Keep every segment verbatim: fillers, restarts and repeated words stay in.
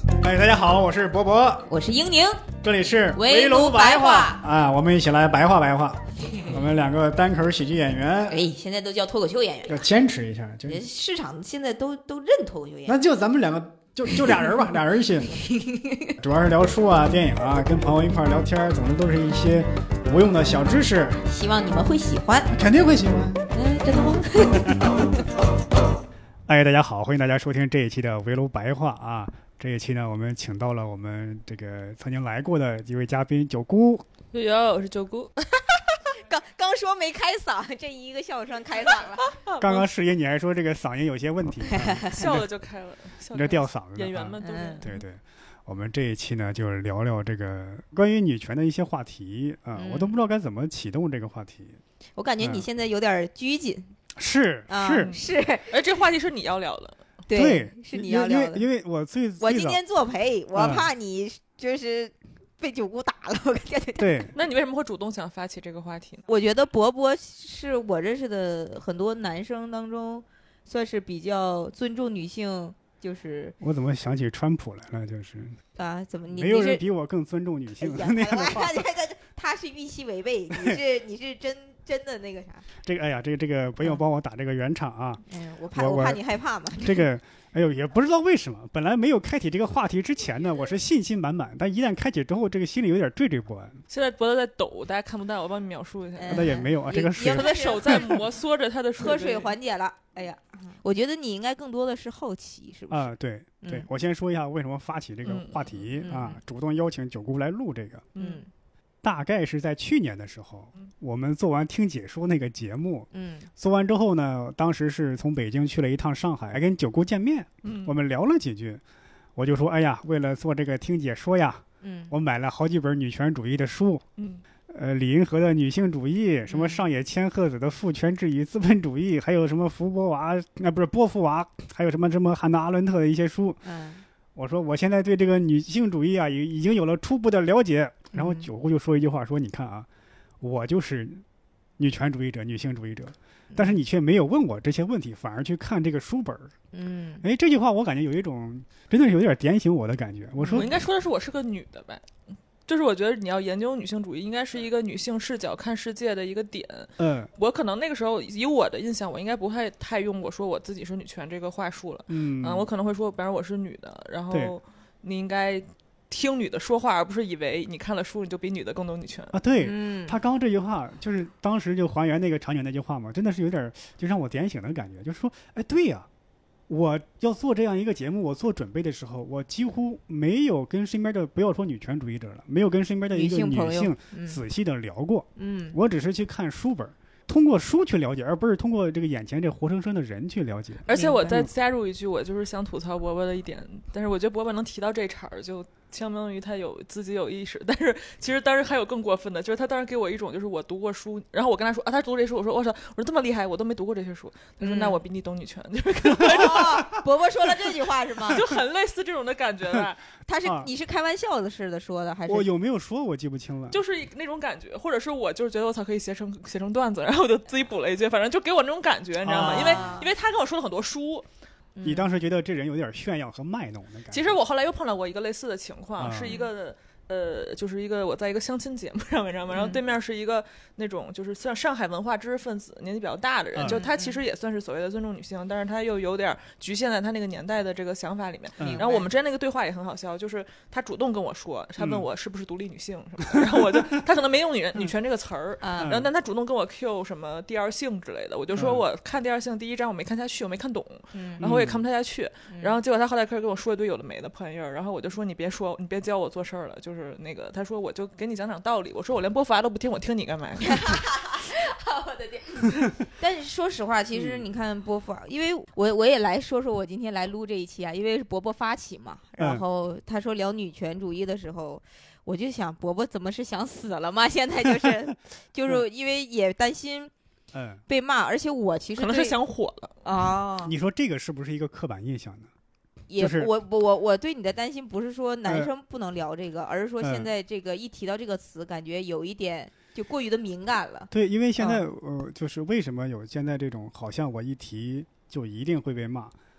哎，大家好，我是博博， 我是英宁， 这里是围炉白话啊，我们一起来白话白话。我们两个单口喜剧演员， 哎，现在都叫脱口秀演员， 要坚持一下，就市场现在都都认脱口秀演员， 那就咱们两个就就俩人吧，俩人一起，主要是聊书啊、电影啊，跟朋友一块聊天，总之都是一些无用的小知识， 希望你们会喜欢， 肯定会喜欢。 嗯，真的吗？ 哎，大家好，欢迎大家收听这一期的围炉白话啊。这一期呢，我们请到了我们这个曾经来过的一位嘉宾九姑。 悠悠，我是九姑。 刚刚说没开嗓，这一个笑声开嗓了。 刚刚试音你还说这个嗓音有些问题， 笑了就开了。 你这吊嗓子， 演员们都是、 嗯、 对对。我们这一期呢，就是聊聊这个关于女权的一些话题啊、嗯，我都不知道该怎么启动这个话题。 我感觉你现在有点拘谨。 嗯、是、 啊、 是是， 而这话题是你要聊的。 对， 对是你要聊的。 因为因为我最我今天作陪，我怕你就是被九姑打了。我天天对， 那你为什么会主动想发起这个话题呢？ 我觉得博博是我认识的很多男生当中，算是比较尊重女性。就是我怎么想起川普来了？就是啊，怎么你没有人比我更尊重女性？ 哎、那个话，他是预期违背，你是你是真真的那个啥？ 这个哎呀，这个这个不用帮我打这个圆场啊！ 嗯，我怕我我怕你害怕嘛。 这个哎呦，也不知道为什么，本来没有开启这个话题之前呢，我是信心满满，但一旦开启之后，这个心里有点惴惴不安。 现在脖子在抖，大家看不到，我帮你描述一下。 那、嗯、也没有啊，这个水， 他的手在摩挲着他的水， 喝水缓解了。哎呀，我觉得你应该更多的是好奇，是不是？ 啊，对对、 嗯， 我先说一下为什么发起这个话题、 嗯、 啊，主动邀请九姑来录这个。 嗯， 大概是在去年的时候， 嗯、 我们做完听解说那个节目， 嗯， 做完之后呢，当时是从北京去了一趟上海，跟九姑见面， 嗯， 我们聊了几句，我就说，哎呀，为了做这个听解说呀， 嗯， 我买了好几本女权主义的书， 嗯。 呃，李银河的女性主义，什么上野千鹤子的父权制与资本主义，还有什么福伯娃，那、呃、不是波伏娃，还有什么什么汉娜阿伦特的一些书。 嗯， 我说我现在对这个女性主义啊，已已经有了初步的了解。然后九姑就说一句话，说你看啊，我就是女权主义者、女性主义者，但是你却没有问我这些问题，反而去看这个书本。 嗯， 哎，这句话我感觉有一种真的是有点点醒我的感觉。我说我应该说的是我是个女的吧。就是我觉得你要研究女性主义，应该是一个女性视角看世界的一个点。 嗯， 我可能那个时候以我的印象，我应该不会太用我说我自己是女权这个话术了。 嗯, 嗯，我可能会说，比方说我是女的，然后你应该听女的说话，而不是以为你看了书你就比女的更懂女权啊。对， 嗯， 他刚刚这句话就是当时就还原那个场景那句话嘛，真的是有点就让我点醒的感觉，就是说，哎，对呀、啊。我要做这样一个节目，我做准备的时候，我几乎没有跟身边的不要说女权主义者了，没有跟身边的一个女性仔细的聊过。 嗯， 我只是去看书本，通过书去了解，而不是通过这个眼前这活生生的人去了解。 而且我再加入一句，我就是想吐槽伯伯的一点，但是我觉得伯伯能提到这茬儿，就相当于他有自己有意识。但是其实当时还有更过分的，就是他当时给我一种就是我读过书，然后我跟他说啊，他读这些书，我说我说我说这么厉害，我都没读过这些书。他说、嗯、那我比你懂女权，就是跟我说、 哦、伯伯说了这句话是吗？ 就很类似这种的感觉吧。 他是、啊、你是开玩笑的似的说的还是？ 我有没有说我记不清了。 就是那种感觉，或者是我就是觉得我操可以写成写成段子，然后我就自己补了一句，反正就给我那种感觉，你知道吗？ 啊、 因为因为他跟我说了很多书。 你当时觉得这人有点炫耀和卖弄的感觉。 其实我后来又碰到过一个类似的情况， 啊、 是一个呃，就是一个我在一个相亲节目上面，知道吗？然后对面是一个那种就是像上海文化知识分子，年纪比较大的人， 嗯、 就他其实也算是所谓的尊重女性，但是他又有点局限在他那个年代的这个想法里面。 嗯、 然后我们之间那个对话也很好笑，就是他主动跟我说，他问我是不是独立女性什么的，嗯、然后我就他可能没用女女权这个词儿， 嗯、 然后但他主动跟我 Q 什么第二性之类的，我就说我看第二性第一章我没看下去，我没看懂， 嗯、 然后我也看不太下去，嗯、然后结果他后来开始跟我说一堆有的没的破玩意儿，然后我就说你别说，你别教我做事儿了，就是那个他说。我就给你讲讲道理，我说我连波伏娃都不听，我听你干嘛？ 我的天！但是说实话，其实你看波伏娃，因为我我也来说说我今天来录这一期啊，因为是伯伯发起嘛，然后他说聊女权主义的时候，我就想伯伯怎么是想死了吗？现在就是就是因为也担心被骂，而且我其实可能是想火了啊、哦。 你说这个是不是一个刻板印象呢？ 也、 就是、 我我我对你的担心不是说男生不能聊这个、呃，而是说现在这个一提到这个词，感觉有一点就过于的敏感了。 对，因为现在、嗯、呃，就是为什么有现在这种好像我一提就一定会被骂，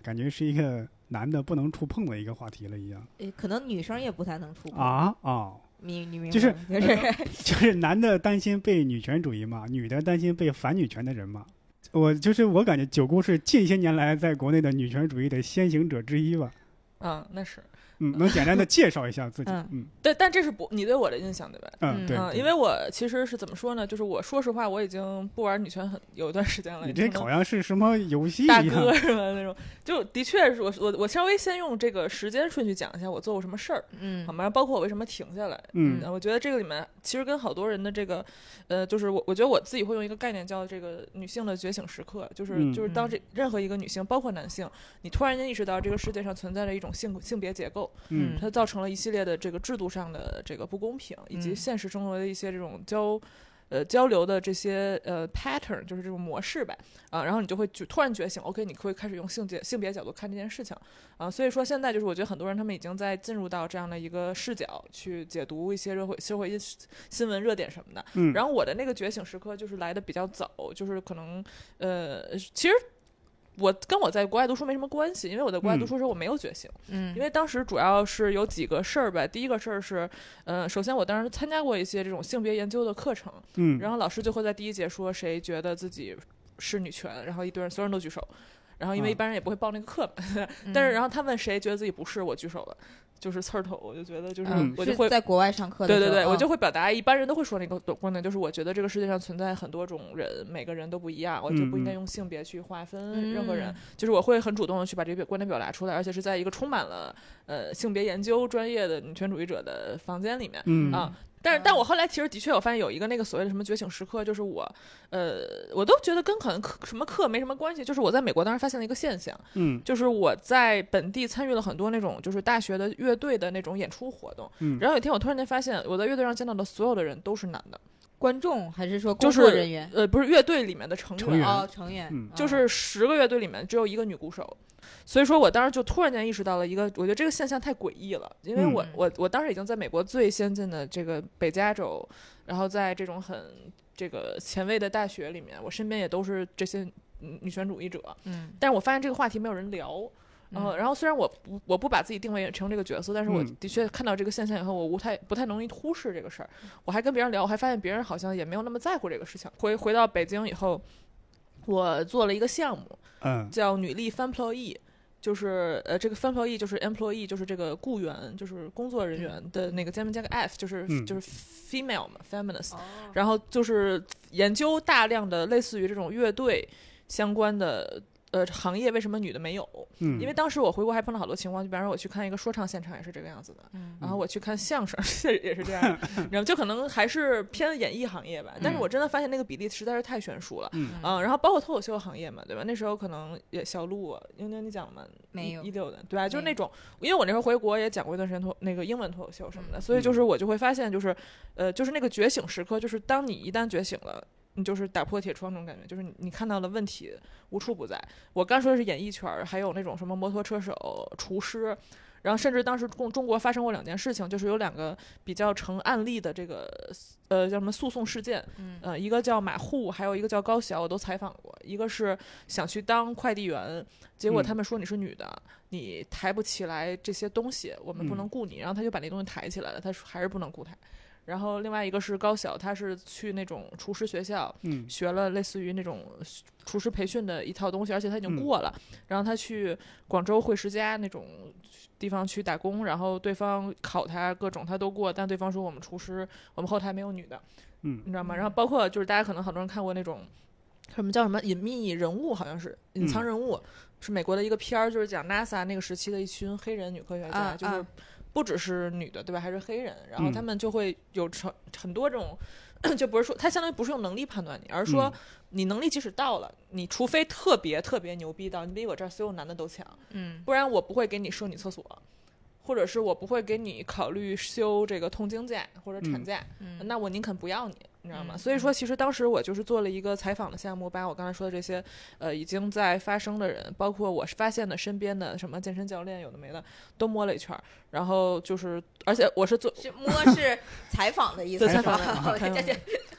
感觉是一个男的不能触碰的一个话题了一样。 呃可能女生也不太能触碰啊哦， 你你明白就是就是、 呃、就是男的担心被女权主义骂，女的担心被反女权的人骂。我就是我感觉九姑是近些年来在国内的女权主义的先行者之一吧。 嗯，那是。 嗯，能简单的介绍一下自己？ 嗯， 嗯对，但这是不你对我的印象对吧？ 嗯，对， 嗯，因为我其实是怎么说呢？就是我说实话，我已经不玩女权很有一段时间了。 你这好像是什么游戏大哥是吧？那种就的确是我我我稍微先用这个时间顺序讲一下我做过什么事儿， 嗯， 好吗？包括我为什么停下来， 嗯， 我觉得这个里面其实跟好多人的这个，呃，就是我我觉得我自己会用一个概念叫这个女性的觉醒时刻，就是、 嗯、 就是当这任何一个女性，包括男性，你突然间意识到这个世界上存在着一种性性别结构， 嗯， 它造成了一系列的这个制度上的这个不公平，以及现实生活的一些这种交。呃，交流的这些呃 pattern 就是这种模式吧，啊，然后你就会就突然觉醒 ，OK， 你会开始用性别性别角度看这件事情，啊，所以说现在就是我觉得很多人他们已经在进入到这样的一个视角去解读一些社会社会新闻热点什么的， 嗯， 然后我的那个觉醒时刻就是来的比较早，就是可能呃，其实。我跟我在国外读书没什么关系，因为我在国外读书时候我没有觉醒， 嗯， 因为当时主要是有几个事儿吧。第一个事儿是，呃，首先我当时参加过一些这种性别研究的课程， 嗯， 然后老师就会在第一节说谁觉得自己是女权，然后一堆人所有人都举手，然后因为一般人也不会报那个课嘛， 嗯、 但是然后他问谁觉得自己不是，我举手了。就是刺儿头，我就觉得就是嗯、 我就会、 是在国外上课的时候， 对对对， 哦、 我就会表达一般人都会说那个观点，就是我觉得这个世界上存在很多种人，每个人都不一样，我就不应该用性别去划分任何人， 嗯、 就是我会很主动的去把这个观点表达出来，而且是在一个充满了呃性别研究专业的女权主义者的房间里面， 嗯啊。但是，但我后来其实的确，我发现有一个那个所谓的什么觉醒时刻，就是我，呃，我都觉得跟可能课什么课没什么关系。就是我在美国当时发现了一个现象， 嗯， 就是我在本地参与了很多那种就是大学的乐队的那种演出活动， 嗯， 然后有一天我突然间发现，我在乐队上见到的所有的人都是男的。 观众还是说工作人员？ 就是、呃，不是乐队里面的成员， 成员哦，成员， 嗯， 就是十个乐队里面只有一个女鼓手。所以说我当时就突然间意识到了一个，我觉得这个现象太诡异了，因为我、 嗯、 我我当时已经在美国最先进的这个北加州，然后在这种很这个前卫的大学里面，我身边也都是这些女权主义者， 嗯， 但是我发现这个话题没有人聊。然后，然后虽然我不我不把自己定位成这个角色，但是我的确看到这个现象以后，我不太不太容易忽视这个事儿。我还跟别人聊，我还发现别人好像也没有那么在乎这个事情。回回到北京以后，我做了一个项目， 嗯， 叫女力 Fanployee， 就是呃这个 Fanployee 就是 employee 就是这个雇员，就是工作人员的那个前面加个 f， 就是、 嗯、 就是 female 嘛 feminist，、 哦、 然后就是研究大量的类似于这种乐队相关的。呃，行业为什么女的没有？ 嗯， 因为当时我回国还碰到好多情况，就比方说我去看一个说唱现场也是这个样子的， 嗯， 然后我去看相声也是这样的，然后就可能还是偏演艺行业吧。但是我真的发现那个比例实在是太悬殊了， 嗯， 啊，然后包括脱口秀行业嘛，对吧？那时候可能也小鹿，英宁你讲嘛， 没有一六的，对吧？就是那种，因为我那时候回国也讲过一段时间脱那个英文脱口秀什么的，所以就是我就会发现，就是呃，就是那个觉醒时刻，就是当你一旦觉醒了。你就是打破铁窗那种感觉，就是你看到了问题无处不在。我刚说的是演艺圈，还有那种什么摩托车手、厨师，然后甚至当时中中国发生过两件事情，就是有两个比较成案例的这个呃叫什么诉讼事件， 嗯， 呃一个叫马户，还有一个叫高晓，我都采访过。一个是想去当快递员，结果他们说你是女的，嗯、你抬不起来这些东西，我们不能雇你，嗯、然后他就把那东西抬起来了，他说还是不能雇他。然后另外一个是高晓，他是去那种厨师学校， 嗯， 学了类似于那种厨师培训的一套东西，而且他已经过了。嗯、然后他去广州汇石家那种地方去打工，然后对方考他各种他都过，但对方说我们厨师我们后台没有女的， 嗯， 你知道吗？然后包括就是大家可能很多人看过那种什么叫什么隐秘人物，好像是隐藏人物，嗯、是美国的一个片儿，就是讲 NASA 那个时期的一群黑人女科学家， 啊、 就是。 啊不只是女的，对吧？还是黑人，然后他们就会有成很多这种，嗯、就不是说他相当于不是用能力判断你，而是说你能力即使到了，你除非特别特别牛逼到你比我这儿所有男的都强， 嗯， 不然我不会给你收你厕所，或者是我不会给你考虑休这个痛经假或者产假， 嗯、 那我宁肯不要你。你知道吗？ 嗯、 所以说，其实当时我就是做了一个采访的项目，把我刚才说的这些，呃，已经在发生的人，包括我发现的身边的什么健身教练，有的没的，都摸了一圈。然后就是，而且我是做是摸是采访的意思， 采访的，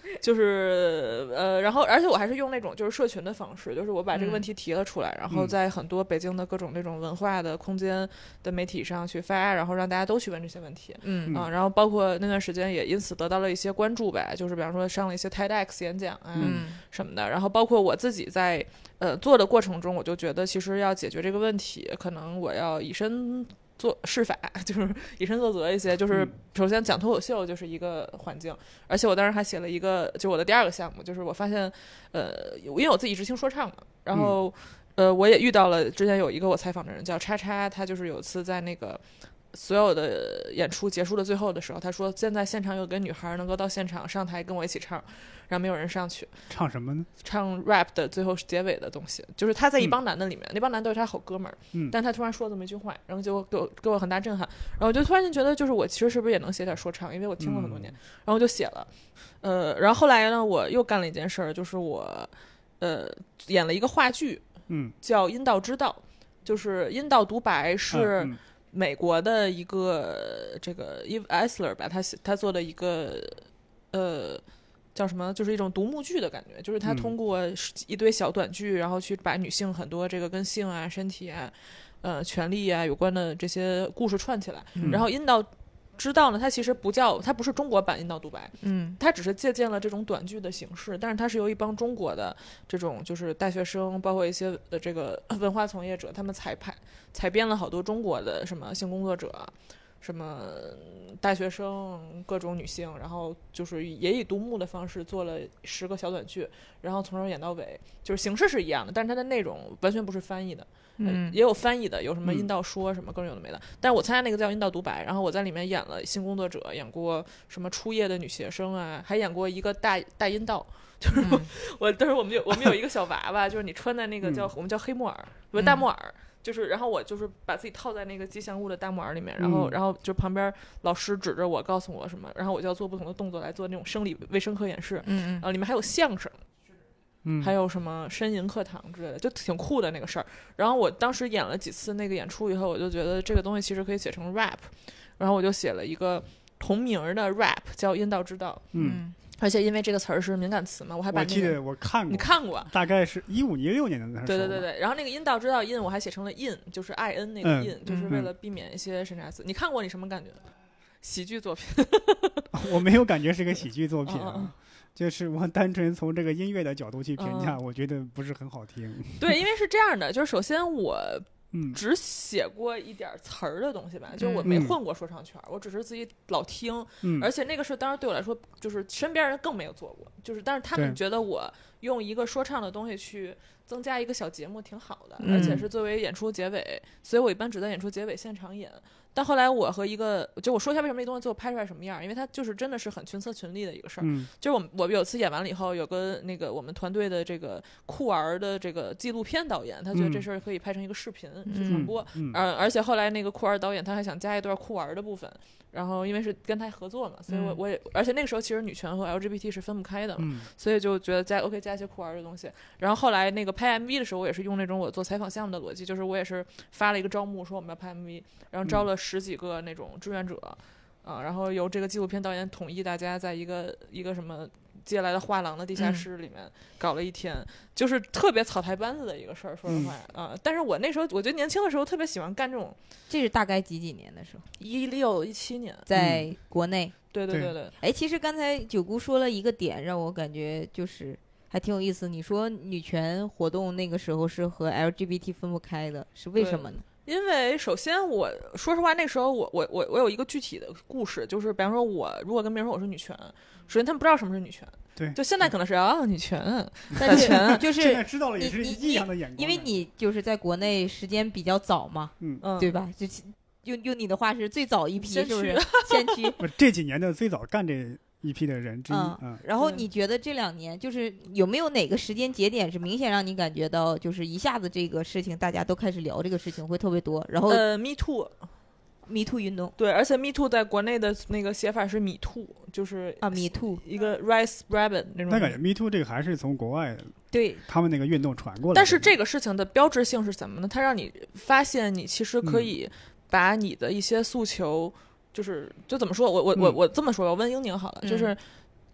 就是呃，然后而且我还是用那种就是社群的方式，就是我把这个问题提了出来， 嗯、 然后在很多北京的各种那种文化的空间的媒体上去发，然后让大家都去问这些问题。 嗯啊，然后包括那段时间也因此得到了一些关注呗，就是比方说上了一些 TEDx 演讲啊、 嗯、 什么的，然后包括我自己在呃做的过程中，我就觉得其实要解决这个问题，可能我要以身做示法，就是以身作则一些，就是首先讲脱口秀就是一个环境，而且我当时还写了一个，就我的第二个项目，就是我发现，呃，因为我自己执行说唱嘛，然后、嗯、呃，我也遇到了之前有一个我采访的人叫叉叉，他就是有次在那个所有的演出结束的最后的时候，他说现在现场有个女孩能够到现场上台跟我一起唱，然后没有人上去。 唱什么呢？ 唱 rap 的最后结尾的东西，就是他在一帮男的里面、嗯、那帮男的都是他好哥们儿、嗯、但他突然说这么一句话，然后就给我给我很大震撼，然后我就突然间觉得就是我其实是不是也能写点说唱，因为我听过很多年、嗯、然后我就写了，呃，然后后来呢我又干了一件事儿，就是我呃演了一个话剧， 嗯，叫阴道之道，就是阴道独白是、 嗯嗯美国的一个这个 Eve Ensler 吧，他他做的一个呃叫什么，就是一种独幕剧的感觉，就是他通过一堆小短剧，然后去把女性很多这个跟性啊、身体啊、呃权利啊有关的这些故事串起来， 嗯、 然后阴道知道呢，它其实不叫，它不是中国版阴道独白， 嗯， 它只是借鉴了这种短剧的形式，但是它是由一帮中国的这种就是大学生，包括一些呃这个文化从业者，他们采拍采编了好多中国的什么性工作者，什么大学生，各种女性，然后就是也以独幕的方式做了十个小短剧，然后从头演到尾，就是形式是一样的，但是它的内容完全不是翻译的。 嗯， 也有翻译的，有什么阴道说什么各种有的没的、嗯、但是我参加那个叫阴道独白，然后我在里面演了性工作者，演过什么初夜的女学生啊，还演过一个大大阴道，就是我、嗯、我当时我们有我们有一个小娃娃，就是你穿在那个叫、嗯、我们叫黑木耳不是大木耳、嗯，就是然后我就是把自己套在那个吉祥物的大木耳里面，然后、嗯、然后就旁边老师指着我告诉我什么，然后我就要做不同的动作来做那种生理卫生科演示， 嗯嗯， 然后里面还有相声。 嗯， 还有什么呻吟课堂之类的，就挺酷的那个事儿。然后我当时演了几次那个演出以后，我就觉得这个东西其实可以写成 rap， 然后我就写了一个同名的 rap 叫阴道之道。 嗯， 而且因为这个词儿是敏感词嘛，我还把、那个、 我记得我看过， 你看过， 大概是一五一六年的那时候。 对对对对，然后那个阴道之道 in 我还写成了 in， 就是 I N 那个 in，、嗯、就是为了避免一些审查词、嗯。你看过你什么感觉？喜剧作品？ 我没有感觉是个喜剧作品、啊。 嗯嗯就是我单纯从这个音乐的角度去评价、 嗯， 我觉得不是很好听。 对，因为是这样的，就是首先我嗯只写过一点词儿的东西吧，嗯、就是我没混过说唱圈、嗯，我只是自己老听， 嗯、 而且那个事当时对我来说，就是身边人更没有做过，就是但是他们觉得我用一个说唱的东西去增加一个小节目挺好的， 嗯、 而且是作为演出结尾，所以我一般只在演出结尾现场演。但后来我和一个，就我说一下为什么这东西最后拍出来什么样，因为它就是真的是很群策群力的一个事儿、 嗯。 就是我们我有次演完了以后，有个那个我们团队的这个酷儿的这个纪录片导演，他觉得这事儿可以拍成一个视频、嗯、去传播。 嗯， 呃，而且后来那个酷儿导演他还想加一段酷儿的部分，然后因为是跟他合作嘛，所以我我也，而且那个时候其实女权和 L G B T 是分不开的嘛， 嗯、 所以就觉得加 OK 加一些酷儿的东西。然后后来那个拍 M V 的时候，我也是用那种我做采访项目的逻辑，就是我也是发了一个招募说我们要拍 M V， 然后招了十几个那种志愿者，啊，然后由这个纪录片导演统一大家在一个一个什么借来的画廊的地下室里面搞了一天，嗯、就是特别草台班子的一个事儿，说实话、嗯、啊。但是我那时候我觉得年轻的时候特别喜欢干这种。 这是大概几几年的时候？ 一六一七年， 在国内。 嗯、对对对对。 哎，其实刚才九姑说了一个点，让我感觉就是还挺有意思。你说女权活动那个时候是和 L G B T 分不开的，是为什么呢？ 因为首先我说实话，那时候我我我我有一个具体的故事，就是比方说我如果跟别人说我是女权，首先他们不知道什么是女权， 对， 就现在可能是啊女权， 但是权就是现在知道了也是异样的眼光， 因为你就是在国内时间比较早嘛， 嗯， 对吧？就用用你的话是最早一批，是不是先驱？ 这几年的最早干这一批的人之一， 嗯嗯， 然后你觉得这两年就是有没有哪个时间节点是明显让你感觉到就是一下子这个事情大家都开始聊这个事情会特别多，然后呃 Me Too Me Too 运动， 对，而且 Me Too 在国内的那个写法是米兔，就是啊 Me Too 一个 rice rabbit 那种。 但感觉 Me Too 这个还是从国外对他们那个运动传过来的。 但是这个事情的标志性是什么呢？它让你发现你其实可以把你的一些诉求，就是就怎么说，我我我我这么说，我问英宁好了， 嗯、 就是。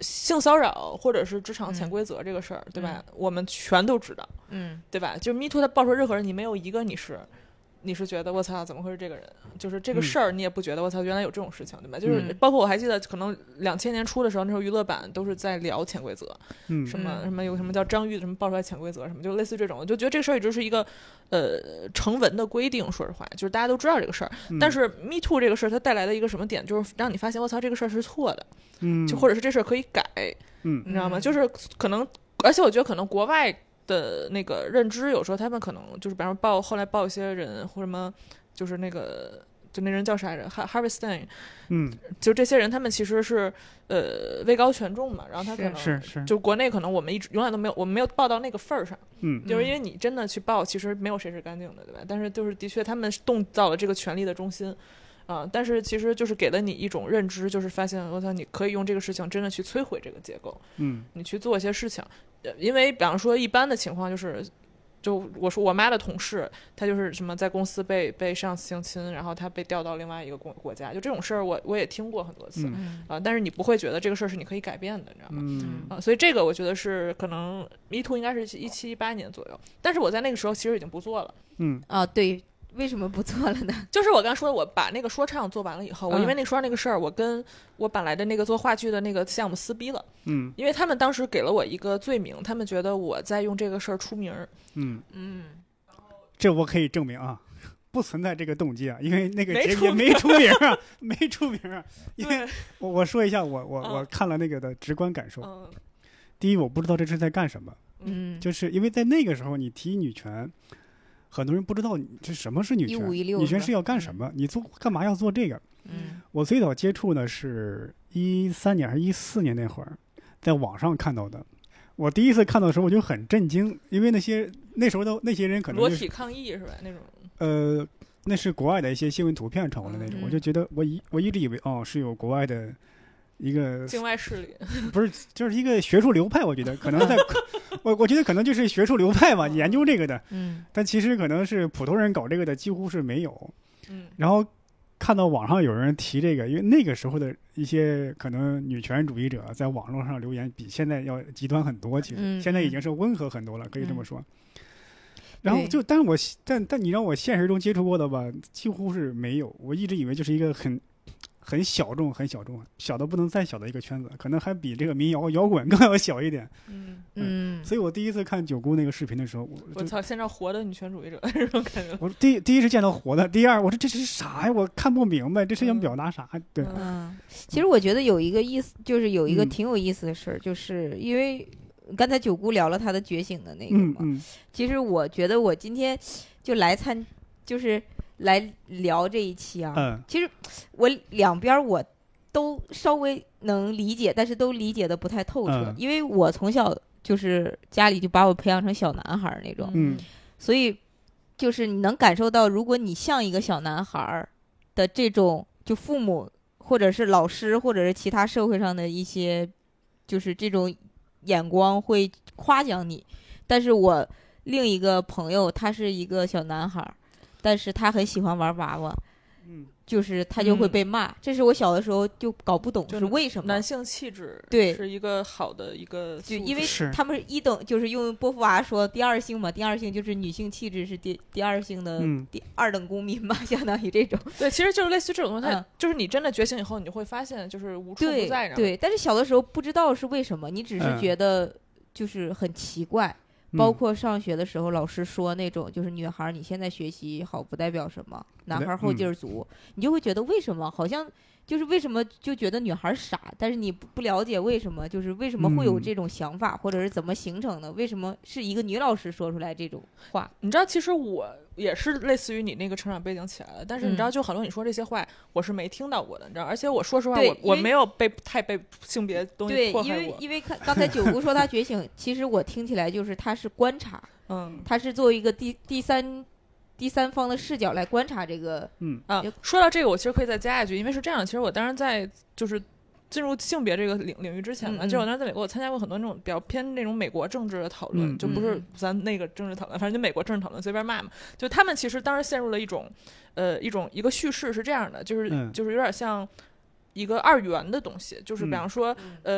性骚扰或者是职场潜规则这个事儿，嗯、对吧、嗯？我们全都知道， 嗯， 对吧？就是 Me Too 它爆出任何人，你没有一个你是。你是觉得我操怎么会是这个人，就是这个事儿你也不觉得我操原来有这种事情，对吧？就是包括我还记得可能两千年初的时候，那时候娱乐版都是在聊潜规则， 嗯， 什么什么有什么叫张玉什么爆出来潜规则什么，就类似于这种，我就觉得这个事儿一直是一个呃成文的规定，说实话就是大家都知道这个事儿、嗯、但是 Me Too 这个事儿它带来的一个什么点，就是让你发现我操这个事儿是错的， 嗯， 就或者是这事儿可以改， 嗯， 你知道吗？就是可能而且我觉得可能国外的那个认知有时候他们可能就是比方说报后来报一些人或什么就是那个就那人叫啥人 Harvey Stein， 嗯， 就这些人他们其实是呃位高权重嘛，然后他可能是是就国内可能我们一直永远都没有我们没有报到那个份儿上， 嗯， 就是因为你真的去报其实没有谁是干净的，对吧？但是就是的确他们动到了这个权力的中心啊、呃，但是其实就是给了你一种认知，就是发现我操你可以用这个事情真的去摧毁这个结构， 嗯， 你去做一些事情，因为比方说一般的情况就是就我说我妈的同事，她就是什么在公司被被上司性侵，然后她被调到另外一个国国家，就这种事儿我我也听过很多次， 嗯啊，但是你不会觉得这个事儿是你可以改变的，你知道吗？ 嗯啊，所以这个我觉得是可能 Me Too 应该是一七一八年左右，但是我在那个时候其实已经不做了。 嗯啊，对。为什么不做了呢？ 就是我刚才说的，我把那个说唱做完了以后， 嗯、 我因为那个说唱那个事儿，我跟我本来的那个做话剧的那个项目撕逼了。 嗯， 因为他们当时给了我一个罪名，他们觉得我在用这个事儿出名。 嗯嗯， 这我可以证明啊，不存在这个动机啊，因为那个节目没出名啊，没出名啊。因为我我说一下我我、嗯、我看了那个的直观感受。 嗯， 第一，我不知道这是在干什么。 嗯， 就是因为在那个时候你提女权。很多人不知道这什么是女权， 一五一六女权是要干什么？嗯、你做干嘛要做这个？ 嗯， 我最早接触呢是一三年还是一四年那会儿，在网上看到的。我第一次看到的时候我就很震惊，因为那些那时候的那些人可能、就是、 裸体抗议是吧？那种呃，那是国外的一些新闻图片传过来那种， 嗯、 我就觉得我一我一直以为哦是有国外的。一个境外势力不是，就是一个学术流派，我觉得可能在，我我觉得可能就是学术流派吧，研究这个的， 嗯， 但其实可能是普通人搞这个的几乎是没有， 嗯， 然后看到网上有人提这个，因为那个时候的一些可能女权主义者在网络上留言比现在要极端很多，其实、 嗯、 现在已经是温和很多了，可以这么说。 嗯、 然后就，但是我但但你让我现实中接触过的吧，几乎是没有，我一直以为就是一个很。很小众，很小众，小的不能再小的一个圈子，可能还比这个民谣摇滚更要小一点。 嗯嗯， 所以我第一次看九姑那个视频的时候，我我操，现在活的女权主义者这种感觉。 我第第一是见到活的，第二我说这是啥呀？我看不明白，这是想表达啥？ 嗯、 对， 嗯，其实我觉得有一个意思，就是有一个挺有意思的事儿、嗯，就是因为刚才九姑聊了她的觉醒的那个嘛， 嗯嗯、 其实我觉得我今天就来参，就是来聊这一期啊， 嗯， 其实我两边我。都稍微能理解，但是都理解的不太透彻、 嗯， 因为我从小就是家里就把我培养成小男孩那种， 嗯， 所以就是你能感受到，如果你像一个小男孩的这种，就父母或者是老师或者是其他社会上的一些，就是这种眼光会夸奖你，但是我另一个朋友他是一个小男孩，但是他很喜欢玩娃娃。 嗯， 就是他就会被骂、嗯，这是我小的时候就搞不懂是为什么。 男性气质对是一个好的一个， 就因为他们是一等，就是用波伏娃说第二性嘛，第二性就是女性气质是第第二性的第二等公民嘛，嗯、相当于这种。 对，其实就是类似于这种东西、嗯，就是你真的觉醒以后，你就会发现就是无处不在。 对对，但是小的时候不知道是为什么，你只是觉得就是很奇怪。嗯包括上学的时候，老师说那种就是女孩，你现在学习好不代表什么，男孩后劲儿足、嗯，你就会觉得为什么好像就是为什么就觉得女孩傻，但是你不不了解为什么，就是为什么会有这种想法，嗯、或者是怎么形成的？为什么是一个女老师说出来这种话？ 你知道，其实我也是类似于你那个成长背景起来的，但是你知道，就很多你说这些话，我是没听到过的，你知道，而且我说实话，我我没有被太被性别东西迫害过。 对，因为因为看刚才九姑说她觉醒，其实我听起来就是她是观察， 嗯， 她是作为一个第第三。第三方的视角来观察这个， 嗯啊，说到这个，我其实可以再加一句，因为是这样，其实我当时在就是进入性别这个领领域之前嘛， 嗯嗯就是我当时在美国，我参加过很多那种比较偏那种美国政治的讨论， 嗯、 就不是咱那个政治讨论，反正就美国政治讨论随便骂嘛，就他们其实当时陷入了一种，呃，一种一个叙事是这样的，就是、 嗯、 就是有点像一个二元的东西，就是比方说， 嗯、 呃。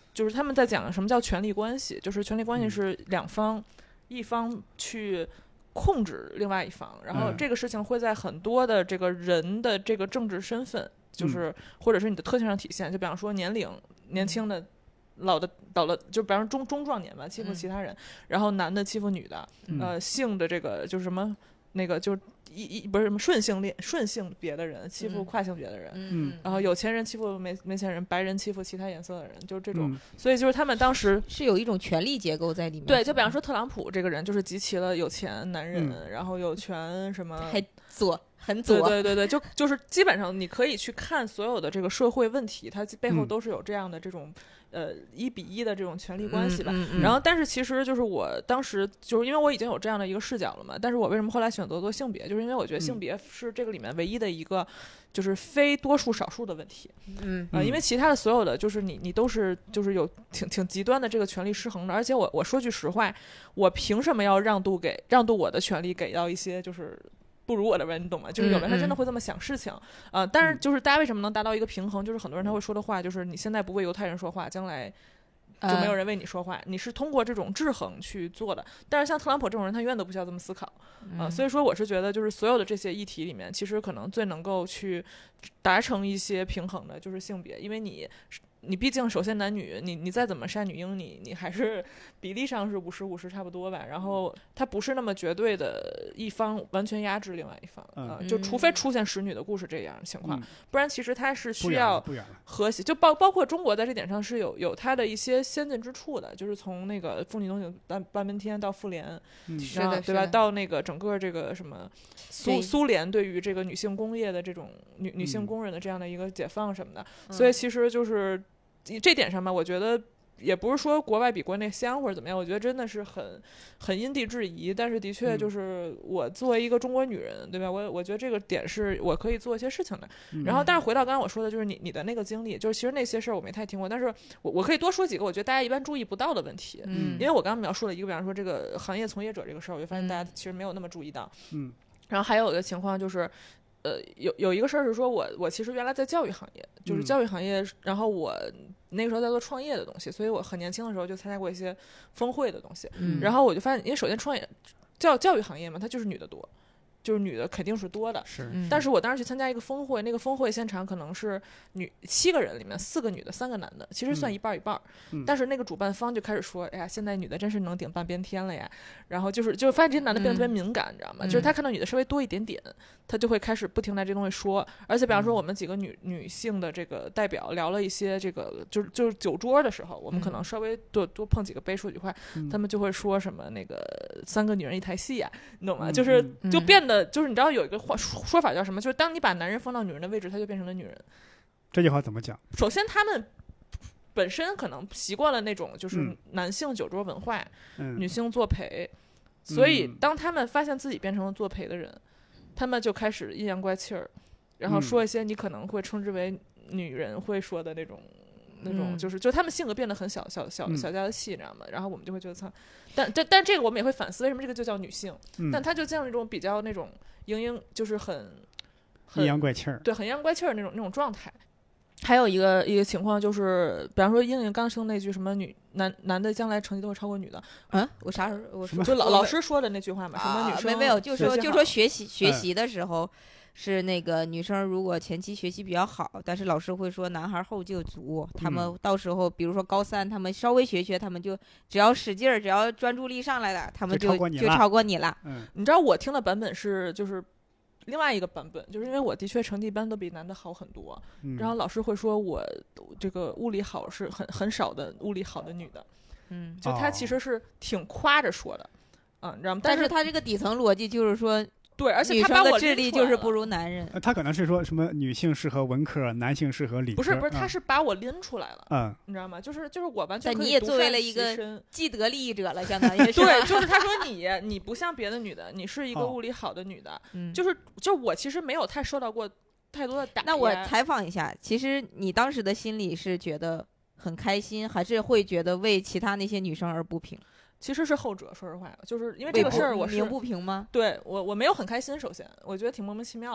就是他们在讲什么叫权力关系，就是权力关系是两方、嗯、一方去控制另外一方，然后这个事情会在很多的这个人的这个政治身份，就是或者是你的特性上体现，就比方说年龄年轻的。老的到了，就比方说中中壮年吧，欺负其他人，嗯、然后男的欺负女的， 嗯、 呃，性的这个就是什么那个就是一一不是什么顺性恋顺性别的人欺负跨性别的人， 嗯， 然后有钱人欺负没没钱人，白人欺负其他颜色的人，就是这种， 嗯、 所以就是他们当时是有一种权力结构在里面。 对，就比方说特朗普这个人就是集齐了有钱男人， 嗯、 然后有权什么还左。很左， 对对对对，就就是基本上你可以去看所有的这个社会问题，它背后都是有这样的这种、嗯、呃一比一的这种权力关系吧。 嗯嗯嗯、 然后，但是其实就是我当时就是因为我已经有这样的一个视角了嘛，但是我为什么后来选择做性别，就是因为我觉得性别是这个里面唯一的一个就是非多数少数的问题。 嗯啊、呃，因为其他的所有的就是你你都是就是有挺挺极端的这个权力失衡的，而且我我说句实话，我凭什么要让渡给让渡我的权利给到一些就是不如我的人，你懂吗？就是有人他真的会这么想事情，嗯、呃，但是就是大家为什么能达到一个平衡？就是很多人他会说的话，就是你现在不为犹太人说话，将来就没有人为你说话。呃、你是通过这种制衡去做的。但是像特朗普这种人，他永远都不需要这么思考，啊、呃，所以说我是觉得，就是所有的这些议题里面，其实可能最能够去达成一些平衡的，就是性别，因为你。你毕竟首先男女，你你再怎么杀女婴，你你还是比例上是五十五十差不多吧。然后它不是那么绝对的一方完全压制另外一方啊、 嗯， 就除非出现使女的故事这样的情况， 嗯、 不然其实它是需要和谐。 就包包括中国在这点上是有有它的一些先进之处的，就是从那个妇女同性半半边天到妇联， 嗯， 是的， 对吧？到那个整个这个什么苏苏联对于这个女性工业的这种女女性工人的这样的一个解放什么的， 嗯、 所以其实就是。这点上吧，我觉得也不是说国外比国内香或者怎么样，我觉得真的是很很因地制宜。但是的确就是我作为一个中国女人，对吧？我我觉得这个点是我可以做一些事情的。 嗯、 然后，但是回到刚刚我说的，就是你你的那个经历，就是其实那些事儿我没太听过，但是我我可以多说几个我觉得大家一般注意不到的问题。 嗯， 因为我刚刚描述了一个，比方说这个行业从业者这个事儿，我就发现大家其实没有那么注意到。 嗯， 然后还有一个情况就是。呃，有有一个事儿是说我我其实原来在教育行业，就是教育行业，嗯、然后我那个时候在做创业的东西，所以我很年轻的时候就参加过一些峰会的东西， 嗯、 然后我就发现，因为首先创业教教育行业嘛，它就是女的多。就是女的肯定是多的， 是。 但是我当时去参加一个峰会，那个峰会现场可能是女七个人里面四个女的，三个男的，其实算一半一半。 嗯、 但是那个主办方就开始说：“哎呀，现在女的真是能顶半边天了呀。”然后就是就发现这些男的变得特别敏感， 嗯、 你知道吗？就是他看到女的稍微多一点点，他就会开始不停地这东西说。而且比方说我们几个女、嗯、女性的这个代表聊了一些这个，就是就是酒桌的时候，我们可能稍微多多碰几个杯说几句话， 嗯、 他们就会说什么那个三个女人一台戏呀、啊，你懂吗？ 嗯、 就是就变得就是你知道有。一个话说法叫什么？就是当你把男人放到女人的位置，他就变成了女人。 这句话怎么讲？ 首先，他们本身可能习惯了那种就是男性酒桌文化， 嗯、 女性作陪，所以当他们发现自己变成了作陪的人，他们就开始阴阳怪气儿，然后说一些你可能会称之为女人会说的那种。那种就是，就他们性格变得很小小小小家的气，你知道吗？然后我们就会觉得，操，但但但这个我们也会反思，为什么这个就叫女性？ 嗯、 但它就像那种比较那种嘤嘤，就是很阴阳怪气儿， 对，很阴阳怪气儿那种那种状态。还有一个一个情况就是，比方说英英刚说那句什么女男男的将来成绩都会超过女的， 嗯，我啥时候我说就老老师说的那句话嘛，什么女生、 啊、没没有，就说就说学习学习的时候。嗯是那个女生如果前期学习比较好，但是老师会说男孩后劲足，他们到时候比如说高三他们稍微学学，他们就只要使劲儿，只要专注力上来了，他们就就超过你了。 嗯， 你知道我听的版本是就是另外一个版本，就是因为我的确成绩一般都比男的好很多， 嗯、 然后老师会说我这个物理好是很很少的物理好的女的， 嗯， 就他其实是挺夸着说的，嗯，你知道吗？ 但是他这个底层逻辑就是说。 对，而且他把我智力就是不如男人。 呃、他可能是说什么女性适合文科，男性适合理科。 不是不是，他是把我拎出来了。 嗯， 你知道吗？就是就是我完全可以。 你也作为了一个既得利益者了，相当于是。 对，就是他说你你不像别的女的，你是一个物理好的女的。 嗯、 哦，就是就是我其实没有太受到过太多的打压。 那我采访一下，其实你当时的心里是觉得很开心，还是会觉得为其他那些女生而不平？ 其实是后者，说实话，就是因为这个事儿，我是鸣不平吗？ 对我，我没有很开心。首先，我觉得挺莫名其妙的。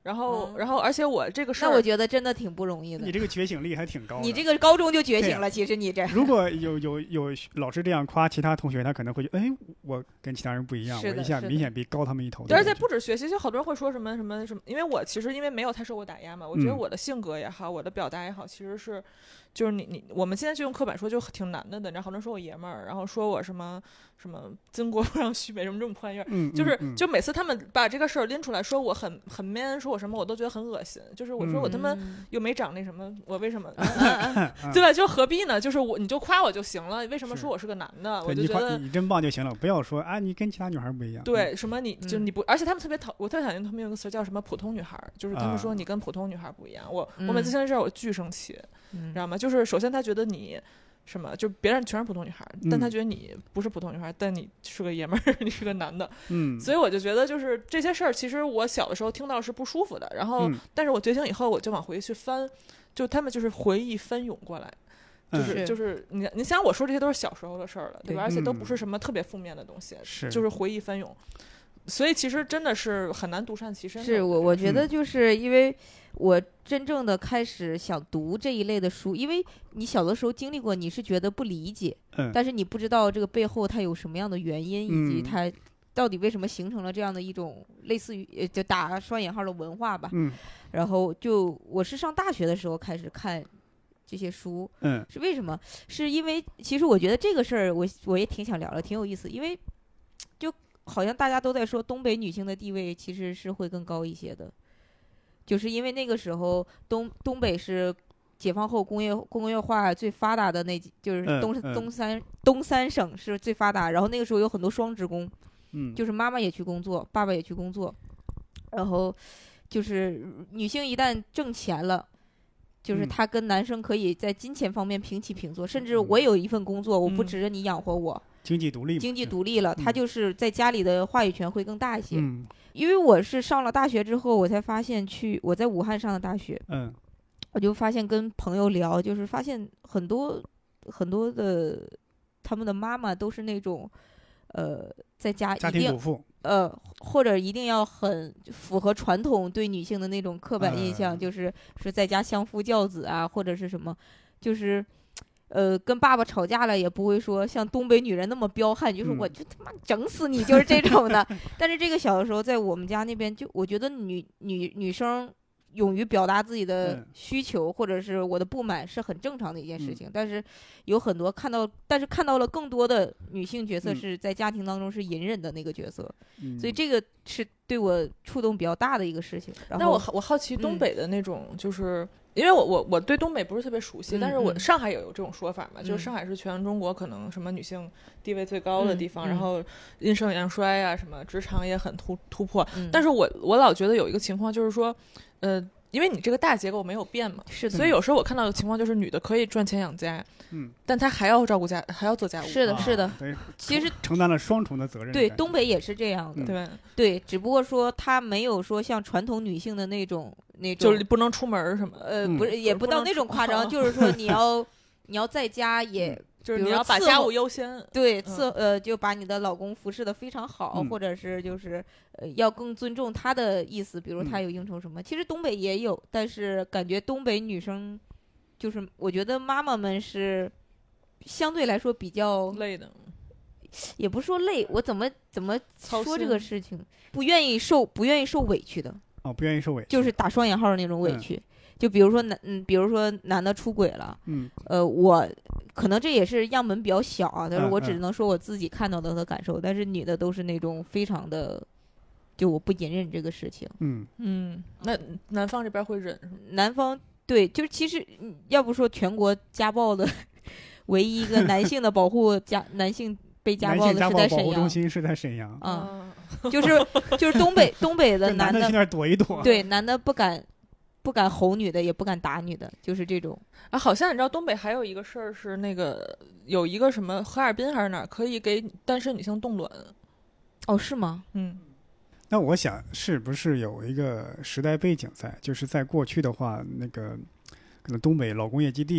然后、 嗯、 然后而且我这个事儿， 那我觉得真的挺不容易的。 你这个觉醒力还挺高的。 你这个高中就觉醒了，其实你这。 如果有有有老师这样夸其他同学，他可能会觉得，哎，我跟其他人不一样，我一下明显比高他们一头。 而且不止学习，就好多人会说什么什么什么，因为我其实因为没有太受过打压嘛，我觉得我的性格也好，嗯、我的表达也好，其实是。就是你你我们现在就用刻板说就挺难的的，然后好多人说我爷们儿，然后说我什么什么巾帼不让须眉什么这种破玩意儿， 嗯， 就是、 嗯、 就每次他们把这个事儿拎出来说我很很 man， 说我什么我都觉得很恶心，就是我说我他妈又没长那什么，我为什么、嗯、对吧？就何必呢？就是我你就夸我就行了，为什么说我是个男的？我就觉得你, 你真棒就行了，不要说啊你跟其他女孩不一样。 对，什么你就你不，而且他们特别讨我特别讨厌他们用个词叫什么普通女孩，就是他们说你跟普通女孩不一样。我、嗯、我每次听到这我巨生气。嗯、知道吗？就是首先他觉得你什么，就别人全是普通女孩，嗯、但他觉得你不是普通女孩，但你是个爷们儿，你是个男的， 嗯， 所以我就觉得就是这些事儿，其实我小的时候听到是不舒服的，然后、嗯、但是我觉醒以后，我就往回去翻，就他们就是回忆翻涌过来。就是就是你你想我说这些都是小时候的事儿了，对吧？对，而且都不是什么特别负面的东西， 是、嗯、 就是回忆翻涌，所以其实真的是很难独善其身。 是我我觉得就是因为我真正的开始想读这一类的书，因为你小的时候经历过，你是觉得不理解， 嗯， 但是你不知道这个背后它有什么样的原因， 嗯、 以及它到底为什么形成了这样的一种类似于就打双引号的文化吧， 嗯， 然后就我是上大学的时候开始看这些书， 嗯， 是为什么？是因为其实我觉得这个事儿，我我也挺想聊的，挺有意思，因为就好像大家都在说东北女性的地位其实是会更高一些的，就是因为那个时候东东北是解放后工业工业化最发达的那，就是东、 嗯嗯、 东三东三省是最发达，然后那个时候有很多双职工， 嗯， 就是妈妈也去工作，爸爸也去工作，然后就是女性一旦挣钱了。就是他跟男生可以在金钱方面平起平坐，嗯、甚至我有一份工作，嗯、我不指着你养活我， 经济独立， 经济独立了，他就是在家里的话语权会更大一些。 嗯， 因为我是上了大学之后，我才发现去我在武汉上的大学， 嗯， 我就发现跟朋友聊，就是发现很多很多的他们的妈妈都是那种，呃，在家家庭主妇。 呃，或者一定要很符合传统对女性的那种刻板印象， 嗯、 就是是在家相夫教子啊，或者是什么，就是呃跟爸爸吵架了也不会说像东北女人那么彪悍，就是我就他妈整死你，就是这种的。但是这个小的时候在我们家那边，就我觉得女女女生勇于表达自己的需求、嗯、或者是我的不满是很正常的一件事情、嗯、但是有很多看到但是看到了更多的女性角色是在家庭当中是隐忍的那个角色、嗯、所以这个是对我触动比较大的一个事情。然后那我我好奇东北的那种、嗯、就是因为我我我对东北不是特别熟悉、嗯、但是我上海也有这种说法嘛、嗯、就是上海是全中国可能什么女性地位最高的地方、嗯、然后阴盛阳衰啊什么职场也很突突破、嗯、但是我我老觉得有一个情况就是说呃，因为你这个大结构没有变嘛， 是的， 所以有时候我看到的情况就是女的可以赚钱养家， 嗯， 但她还要照顾家，还要做家务， 是的，是的， 啊、 其实承担了双重的责任。 对，东北也是这样的， 对、嗯、 对，只不过说她没有说像传统女性的那种那种， 就是不能出门什么， 呃，不是，也不到那种夸张，就是说你要你要在家也。嗯就是你要把家务优先， 对，伺、嗯、呃，就把你的老公服侍得非常好， 嗯、 或者是就是呃，要更尊重他的意思，比如他有应酬什么。嗯、其实东北也有，但是感觉东北女生，就是我觉得妈妈们是相对来说比较累的， 也不说累，我怎么怎么说这个事情，不愿意受不愿意受委屈的。 哦，不愿意受委屈， 就是打双引号的那种委屈。嗯就比如说男，嗯，比如说男的出轨了， 嗯， 呃，我可能这也是样本比较小啊，但是我只嗯嗯能说我自己看到的和感受。但是女的都是那种非常的，就我不隐忍这个事情。 嗯嗯，那男方这边会忍？ 男方对，就是其实要不说全国家暴的唯一一个男性的保护家男性被家暴的是在沈阳， 保护中心是在沈阳啊、嗯，就是就是东北东北的男的去那儿躲一躲， 对，男的不敢。不敢吼女的，也不敢打女的，就是这种啊。好像你知道东北还有一个事儿是那个有一个什么哈尔滨还是哪儿可以给单身女性冻卵？ 哦，是吗？ 嗯。 那我想是不是有一个时代背景在？就是在过去的话，那个可能东北老工业基地，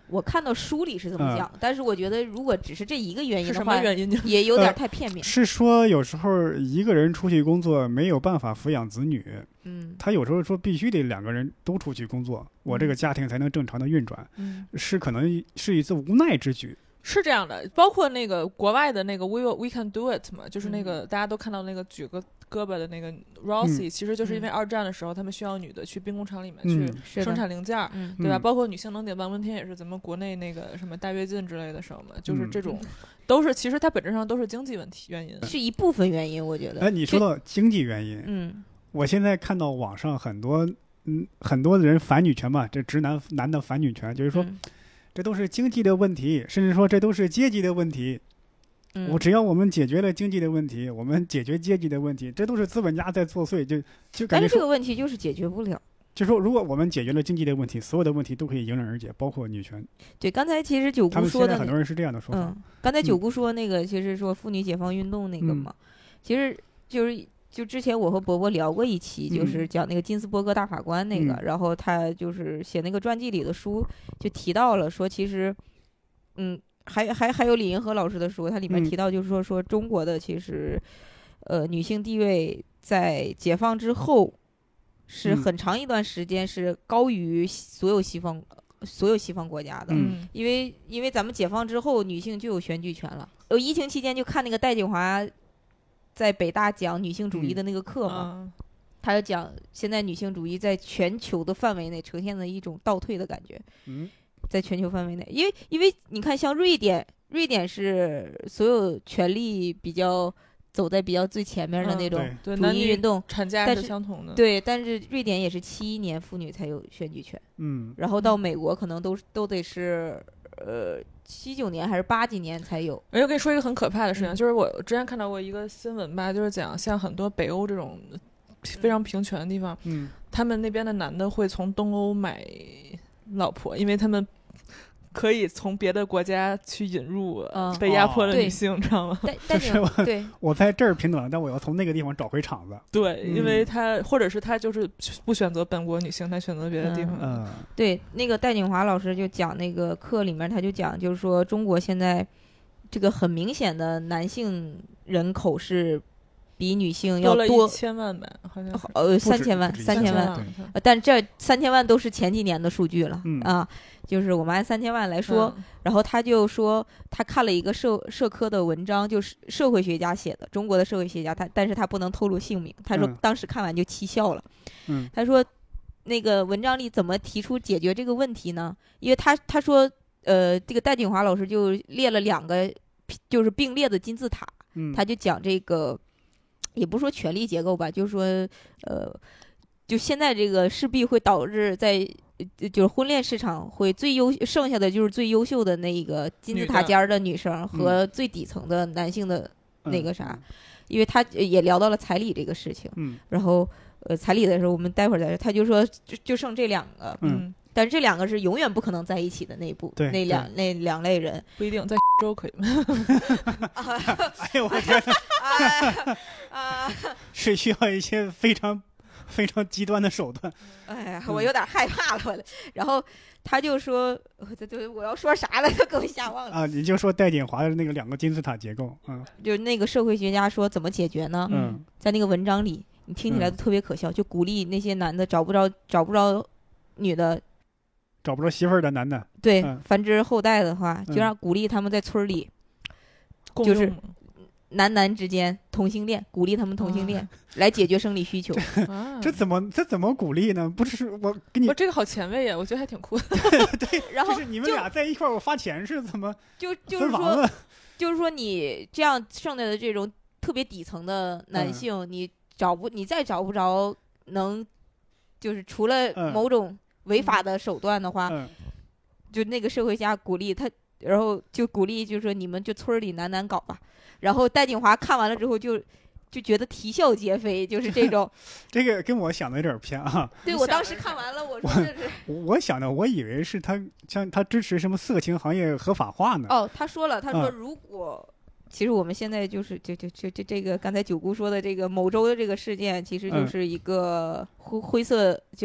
我看到书里是这么讲， 嗯、 但是我觉得如果只是这一个原因的话， 是什么原因也有点太片面、 呃。是说有时候一个人出去工作没有办法抚养子女， 嗯， 他有时候说必须得两个人都出去工作，嗯、我这个家庭才能正常的运转， 嗯， 是可能是一次无奈之举。 是这样的，包括那个国外的那个 We We Can Do It 嘛，就是那个、 嗯、 大家都看到那个举个胳膊的那个 Rosie、嗯、其实就是因为二战的时候、嗯、他们需要女的去兵工厂里面去生产零件、 嗯、 对吧、嗯、包括女性能点万问天也是咱们国内那个什么大跃进之类的时候嘛，就是这种、嗯、都是其实它本质上都是经济问题原因， 是一部分原因我觉得。 哎，你说到经济原因， 嗯， 我现在看到网上很多嗯很多人反女权嘛，这直男男的反女权，就是说、嗯这都是经济的问题，甚至说这都是阶级的问题。 嗯、 我只要我们解决了经济的问题，我们解决阶级的问题，这都是资本家在作祟，就就感觉。 但是这个问题就是解决不了。 就说如果我们解决了经济的问题，所有的问题都可以迎刃而解，包括女权。 对，刚才其实九姑说的、那个， 他们现在很多人是这样的说法。 嗯，刚才九姑说那个，其实说妇女解放运动那个嘛，嗯、其实就是。就之前我和伯伯聊过一期，就是讲那个金斯伯格大法官那个、嗯、然后他就是写那个传记里的书就提到了说其实嗯还还还有李银河老师的书，他里面提到就是说说中国的其实呃女性地位在解放之后是很长一段时间是高于所有西方所有西方国家的， 嗯， 因为因为咱们解放之后女性就有选举权了。我疫情期间就看那个戴锦华在北大讲女性主义的那个课嘛， 嗯、 他就讲现在女性主义在全球的范围内呈现的一种倒退的感觉。 嗯， 在全球范围内，因为因为你看，像瑞典，瑞典是所有权利比较走在比较最前面的那种主义运动， 嗯、产假是相同的。 对，但是瑞典也是七一年妇女才有选举权。 嗯， 然后到美国可能都都得是呃。七九年还是八几年才有。 而且我跟你说一个很可怕的事情， 嗯、 就是我之前看到过一个新闻吧，就是讲像很多北欧这种非常平权的地方， 嗯， 他们那边的男的会从东欧买老婆，因为他们可以从别的国家去引入被压迫的女性， 哦、 知道吗？ 就是我对， 我在这儿平等了，但我要从那个地方找回场子。 对， 嗯、 因为他或者是他就是不选择本国女性，他选择别的地方。 嗯， 对，那个戴锦华老师就讲那个课里面，他就讲，就是说中国现在这个很明显的男性人口是比女性要多多一千万吧，好像是呃三千万，三千万，呃，但这三千万都是前几年的数据了、 嗯、 啊，就是我们按三千万来说、 嗯， 然后他就说他看了一个社社科的文章，就是社会学家写的，中国的社会学家，他但是他不能透露姓名，他说当时看完就气笑了， 嗯， 他说那个文章里怎么提出解决这个问题呢？因为他他说呃，这个戴锦华老师就列了两个就是并列的金字塔， 嗯， 他就讲这个。也不说权力结构吧，就是说，呃，就现在这个势必会导致在就是婚恋市场会最优剩下的就是最优秀的那个金字塔尖的女生和最底层的男性的那个啥， 嗯、 因为他也聊到了彩礼这个事情， 嗯， 然后呃彩礼的时候我们待会儿再说，他就说就就剩这两个， 嗯， 但是这两个是永远不可能在一起的那部那两那两类人不一定在州可以吗？ 哎呦我天！ 啊， 是需要一些非常非常极端的手段。 哎呀，我有点害怕了。我然后他就说，我我要说啥了，他给我吓忘了。 啊，你就说戴锦华的那个两个金字塔结构，嗯， 就是那个社会学家说怎么解决呢？ 嗯， 在那个文章里，你听起来都特别可笑，嗯、就鼓励那些男的找不着找不着女的。 找不着媳妇儿的男的， 对、 嗯， 繁殖后代的话，就让鼓励他们在村里， 嗯、 就是男男之间同性恋，鼓励他们同性恋、啊、来解决生理需求。 啊、 这怎么这怎么鼓励呢？不是我给你， 我这个好前卫呀，我觉得还挺酷的。 对， 然后就是你们俩在一块儿，我发钱是怎么就就是说，就是说你这样剩下的这种特别底层的男性，嗯、你找不你再找不着能，就是除了某种。违法的手段的话、 嗯， 就那个社会家鼓励他，然后就鼓励，就说你们就村里男男搞吧。然后戴锦华看完了之后就就觉得啼笑皆非，就是这种。 这个跟我想的有点偏啊。 对，我当时看完了，我说这是我。我想的，我以为是他像他支持什么色情行业合法化呢。 哦，他说了，他说如果、 嗯、 其实我们现在就是就就就就这个刚才九姑说的这个某州的这个事件，其实就是一个灰灰色就是。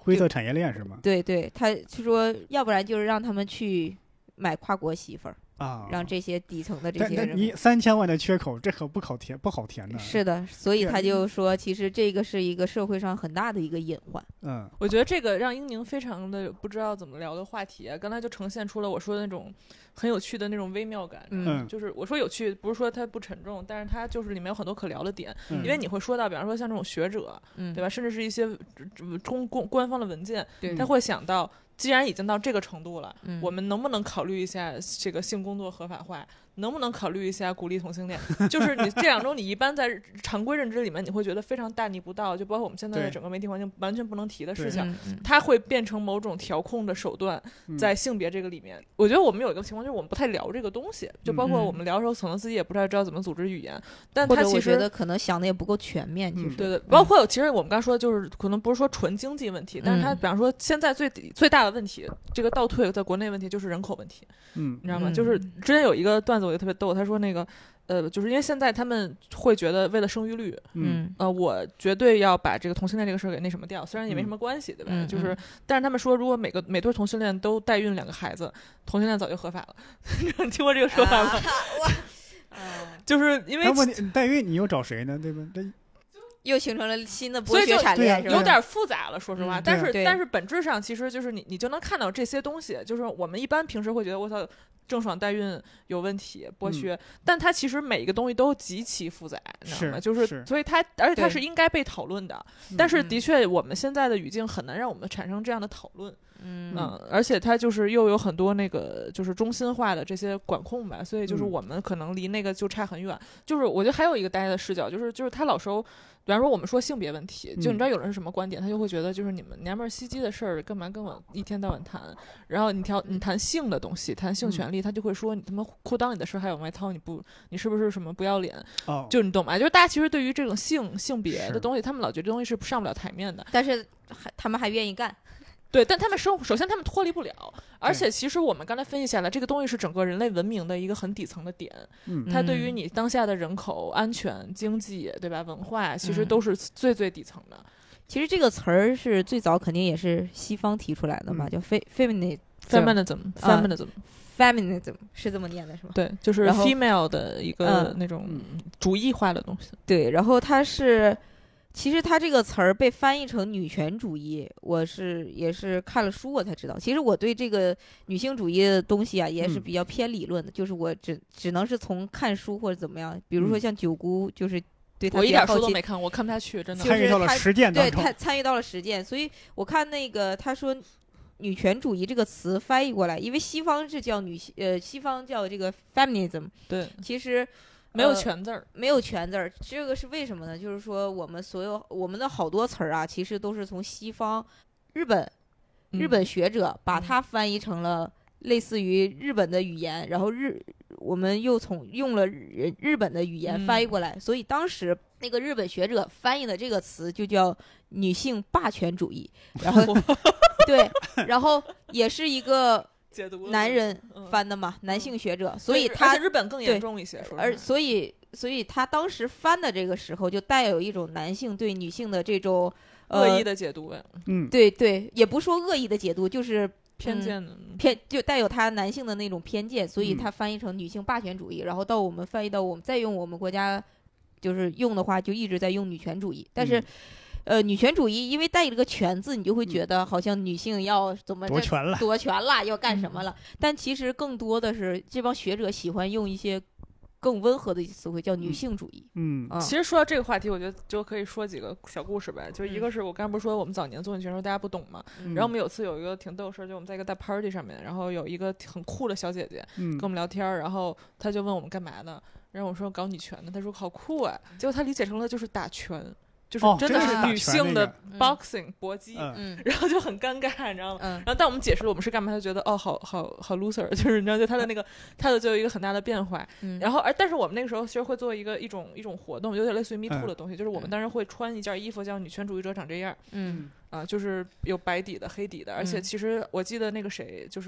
灰色产业链是吗？ 对对，他就说，要不然就是让他们去买跨国媳妇儿。 啊， 让这些底层的这些人， 你三千万的缺口，这可不好填，不好填的。 是的，所以他就说，其实这个是一个社会上很大的一个隐患。 嗯， 我觉得这个让英宁非常的不知道怎么聊的话题，刚才就呈现出了我说的那种很有趣的那种微妙感。 嗯， 就是我说有趣，不是说它不沉重，但是它就是里面有很多可聊的点。 嗯、 因为你会说到，比方说像这种学者，嗯、对吧？甚至是一些公公官方的文件，他会想到。既然已经到这个程度了，嗯、我们能不能考虑一下这个性工作合法化？能不能考虑一下鼓励同性恋？就是你这两种，你一般在常规认知里面，你会觉得非常大逆不道，就包括我们现在的整个媒体环境完全不能提的事情，它会变成某种调控的手段，在性别这个里面。嗯、我觉得我们有一个情况就是我们不太聊这个东西，就包括我们聊的时候，可能自己也不太知道怎么组织语言，但他其实觉得可能想的也不够全面。其实对对，包括其实我们刚说就是可能不是说纯经济问题，但是他比方说现在最最大的问题，这个倒退在国内问题就是人口问题，嗯，你知道吗？就是之前有一个段子我就特别逗，他说那个呃，就是因为现在他们会觉得为了生育率，嗯，呃，我绝对要把这个同性恋这个事儿给那什么掉，虽然也没什么关系，嗯、对吧？嗯、就是，但是他们说，如果每个每对同性恋都代孕两个孩子，同性恋早就合法了。你听过这个说法吗？啊、我，就是因为问题代孕，你又找谁呢？对吧？这。 又形成了新的剥削产业， 有点复杂了，说实话。 嗯、 但是， 啊、 但是本质上其实就是你，你就能看到这些东西。就是我们一般平时会觉得我操，郑爽代孕有问题，剥削，嗯、但它其实每一个东西都极其复杂，你知道吗？ 是， 就是， 是所以它，而且它是应该被讨论的。但是，的确，我们现在的语境很难让我们产生这样的讨论。嗯, 嗯，而且它就是又有很多那个就是中心化的这些管控吧，所以就是我们可能离那个就差很远。嗯、就是我觉得还有一个大家的视角，就是就是他老说，比方说我们说性别问题，就你知道有人是什么观点，他就会觉得就是你们娘们儿唧唧的事儿，干嘛跟我一天到晚谈？然后你调你谈性的东西，谈性权利，他就会说你他妈裤裆里的事还有外套，你不你是不是什么不要脸？哦，就你懂吗？就是大家其实对于这种性性别的东西，他们老觉得这东西是上不了台面的， 但是还他们还愿意干。 对，但他们生首先他们脱离不了，而且其实我们刚才分析下来，这个东西是整个人类文明的一个很底层的点，嗯，它对于你当下的人口、安全、经济，对吧？文化，其实都是最最底层的。 嗯、其实这个词儿是最早肯定也是西方提出来的嘛，嗯、叫 feminism feminism feminism feminism 是这么念的是吗？ 对，就是 female 的一个那种主义化的东西。 嗯、对，然后它是。其实它这个词儿被翻译成女权主义，我是也是看了书我才知道。其实我对这个女性主义的东西啊，也是比较偏理论的，嗯、就是我只只能是从看书或者怎么样，比如说像九姑，就是对她我一点书都没看，我看不下去，真的。 参与到了实践当中， 对，他参与到了实践，所以我看那个他说女权主义这个词翻译过来，因为西方是叫女呃，西方叫这个 feminism， 对， 其实。 没有全字儿、呃， 没有全字儿，这个是为什么呢？就是说，我们所有我们的好多词儿啊，其实都是从西方、日本、日本学者把它翻译成了类似于日本的语言，嗯、然后日我们又从用了日日本的语言翻译过来，嗯、所以当时那个日本学者翻译的这个词就叫女性霸权主义，然后对，然后也是一个。男人翻的嘛，嗯、男性学者，嗯、所以他而且日本更严重一些， 而所以所以他当时翻的这个时候，就带有一种男性对女性的这种恶呃意的解读， 嗯，对对，也不说恶意的解读，就是偏见的、 嗯、偏，就带有他男性的那种偏见，所以他翻译成女性霸权主义，嗯、然后到我们翻译到我们再用我们国家就是用的话，就一直在用女权主义，但是。嗯呃，女权主义因为带了个权字，你就会觉得好像女性要怎么夺权了， 夺权了，要干什么了？嗯、但其实更多的是这帮学者喜欢用一些更温和的词汇，叫女性主义。 嗯，嗯其实说到这个话题，我觉得就可以说几个小故事呗。就一个是我刚才不是说我们早年做女权时候大家不懂嘛，嗯、然后我们有次有一个挺逗事儿，就我们在一个大 party 上面，然后有一个很酷的小姐姐跟我们聊天，然后她就问我们干嘛的，然后我说搞女权的，她说好酷啊，结果她理解成了就是打拳。就是真的是女性的 boxing、哦、搏击、嗯，然后就很尴尬，你知道吗？嗯、然后但我们解释了我们是干嘛，他就觉得哦，好好好 loser， 就是你知道，就他的那个他的就有一个很大的变化。嗯、然后而但是我们那个时候其实会做一个一种一种活动，有点类似于 Me Too 的东西，嗯、就是我们当时会穿一件衣服叫女权主义者长这样，嗯啊、呃，就是有白底的黑底的，而且其实我记得那个谁就是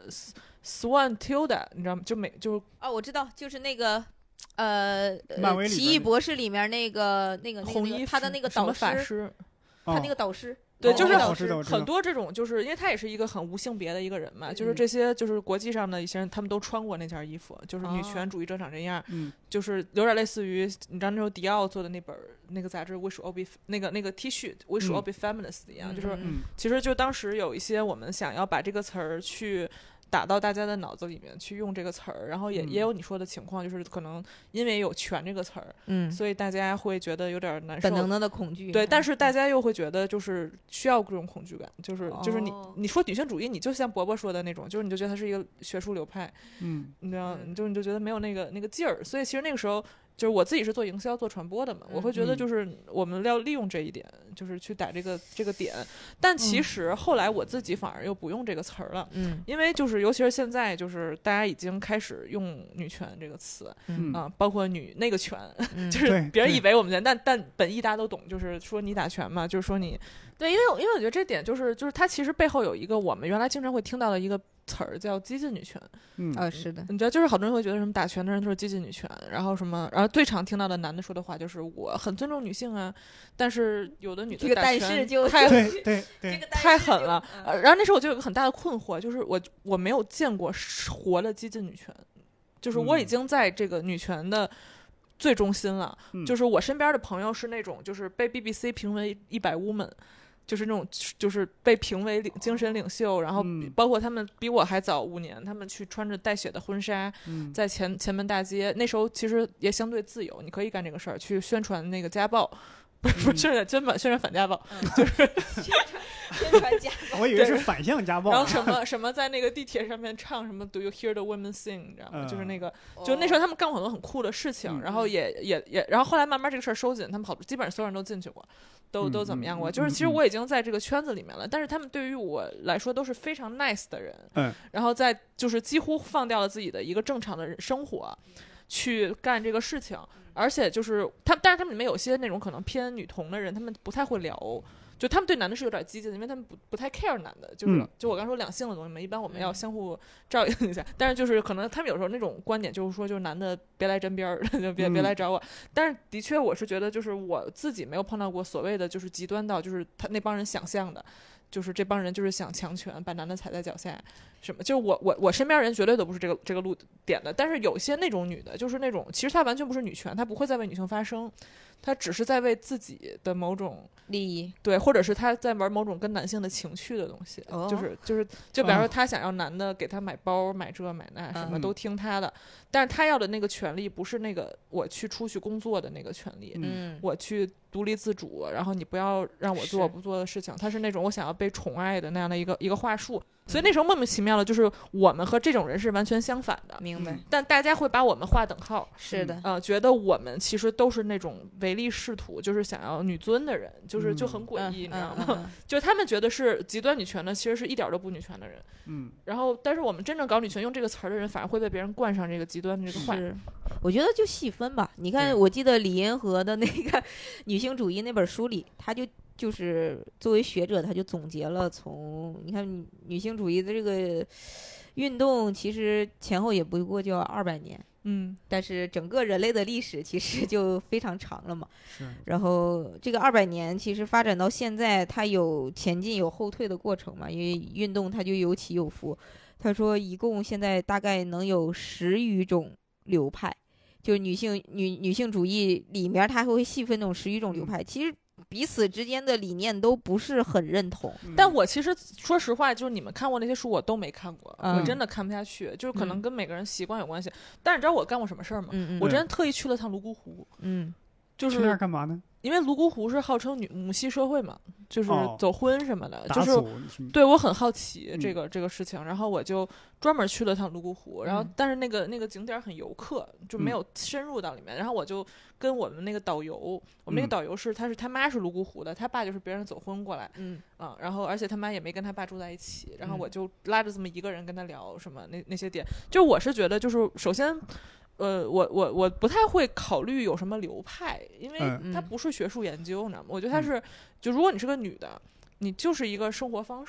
Swan Tilda， 你知道吗？就美就哦，我知道，就是那个。呃，奇异博士里面那个那个那个他的那个导师， 师他那个导师对，就是很很多这种，就是因为他也是一个很无性别的一个人嘛，就是这些就是国际上的一些人，他们都穿过那件衣服，就是女权主义者长这样， 嗯， 就是有点类似于你知道那时候迪奥做的那本那个杂志 We Should All Be 那个那个 T 恤 We Should All Be Feminists 一样，就是其实就当时有一些我们想要把这个词儿去打到大家的脑子里面去用这个词儿，然后也、嗯、也有你说的情况，就是可能因为有权这个词儿， 嗯， 所以大家会觉得有点难受， 本能的恐惧， 对，但是大家又会觉得就是需要这种恐惧感，就是、哦、就是你你说女性主义，你就像伯伯说的那种，就是你就觉得它是一个学术流派， 嗯， 你知道，你就你就觉得没有那个那个劲儿，所以其实那个时候。就是我自己是做营销做传播的嘛，我会觉得就是我们要利用这一点，嗯、就是去打这个这个点。但其实后来我自己反而又不用这个词儿了， 嗯， 因为就是尤其是现在，就是大家已经开始用女权这个词， 嗯啊、呃，包括女那个权， 嗯、 就是别人以为我们权，但但本意大家都懂，就是说你打拳嘛，就是说你对，因为因为我觉得这点就是就是它其实背后有一个我们原来经常会听到的一个。词儿叫激进女权， 嗯啊、哦、是的， 你知道，就是好多人会觉得什么打拳的人都是激进女权，然后什么，然后最常听到的男的说的话就是我很尊重女性啊，但是有的女的打拳这个但是就太对对对， 这个太狠了、 嗯。 然后那时候我就有个很大的困惑，就是我我没有见过活的激进女权，就是我已经在这个女权的最中心了， 嗯、 就是我身边的朋友是那种就是被 B B C 评为一百 woman。就是那种，就是被评为领精神领袖，然后包括他们比我还早五年，他们去穿着带血的婚纱， 嗯、 在前前门大街，那时候其实也相对自由，你可以干这个事儿，去宣传那个家暴，不是不是宣传真反宣传反家暴， 嗯、 就是宣传家暴， 我以为是反向家暴， 然后什么什么在那个地铁上面唱什么 Do you hear the women sing， 你知道吗？ 嗯、 就是那个，就那时候他们干过很多很酷的事情， 嗯、 然后也也也，然后后来慢慢这个事儿收紧，他们好基本上所有人都进去过。都都怎么样过？ 嗯、 就是其实我已经在这个圈子里面了，嗯、但是他们对于我来说都是非常 nice 的人。 嗯， 然后在就是几乎放掉了自己的一个正常的生活，去干这个事情。而且就是他，但是他们里面有些那种可能偏女同的人，他们不太会聊。就他们对男的是有点激进的，因为他们不不太 care 男的，就是、嗯、就我刚说两性的东西嘛，一般我们要相互照应一下。但是就是可能他们有时候那种观点就是说，就是男的别来沾边儿，就别别来找我。嗯、但是的确我是觉得，就是我自己没有碰到过所谓的就是极端到就是他那帮人想象的。就是这帮人就是想强权，把男的踩在脚下，什么？就是我我我身边人绝对都不是这个这个路点的。但是有些那种女的，就是那种其实她完全不是女权，她不会再为女性发声，她只是在为自己的某种利益， 对，或者是她在玩某种跟男性的情趣的东西， 哦、 就是就是就比方说她想要男的给她买包买这买那，什么都听她的，嗯、但是她要的那个权利不是那个我去出去工作的那个权利， 嗯， 我去独立自主，然后你不要让我做我不做的事情，她是那种我想要被宠爱的那样的一个一个话术。所以那时候莫名其妙的，就是我们和这种人是完全相反的， 明白？ 但大家会把我们划等号， 是的， 呃，觉得我们其实都是那种唯利是图，就是想要女尊的人，就是就很诡异， 嗯、 你知道吗？ 嗯嗯嗯、 就是他们觉得是极端女权的，其实是一点都不女权的人， 嗯。 然后，但是我们真正搞女权用这个词儿的人，反而会被别人冠上这个极端的这个话。 是，我觉得就细分吧。你看，我记得李银河的那个女性主义那本书里，他就。就是作为学者，他就总结了从你看女性主义的这个运动，其实前后也不过就二百年， 嗯， 但是整个人类的历史其实就非常长了嘛。 是。 然后这个二百年其实发展到现在，它有前进有后退的过程嘛，因为运动它就有起有伏。他说，一共现在大概能有十余种流派，就女性女女性主义里面，它会细分那种十余种流派，其实。彼此之间的理念都不是很认同， 嗯、但我其实说实话，就是你们看过那些书，我都没看过， 嗯、 我真的看不下去，就是可能跟每个人习惯有关系。嗯、但是你知道我干过什么事儿吗？ 嗯嗯、 我之前特意去了趟泸沽湖， 嗯， 就是去那儿干嘛呢？ 因为泸沽湖是号称女母系社会嘛，就是走婚什么的， 哦、 就是对我很好奇这个、 嗯、 这个事情，然后我就专门去了趟泸沽湖，然后但是那个那个景点很游客，就没有深入到里面，嗯、然后我就跟我们那个导游，我们那个导游是他是他妈是泸沽湖的，他爸就是别人走婚过来， 嗯啊，然后而且他妈也没跟他爸住在一起，然后我就拉着这么一个人跟他聊什么那那些点，就我是觉得就是首先。呃，我我我不太会考虑有什么流派，因为它不是学术研究，你知道吗？我觉得它是，就如果你是个女的，你就是一个生活方式，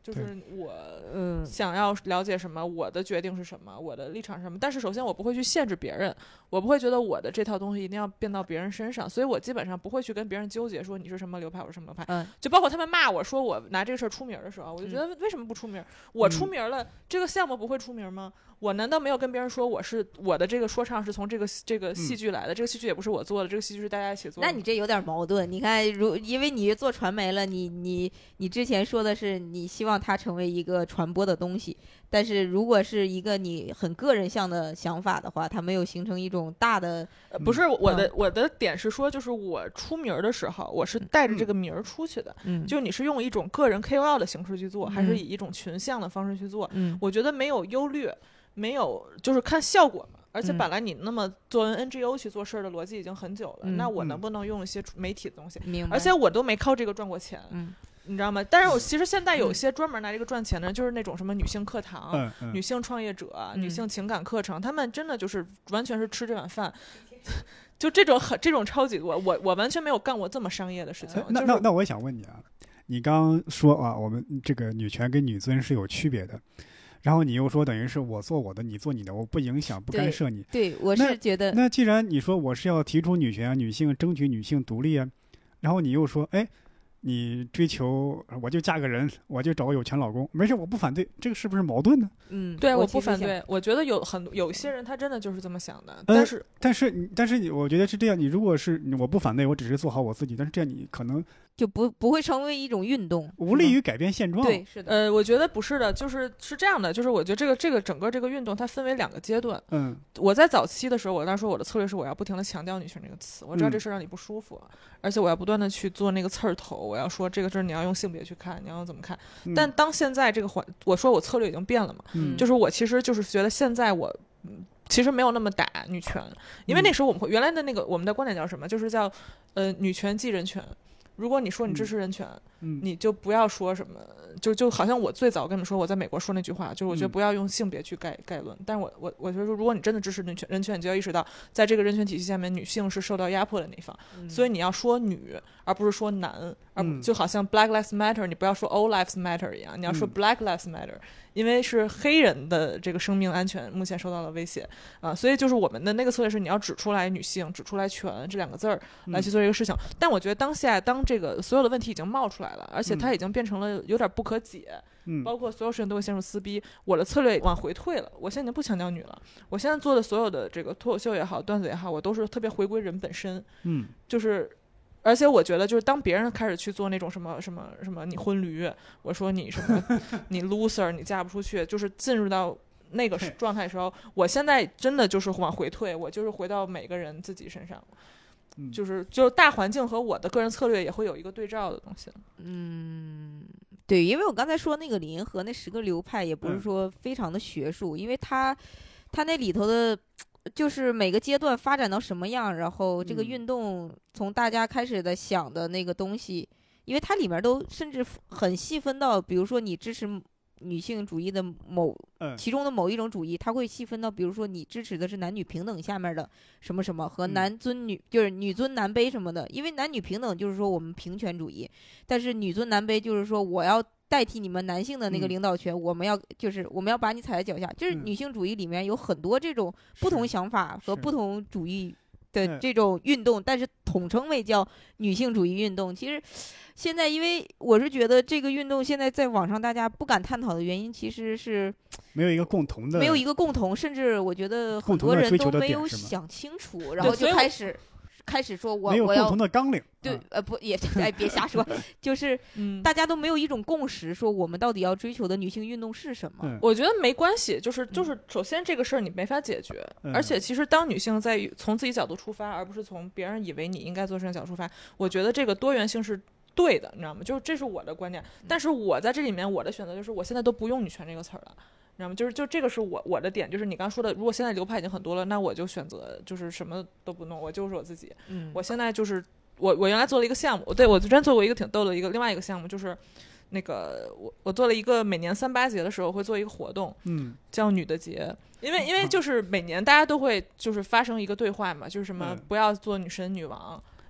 就是我嗯想要了解什么，我的决定是什么，我的立场是什么。但是首先我不会去限制别人，我不会觉得我的这套东西一定要变到别人身上，所以我基本上不会去跟别人纠结说你是什么流派，我是什么流派。 嗯， 就包括他们骂我说我拿这个事儿出名的时候，我就觉得为什么不出名？我出名了，这个项目不会出名吗？我难道没有跟别人说我是我的这个说唱是从这个这个戏剧来的？这个戏剧也不是我做的，这个戏剧是大家一起做的。 那你这有点矛盾。你看，如因为你做传媒了，你你你之前说的是你希望它成为一个传播的东西，但是如果是一个你很个人向的想法的话，它没有形成一种大的。 呃、不是我的、嗯、我的点是说，就是我出名的时候，我是带着这个名儿出去的。嗯，就你是用一种个人 K O L 的形式去做，嗯、还是以一种群像的方式去做？嗯，我觉得没有优劣。没有，就是看效果嘛。而且本来你那么作为 N G O 去做事的逻辑已经很久了，嗯、那我能不能用一些媒体的东西？ 明白。 而且我都没靠这个赚过钱，嗯，你知道吗？但是我其实现在有些专门拿这个赚钱的人，就是那种什么女性课堂、嗯嗯、女性创业者、嗯、女性情感课程，他们真的就是完全是吃这碗饭。就这种很这种超级多，我我完全没有干过这么商业的事情。 那、就是、那那我也想问你啊，你刚说啊，我们这个女权跟女尊是有区别的。然后你又说，等于是我做我的，你做你的，我不影响，不干涉你。 对，对我是觉得那。那既然你说我是要提出女权啊，女性争取女性独立啊，然后你又说，哎，你追求我就嫁个人，我就找个有钱老公，没事，我不反对，这个是不是矛盾呢？ 嗯， 对，我不反对。我觉得有很有些人他真的就是这么想的，但是、呃、 但是但是我觉得是这样，你如果是我不反对，我只是做好我自己，但是这样你可能。 就不不会成为一种运动， 无利于改变现状。 对，是的。 呃，我觉得不是的，就是是这样的，就是我觉得这个这个整个这个运动它分为两个阶段。嗯，我在早期的时候，我当时说我的策略是我要不停的强调女权这个词，我知道这事让你不舒服，嗯、而且我要不断的去做那个刺儿头，我要说这个事儿你要用性别去看，你要用怎么看。嗯、但当现在这个环，我说我策略已经变了嘛，嗯、就是我其实就是觉得现在我。嗯其实没有那么打女权，因为那时候我们会、嗯、原来的那个我们的观点叫什么？就是叫呃女权即人权。如果你说你支持人权，嗯、你就不要说什么，就就好像我最早跟你们说我在美国说那句话，就是我觉得不要用性别去概概论。但是我我我觉得如果你真的支持人权，人权你就要意识到，在这个人权体系下面，女性是受到压迫的那一方，嗯、所以你要说女，而不是说男，而不就好像 Black Lives Matter， 你不要说 All Lives Matter 一样，你要说 Black Lives Matter。因为是黑人的这个生命安全目前受到了威胁啊，所以就是我们的那个策略是你要指出来女性、指出来权这两个字儿来去做这个事情。嗯、但我觉得当下当这个所有的问题已经冒出来了，而且它已经变成了有点不可解，嗯、包括所有事情都会陷入撕逼。我的策略往回退了，我现在已经不强调女了。我现在做的所有的这个脱口秀也好、段子也好，我都是特别回归人本身，嗯，就是。而且我觉得，就是当别人开始去做那种什么什么什么，你婚驴，我说你什么，你 loser， 你嫁不出去，就是进入到那个状态的时候，我现在真的就是往回退，我就是回到每个人自己身上，嗯、就是就是大环境和我的个人策略也会有一个对照的东西。 嗯，对，因为我刚才说那个李银河那十个流派，也不是说非常的学术，嗯、因为他他那里头的。就是每个阶段发展到什么样，然后这个运动从大家开始的想的那个东西，嗯、因为它里面都甚至很细分到，比如说你支持女性主义的某其中的某一种主义，它会细分到，比如说你支持的是男女平等下面的什么什么和男尊女，嗯、就是女尊男卑什么的。因为男女平等就是说我们平权主义，但是女尊男卑就是说我要代替你们男性的那个领导权，嗯、我们要就是我们要把你踩在脚下。就是女性主义里面有很多这种不同想法和不同主义的这种运动，但是统称为叫女性主义运动。其实现在因为我是觉得这个运动现在在网上大家不敢探讨的原因，其实是没有一个共同的， 没有一个共同，甚至我觉得很多人都没有想清楚，然后就开始。开始说我没有共同的纲领， 对，呃，不也哎，别瞎说，就是大家都没有一种共识，说我们到底要追求的女性运动是什么？ 嗯、 我觉得没关系，就是就是首先这个事儿你没法解决，嗯、而且其实当女性在从自己角度出发，而不是从别人以为你应该做事的角度出发，我觉得这个多元性是对的，你知道吗？就是这是我的观点，但是我在这里面我的选择就是我现在都不用女权这个词儿了。你知道吗？就是就这个是我我的点，就是你刚说的，如果现在流派已经很多了，那我就选择就是什么都不弄，我就是我自己。嗯，我现在就是我我原来做了一个项目，对我之前做过一个挺逗的一个另外一个项目，就是那个我我做了一个每年三八节的时候会做一个活动，嗯，叫女的节，因为因为就是每年大家都会就是发生一个对话嘛，就是什么不要做女神女王。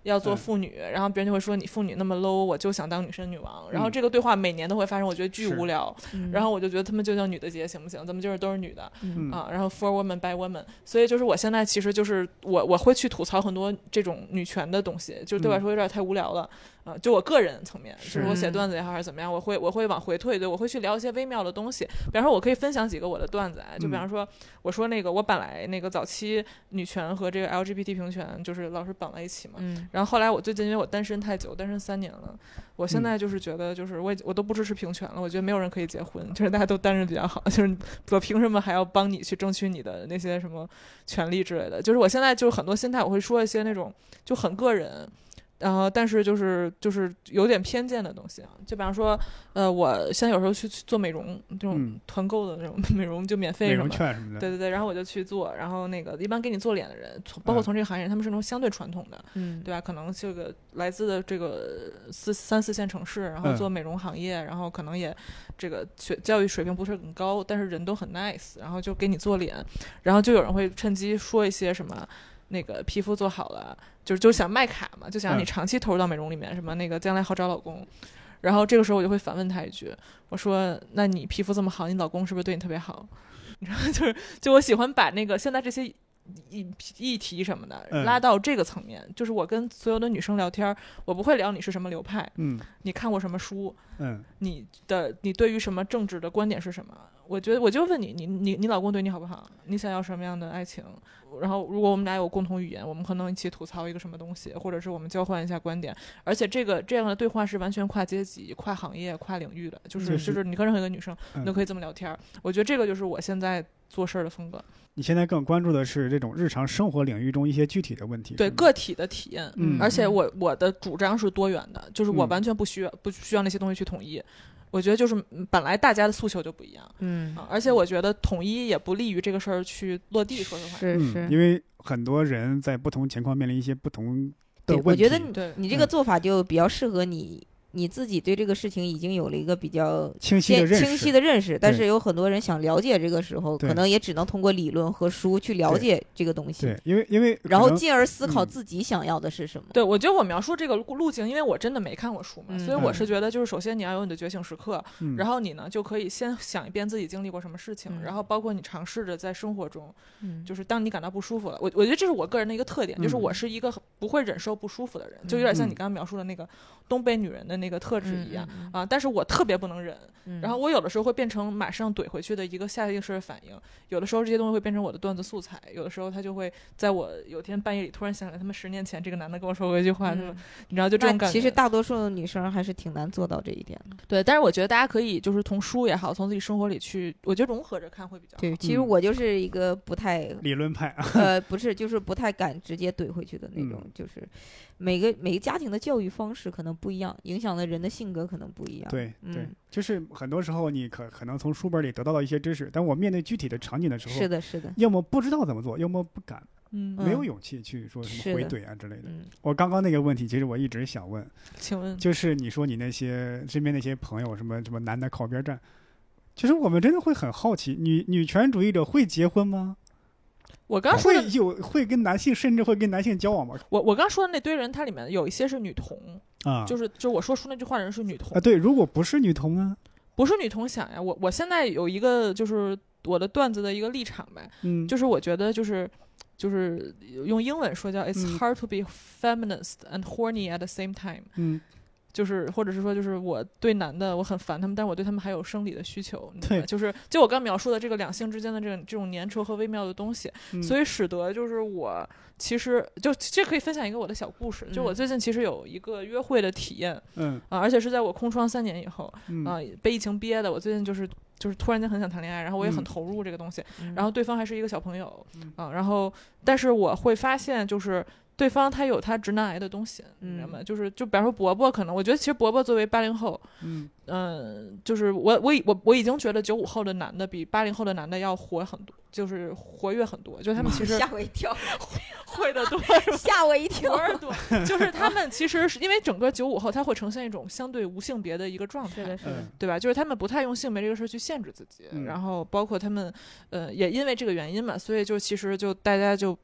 要做妇女，嗯、然后别人就会说你妇女那么 low， 我就想当女神女王。然后这个对话每年都会发生，我觉得巨无聊。然后我就觉得他们就叫女的节行不行？咱们就是都是女的、 嗯、 啊。然后 for women by women， 所以就是我现在其实就是我我会去吐槽很多这种女权的东西，就对我来说有点太无聊了。啊、呃，就我个人层面，就是我写段子也好还是怎么样，我会我会往回退，对我会去聊一些微妙的东西。比方说，我可以分享几个我的段子啊，就比方说，我说那个我本来那个早期女权和这个 L G B T 平权就是老是绑在一起嘛， 嗯， 然后后来我最近因为我单身太久，单身三年了，我现在就是觉得就是我我都不支持平权了，我觉得没有人可以结婚，就是大家都单身比较好，就是我凭什么还要帮你去争取你的那些什么权利之类的？就是我现在就是很多心态，我会说一些那种就很个人。然后，但是就是就是有点偏见的东西啊，就比方说，呃，我现在有时候去做美容，这种团购的那种美容就免费什么， 美容券什么的， 对对对，然后我就去做，然后那个一般给你做脸的人，包括从这个行业，他们是那种相对传统的， 嗯， 对吧？可能这个来自的这个四三四线城市，然后做美容行业，然后可能也这个学教育水平不是很高，但是人都很 nice， 然后就给你做脸，然后就有人会趁机说一些什么。那个皮肤做好了，就是就想卖卡嘛，就想让你长期投入到美容里面，嗯、什么那个将来好找老公。然后这个时候我就会反问他一句，我说：“那你皮肤这么好，你老公是不是对你特别好？”然后就是就我喜欢把那个现在这些议议题什么的拉到这个层面，嗯、就是我跟所有的女生聊天，我不会聊你是什么流派， 嗯， 你看过什么书， 嗯， 你的你对于什么政治的观点是什么？我觉得我就问你，你你你老公对你好不好？你想要什么样的爱情？然后如果我们俩有共同语言，我们可能一起吐槽一个什么东西，或者是我们交换一下观点。而且这个这样的对话是完全跨阶级、跨行业、跨领域的，就是、就是、就是你跟任何一个女生你都可以这么聊天、嗯。我觉得这个就是我现在做事的风格。 你现在更关注的是这种日常生活领域中一些具体的问题， 对个体的体验。 嗯， 而且我我的主张是多元的，就是我完全不需要、嗯、不需要那些东西去统一。我觉得就是本来大家的诉求就不一样， 嗯、 啊，而且我觉得统一也不利于这个事儿去落地。说实话， 是是、 嗯，因为很多人在不同情况面临一些不同的问题。 我觉得你对你这个做法就比较适合你。你自己对这个事情已经有了一个比较清晰的认识， 清晰的认识，但是有很多人想了解这个时候，可能也只能通过理论和书去了解这个东西。 对，因为因为然后进而思考自己想要的是什么。 嗯、对，我觉得我描述这个路径，因为我真的没看过书嘛， 嗯、 所以我是觉得就是首先你要有你的觉醒时刻， 嗯、 然后你呢就可以先想一遍自己经历过什么事情， 嗯、 然后包括你尝试着在生活中， 嗯、 就是当你感到不舒服了，我我觉得这是我个人的一个特点， 嗯、 就是我是一个不会忍受不舒服的人， 嗯、 就有点像你刚刚描述的那个东北女人的那个特质一样。 嗯嗯啊！但是我特别不能忍， 嗯、 然后我有的时候会变成马上怼回去的一个下意识的反应，有的时候这些东西会变成我的段子素材，有的时候他就会在我有天半夜里突然想起来，他们十年前这个男的跟我说过一句话，嗯、你知道就这种感觉。 其实大多数的女生还是挺难做到这一点的。 对，但是我觉得大家可以就是从书也好，从自己生活里去，我觉得融合着看会比较好。 对，其实我就是一个不太、 嗯、理论派， 呃，不是，就是不太敢直接怼回去的那种，嗯、就是。每个每个家庭的教育方式可能不一样，影响的人的性格可能不一样。 对对、 嗯， 就是很多时候你可可能从书本里得到了一些知识，但我面对具体的场景的时候， 是的，是的， 要么不知道怎么做，要么不敢， 嗯， 没有勇气去说什么回怼啊之类的。 的嗯、 我刚刚那个问题，其实我一直想问， 请问， 就是你说你那些身边那些朋友，什么什么男的靠边站，其实我们真的会很好奇，女女权主义者会结婚吗？ 我刚说的会有会跟男性，甚至会跟男性交往吗？ 我我刚说的那堆人，它里面有一些是女同啊， 就是就是我说出那句话的人是女同啊。对，如果不是女同啊， 不是女同想呀，我我现在有一个就是我的段子的一个立场呗， 嗯， 就是我觉得就是就是用英文说叫 It's hard to be feminist and horny at the same time， 嗯。 就是或者是说就是我对男的我很烦他们，但是我对他们还有生理的需求， 对， 就是就我刚描述的这个两性之间的这种这种粘稠和微妙的东西、嗯、所以使得就是我其实就这可以分享一个我的小故事、嗯、就我最近其实有一个约会的体验， 嗯啊，而且是在我空窗三年以后、 嗯、 啊被疫情憋的，我最近就是就是突然间很想谈恋爱，然后我也很投入这个东西、嗯、然后对方还是一个小朋友、嗯、啊，然后但是我会发现就是对方他有他直男癌的东西，你知道吗？就是就比方说伯伯，可能我觉得其实伯伯作为八零后，嗯嗯、呃，就是我我我我已经觉得九五后的男的比八零后的男的要活很多，就是活跃很多，就他们其实吓我一跳， 会的多， 吓我一跳， 活多，就是他们其实是因为整个九五后他会呈现一种相对无性别的一个状态， 是的，是的， 对吧？就是他们不太用性别这个事去限制自己，嗯、然后包括他们呃也因为这个原因嘛，所以就其实就大家就。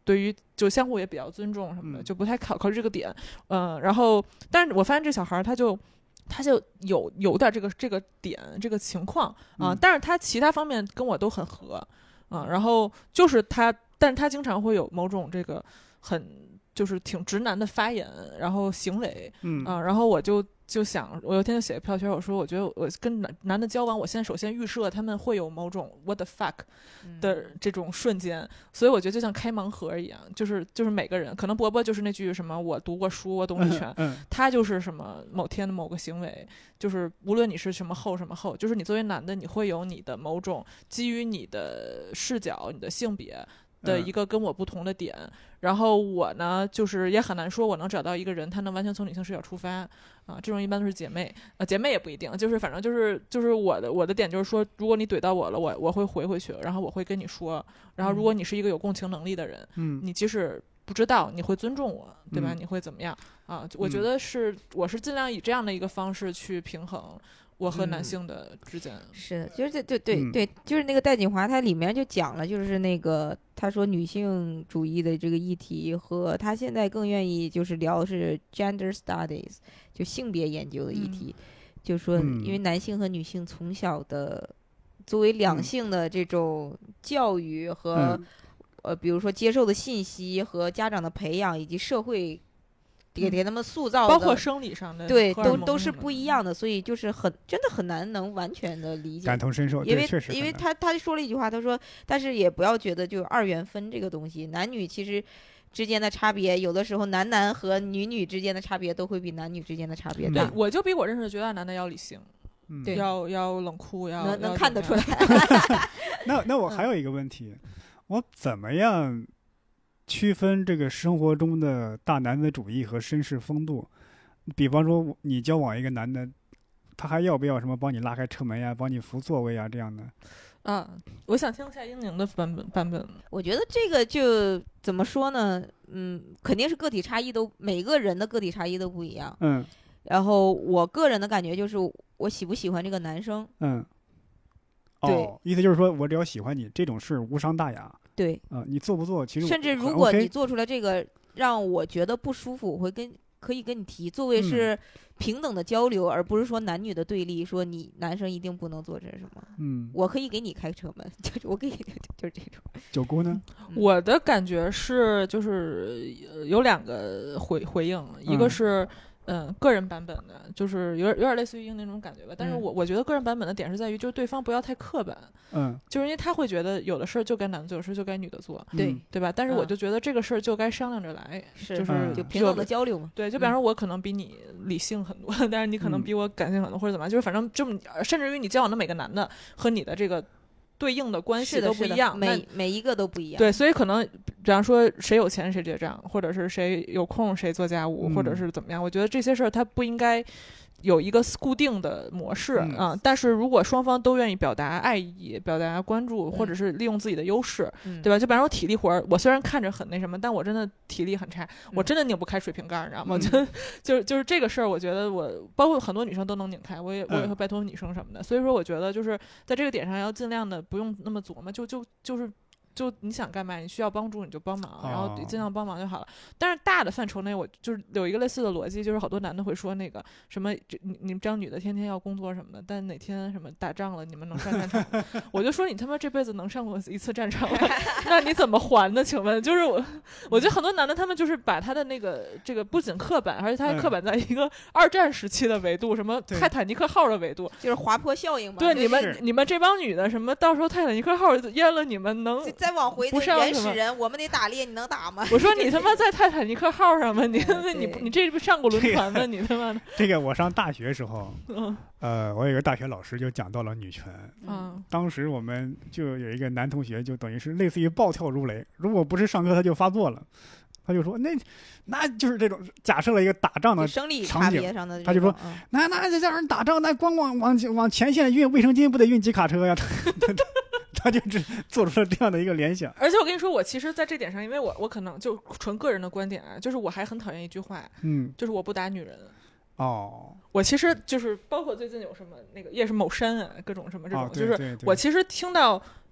对于就相互也比较尊重什么的， 嗯就不太考考虑这个点。嗯，然后但是我发现这小孩他就。他就有有点这个这个点这个情况啊、 嗯， 但是他其他方面跟我都很合啊，然后就是他，但是他经常会有某种这个很就是挺直男的发言，然后行为， 嗯啊，然后我就就想，我有一天就写个票圈，我说我觉得我跟男男的交往，我现在首先预设他们会有某种 what the fuck 的这种瞬间，所以我觉得就像开盲盒一样，就是就是每个人，可能伯伯就是那句什么我读过书，我懂女权， 嗯他就是什么某天的某个行为，就是无论你是什么后什么后，就是你作为男的，你会有你的某种基于你的视角、你的性别的一个跟我不同的点，嗯、然后我呢，就是也很难说我能找到一个人，他能完全从女性视角出发啊，这种一般都是姐妹，呃，姐妹也不一定，就是反正就是就是我的我的点就是说，如果你怼到我了，我我会回回去，然后我会跟你说，然后如果你是一个有共情能力的人， 嗯， 你即使不知道，你会尊重我，对吧？ 嗯、 你会怎么样啊？我觉得是，我是尽量以这样的一个方式去平衡我和男性的之间。 嗯、是的，就是对对、 嗯、 对，就是那个戴锦华，他里面就讲了，就是那个他说女性主义的这个议题和他现在更愿意就是聊的是 gender studies， 就性别研究的议题，嗯、就说因为男性和女性从小的作为两性的这种教育和、嗯、呃，比如说接受的信息和家长的培养以及社会给给他们塑造的， 包括生理上的， 对，都都是不一样的，所以就是很真的很难能完全的理解， 感同身受， 因为确实， 因为他他说了一句话，他说，但是也不要觉得就二元分这个东西，男女其实之间的差别，有的时候男男和女女之间的差别都会比男女之间的差别大。 对，我就比我认识的绝大男的要理性， 嗯、 对，要要冷酷，要能能看得出来。 那那我还有一个问题，嗯、我怎么样区分这个生活中的大男子主义和绅士风度？比方说，你交往一个男的，他还要不要什么帮你拉开车门呀，帮你扶座位啊这样的？ 啊，我想听一下英宁的版本版本。 我觉得这个就怎么说呢？嗯，肯定是个体差异都，每个人的个体差异都不一样。 嗯。 然后我个人的感觉就是，我喜不喜欢这个男生？ 嗯。 对， 哦，意思就是说我只要喜欢你，这种事无伤大雅。 对。 啊、呃，你做不做，其实甚至如果你做出来这个让我觉得不舒服，我会跟。可以跟你提，作为是平等的交流，嗯、而不是说男女的对立。说你男生一定不能做这什么， 嗯， 我可以给你开车门，就是我可以，就是这种。 九姑呢？ 嗯、我的感觉是，就是有两个回回应， 嗯、 一个是。嗯，个人版本的，就是有点有点类似于英那种感觉吧。但是我、嗯、我觉得个人版本的点是在于，就是对方不要太刻板。 嗯， 就是因为他会觉得有的事儿就该男的做，有事就该女的做， 对、 嗯、对吧？但是我就觉得这个事儿就该商量着来， 是就是、 嗯、就平等的交流嘛。 对，就比方说我可能比你理性很多，嗯、但是你可能比我感性很多，或者怎么样，就是反正这么，甚至于你交往的每个男的和你的这个。对应的关系都不一样， 每每一个都不一样。 对，所以可能，比方说谁有钱谁结账，或者是谁有空谁做家务， 嗯、 或者是怎么样，我觉得这些事儿它不应该有一个固定的模式、 嗯、 啊。但是如果双方都愿意表达爱意、表达关注，或者是利用自己的优势， 嗯、 对吧？就比方说体力活儿，我虽然看着很那什么，但我真的体力很差， 嗯、 我真的拧不开水瓶盖，你知道吗？ 嗯、 就就是就是这个事儿，我觉得我包括很多女生都能拧开，我也我也会拜托女生什么的。嗯、所以说，我觉得就是在这个点上要尽量的不用那么琢磨，就就就是。就你想干嘛，你需要帮助你就帮忙，然后尽量帮忙就好了。但是大的范畴内，我就是有一个类似的逻辑，就是好多男的会说那个什么，这你你们这样女的天天要工作什么的，但哪天什么打仗了，你们能上战场吗？我就说你他妈这辈子能上过一次战场吗？那你怎么还呢？请问，就是我，我觉得很多男的他们就是把他的那个这个不仅刻板，而且他还刻板在一个二战时期的维度，什么泰坦尼克号的维度， 就是滑坡效应嘛。 对，你们你们这帮女的什么，到时候泰坦尼克号淹了，你们能？ 再往回的原始人，我们得打猎，你能打吗？ 我说你他妈在泰坦尼克号上吗？你你你这不上过轮船吗？你他妈的！ 这个我上大学时候，呃，我有一个大学老师就讲到了女权。 嗯， 当时我们就有一个男同学，就等于是类似于暴跳如雷，如果不是上课他就发作了。他就说那那就是这种假设了一个打仗的生理差别上的， 他就说、嗯、那那这样打仗，那光往往往前线运卫生巾不得运几卡车呀？他就只做出了这样的一个联想。 而且我跟你说，我其实在这点上，因为我我可能就纯个人的观点啊，就是我还很讨厌一句话， 嗯， 就是我不打女人。 哦， 我其实就是包括最近有什么那个也是某山啊，各种什么这种， 哦、 就是我其实听到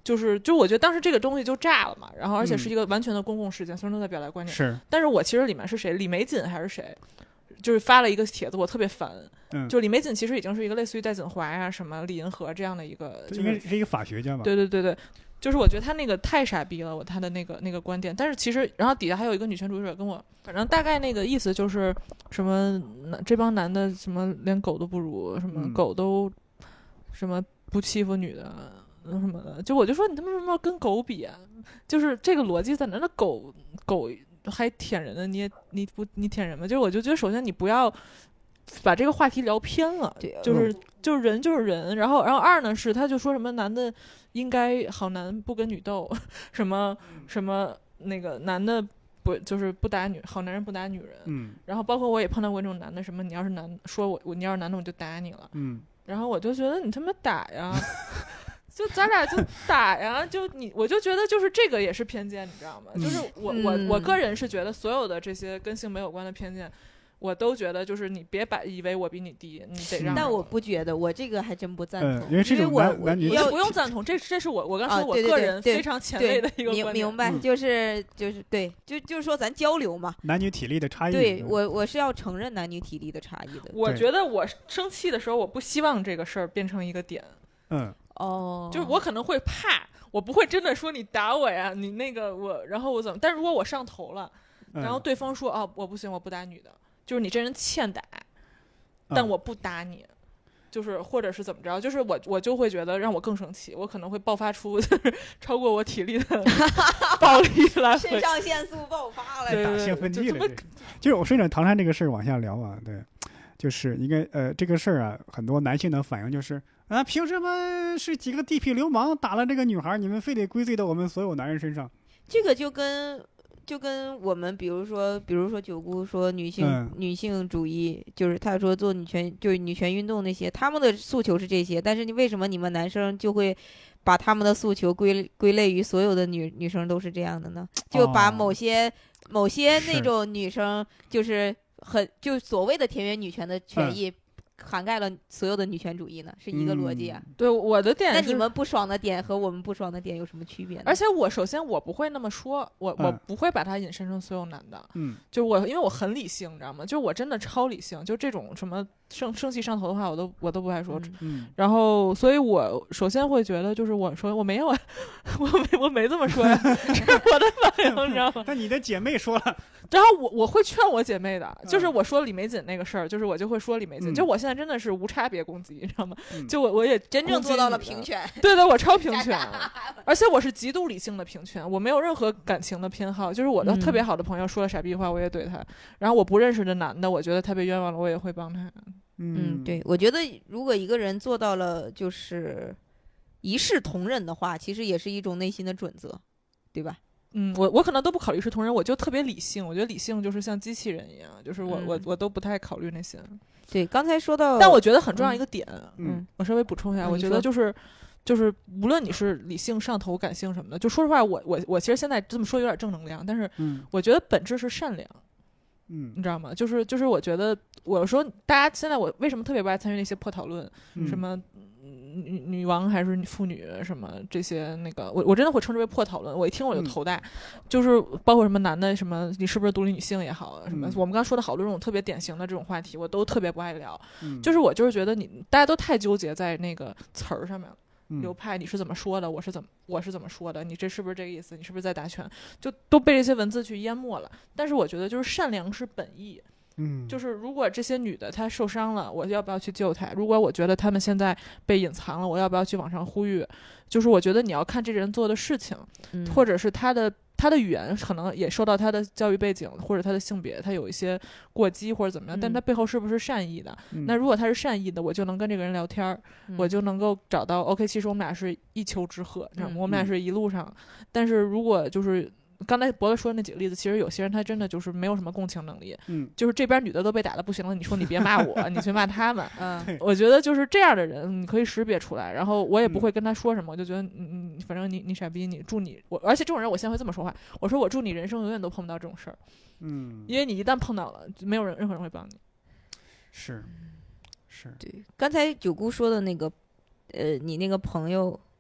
就是就我觉得当时这个东西就炸了嘛，然后而且是一个完全的公共事件，所有人都在表达观点。 是， 但是我其实里面是谁？李玫瑾还是谁？就是发了一个帖子，我特别烦。 嗯， 就李玫瑾其实已经是一个类似于戴锦华呀、什么李银河这样的一个， 应该是一个法学家吧？ 对对对对。就是我觉得他那个太傻逼了，我他的那个那个观点，但是其实，然后底下还有一个女权主义者跟我，反正大概那个意思就是什么这帮男的什么连狗都不如，什么狗都什么不欺负女的什么的，就我就说你他妈为什么要跟狗比啊？就是这个逻辑在哪？那狗狗还舔人呢，你也你不你舔人吗？就是我就觉得首先你不要把这个话题聊偏了，就是就是人就是人，然后然后二呢是他就说什么男的应该好男不跟女斗，什么什么那个男的不就是不打女好男人不打女人， 嗯， 然后包括我也碰到过这种男的，什么你要是男说我我你要是男的我就打你了， 嗯， 然后我就觉得你他妈打呀。就咱俩就打呀，就你，我就觉得就是这个也是偏见，你知道吗？嗯、就是我我我个人是觉得所有的这些跟性没有关的偏见，我都觉得就是你别把以为我比你低，你得让。 但我不觉得，我这个还真不赞同， 嗯、因为这种我男女我不用赞同，这这是我我刚说我个人非常前卫的一个观点。 明明白，就是就是对，就就是说咱交流嘛， 男女体力的差异。 对我我是要承认男女体力的差异的。 我觉得我生气的时候，我不希望这个事儿变成一个点。 嗯。 哦， 就是我可能会怕，我不会真的说你打我呀，你那个我，然后我怎么？但如果我上头了，然后对方说、嗯、哦我不行，我不打女的，就是你这人欠打，但我不打你，嗯、就是或者是怎么着，就是我我就会觉得让我更生气，我可能会爆发出就是超过我体力的暴力来， 肾上腺素爆发了， 打兴奋剂了。就, 就是我顺着唐山这个事儿往下聊啊，对。就是应该呃这个事儿啊，很多男性的反应就是啊，凭什么是几个地痞流氓打了这个女孩，你们非得归罪到我们所有男人身上？ 这个就跟就跟我们比如说比如说九姑说女性、嗯、女性主义，就是她说做女权就是女权运动那些，他们的诉求是这些，但是你为什么你们男生就会把他们的诉求归归类于所有的女女生都是这样的呢？就把某些、哦、某些那种女生就是很就所谓的田园女权的权益、嗯、涵盖了所有的女权主义呢，是一个逻辑啊、嗯。 对，我的点是， 那你们不爽的点和我们不爽的点有什么区别呢？ 而且我首先我不会那么说，我、嗯、我不会把它引申成所有男的。嗯，就我因为我很理性，你知道吗？就我真的超理性，就这种什么生生气上头的话，我都我都不爱说。嗯，然后所以我首先会觉得，就是我说我没有啊，我没我没这么说呀，这是我的反应，你知道吗？ 那你的姐妹说了。 然后我我会劝我姐妹的，就是我说李玫瑾那个事儿，就是我就会说李玫瑾、嗯，就我现在真的是无差别攻击，你知道吗？嗯、就我我也真正做到了平权， 对对，我超平权，而且我是极度理性的平权，我没有任何感情的偏好。就是我的特别好的朋友说了傻逼话，我也怼他；然后我不认识的男的，我觉得他被冤枉了，我也会帮他。 嗯，对，我觉得如果一个人做到了就是一视同仁的话，其实也是一种内心的准则，对吧？ 嗯，我我可能都不考虑一视同仁，我就特别理性。我觉得理性就是像机器人一样，就是我、嗯、我我都不太考虑那些。 对，刚才说到， 但我觉得很重要一个点， 嗯， 嗯我稍微补充一下， 嗯、 我觉得就是就是无论你是理性上头、感性什么的，就说实话，我我我其实现在这么说有点正能量，但是我觉得本质是善良。 嗯， 你知道吗？就是就是，我觉得我说大家现在我为什么特别不爱参与那些破讨论， 嗯、 什么女女王还是妇女什么这些那个，我我真的会称之为破讨论。我一听我就头大，嗯、就是包括什么男的什么你是不是独立女性也好，什么、嗯、我们刚刚说的好多这种特别典型的这种话题，我都特别不爱聊。 嗯、 就是我就是觉得你大家都太纠结在那个词儿上面了。 嗯、 流派你是怎么说的，我是怎么我是怎么说的，你这是不是这个意思？你是不是在打拳？就都被这些文字去淹没了。但是我觉得就是善良是本意。 嗯， 就是如果这些女的她受伤了，我要不要去救她？如果我觉得她们现在被隐藏了，我要不要去网上呼吁？就是我觉得你要看这人做的事情， 嗯、 或者是他的他的语言可能也受到他的教育背景或者他的性别，他有一些过激或者怎么样， 嗯、 但他背后是不是善意的？ 嗯、 那如果他是善意的，我就能跟这个人聊天， 嗯、 我就能够找到 OK， 其实我们俩是一丘之貉， 嗯、 我们俩是一路上。但是如果就是刚才博子说的那几个例子，其实有些人他真的就是没有什么共情能力， 嗯， 就是这边女的都被打得不行了，你说你别骂我，你去骂他们， 嗯， 我觉得就是这样的人你可以识别出来，然后我也不会跟他说什么，我就觉得嗯，反正你你傻逼，你祝你我，而且这种人我现在会这么说话，我说我祝你人生永远都碰不到这种事儿， 嗯， 因为你一旦碰到了，没有人任何人会帮你， 是是， 对，刚才九姑说的那个，呃，你那个朋友。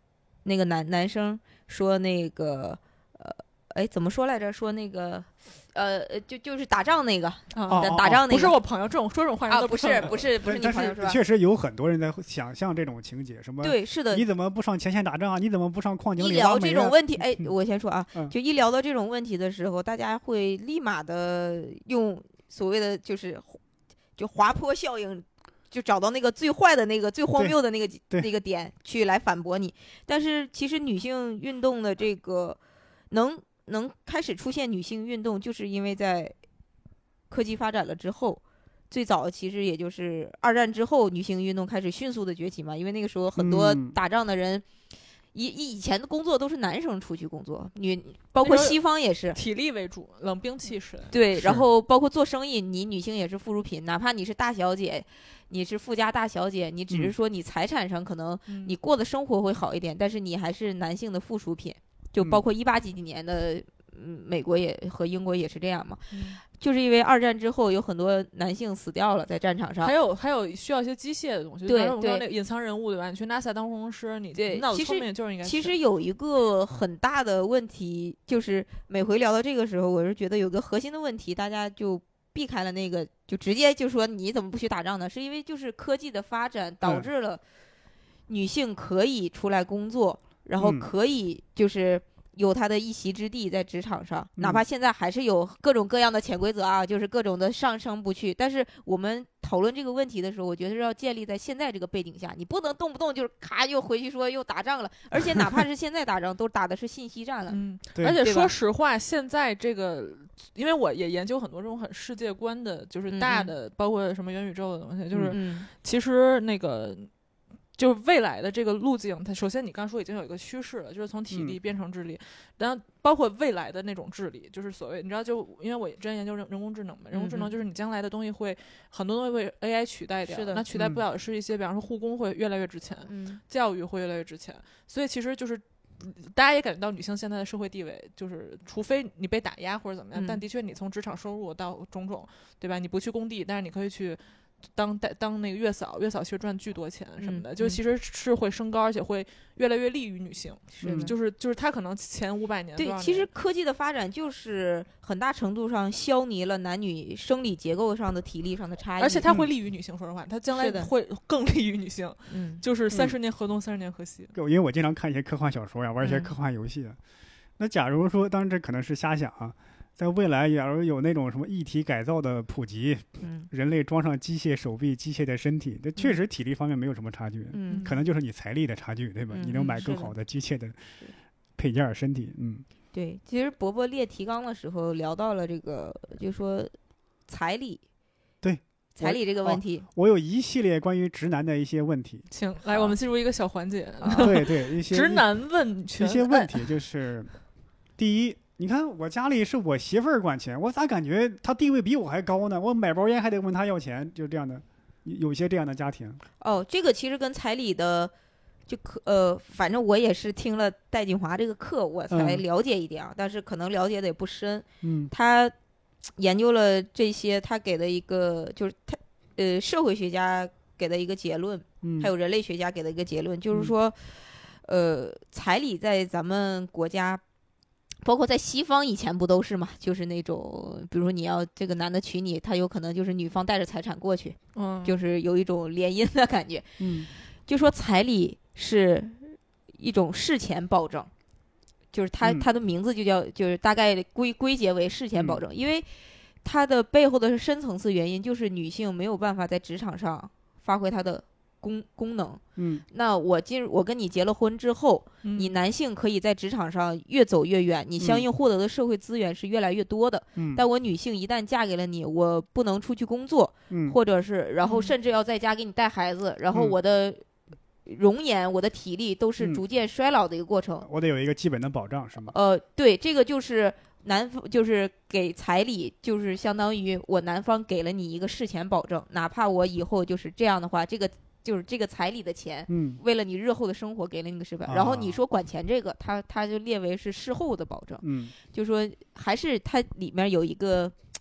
那个男男生说那个呃，哎，怎么说来着？说那个。呃，就就是打仗那个， 啊、 打仗那个， 不是我朋友，这种说这种话人啊， 都不是不是不是你朋友是吧？ 确实有很多人在想象这种情节，什么对，是的， 你怎么不上前线打仗啊？你怎么不上矿井里？ 一聊这种问题，哎， 嗯、 我先说啊， 嗯、 就一聊到这种问题的时候，大家会立马的用所谓的就是就滑坡效应。就找到那个最坏的那个最荒谬的那个那个点去来反驳你，但是其实女性运动的这个能能开始出现女性运动，就是因为在科技发展了之后，最早其实也就是二战之后，女性运动开始迅速的崛起嘛。因为那个时候很多打仗的人，以、嗯、以前的工作都是男生出去工作，女包括西方也是体力为主，冷兵器时代。 对，然后包括做生意，你女性也是附属品，哪怕你是大小姐，你是富家大小姐，你只是说你财产上可能你过的生活会好一点，嗯、但是你还是男性的附属品。就包括一八几几年的。嗯，美国也和英国也是这样嘛， 嗯、 就是因为二战之后有很多男性死掉了在战场上， 还有还有需要一些机械的东西， 对对，那个隐藏人物对吧？你去 NASA 当工程师，你对， 脑子聪明就是应该。 其实有一个很大的问题，就是每回聊到这个时候，我是觉得有个核心的问题，大家就避开了那个，就直接就说你怎么不去打仗呢？是因为就是科技的发展导致了女性可以出来工作，嗯、然后可以就是。有他的一席之地在职场上，哪怕现在还是有各种各样的潜规则啊，嗯、就是各种的上升不去。但是我们讨论这个问题的时候，我觉得是要建立在现在这个背景下，你不能动不动就是咔又回去说又打仗了，而且哪怕是现在打仗，都打的是信息战了。 嗯，而且说实话，现在这个，因为我也研究很多这种很世界观的，就是大的，嗯、包括什么元宇宙的东西，就是、 嗯、 其实那个。就是未来的这个路径，它首先你刚说已经有一个趋势了，就是从体力变成智力，然后、嗯、包括未来的那种智力，就是所谓你知道，就因为我之前研究人人工智能嘛，人工智能就是你将来的东西会、嗯、很多东西会 A I 取代掉， 是的， 那取代不了的是一些，嗯、比方说护工会越来越值钱， 嗯， 教育会越来越值钱，所以其实就是。大家也感觉到女性现在的社会地位，就是除非你被打压或者怎么样， 嗯、 但的确你从职场收入到种种，对吧？你不去工地，但是你可以去。当当那个月嫂，月嫂其实赚巨多钱什么的， 嗯、 就其实是会升高，而且会越来越利于女性。 是， 就是就是她可能前五百年。 对，其实科技的发展就是很大程度上消弭了男女生理结构上的体力上的差异， 而且它会利于女性。嗯、说实话，它将来会更利于女性。 嗯， 就是三十年河东，三十年河西。 因为我经常看一些科幻小说呀，玩一些科幻游戏。嗯、那假如说，当然这可能是瞎想啊。在未来，假如有那种什么异体改造的普及， 嗯， 人类装上机械手臂、机械的身体，这确实体力方面没有什么差距， 嗯， 可能就是你财力的差距，对吧？ 嗯、 你能买更好的机械的配件、身体，嗯， 对。其实伯伯列提纲的时候聊到了这个，就说彩礼， 对彩礼这个问题、 哦，我有一系列关于直男的一些问题， 请来，我们进入一个小环节， 啊、 对对，一些直男问权， 一些问题就是第一。你看我家里是我媳妇儿管钱，我咋感觉她地位比我还高呢？我买包烟还得问她要钱，就这样的，有些这样的家庭。 哦，这个其实跟彩礼的，就可呃，反正我也是听了戴锦华这个课，我才了解一点啊，嗯、但是可能了解的也不深。 嗯， 他研究了这些，他给的一个就是他呃社会学家给的一个结论， 嗯， 还有人类学家给的一个结论，就是说，呃，彩礼在咱们国家。包括在西方以前不都是嘛，就是那种，比如说你要这个男的娶你，他有可能就是女方带着财产过去， 嗯， 就是有一种联姻的感觉， 嗯， 就说彩礼是一种事前保证，就是它它的名字就叫，就是大概归归结为事前保证，因为它的背后的深层次原因就是女性没有办法在职场上发挥她的功功能， 嗯， 那我进入我跟你结了婚之后， 嗯、 你男性可以在职场上越走越远，你相应获得的社会资源是越来越多的。 嗯， 但我女性一旦嫁给了你，我不能出去工作， 嗯， 或者是然后甚至要在家给你带孩子，嗯、然后我的容颜、我的体力都是逐渐衰老的一个过程。 嗯、我得有一个基本的保障，是吗？ 呃，对，这个就是男方就是给彩礼，就是相当于我男方给了你一个事前保证，哪怕我以后就是这样的话，这个。就是这个彩礼的钱， 嗯， 为了你日后的生活给了你个示范， 啊、 然后你说管钱这个，他他就列为是事后的保证， 嗯， 就说还是它里面有一个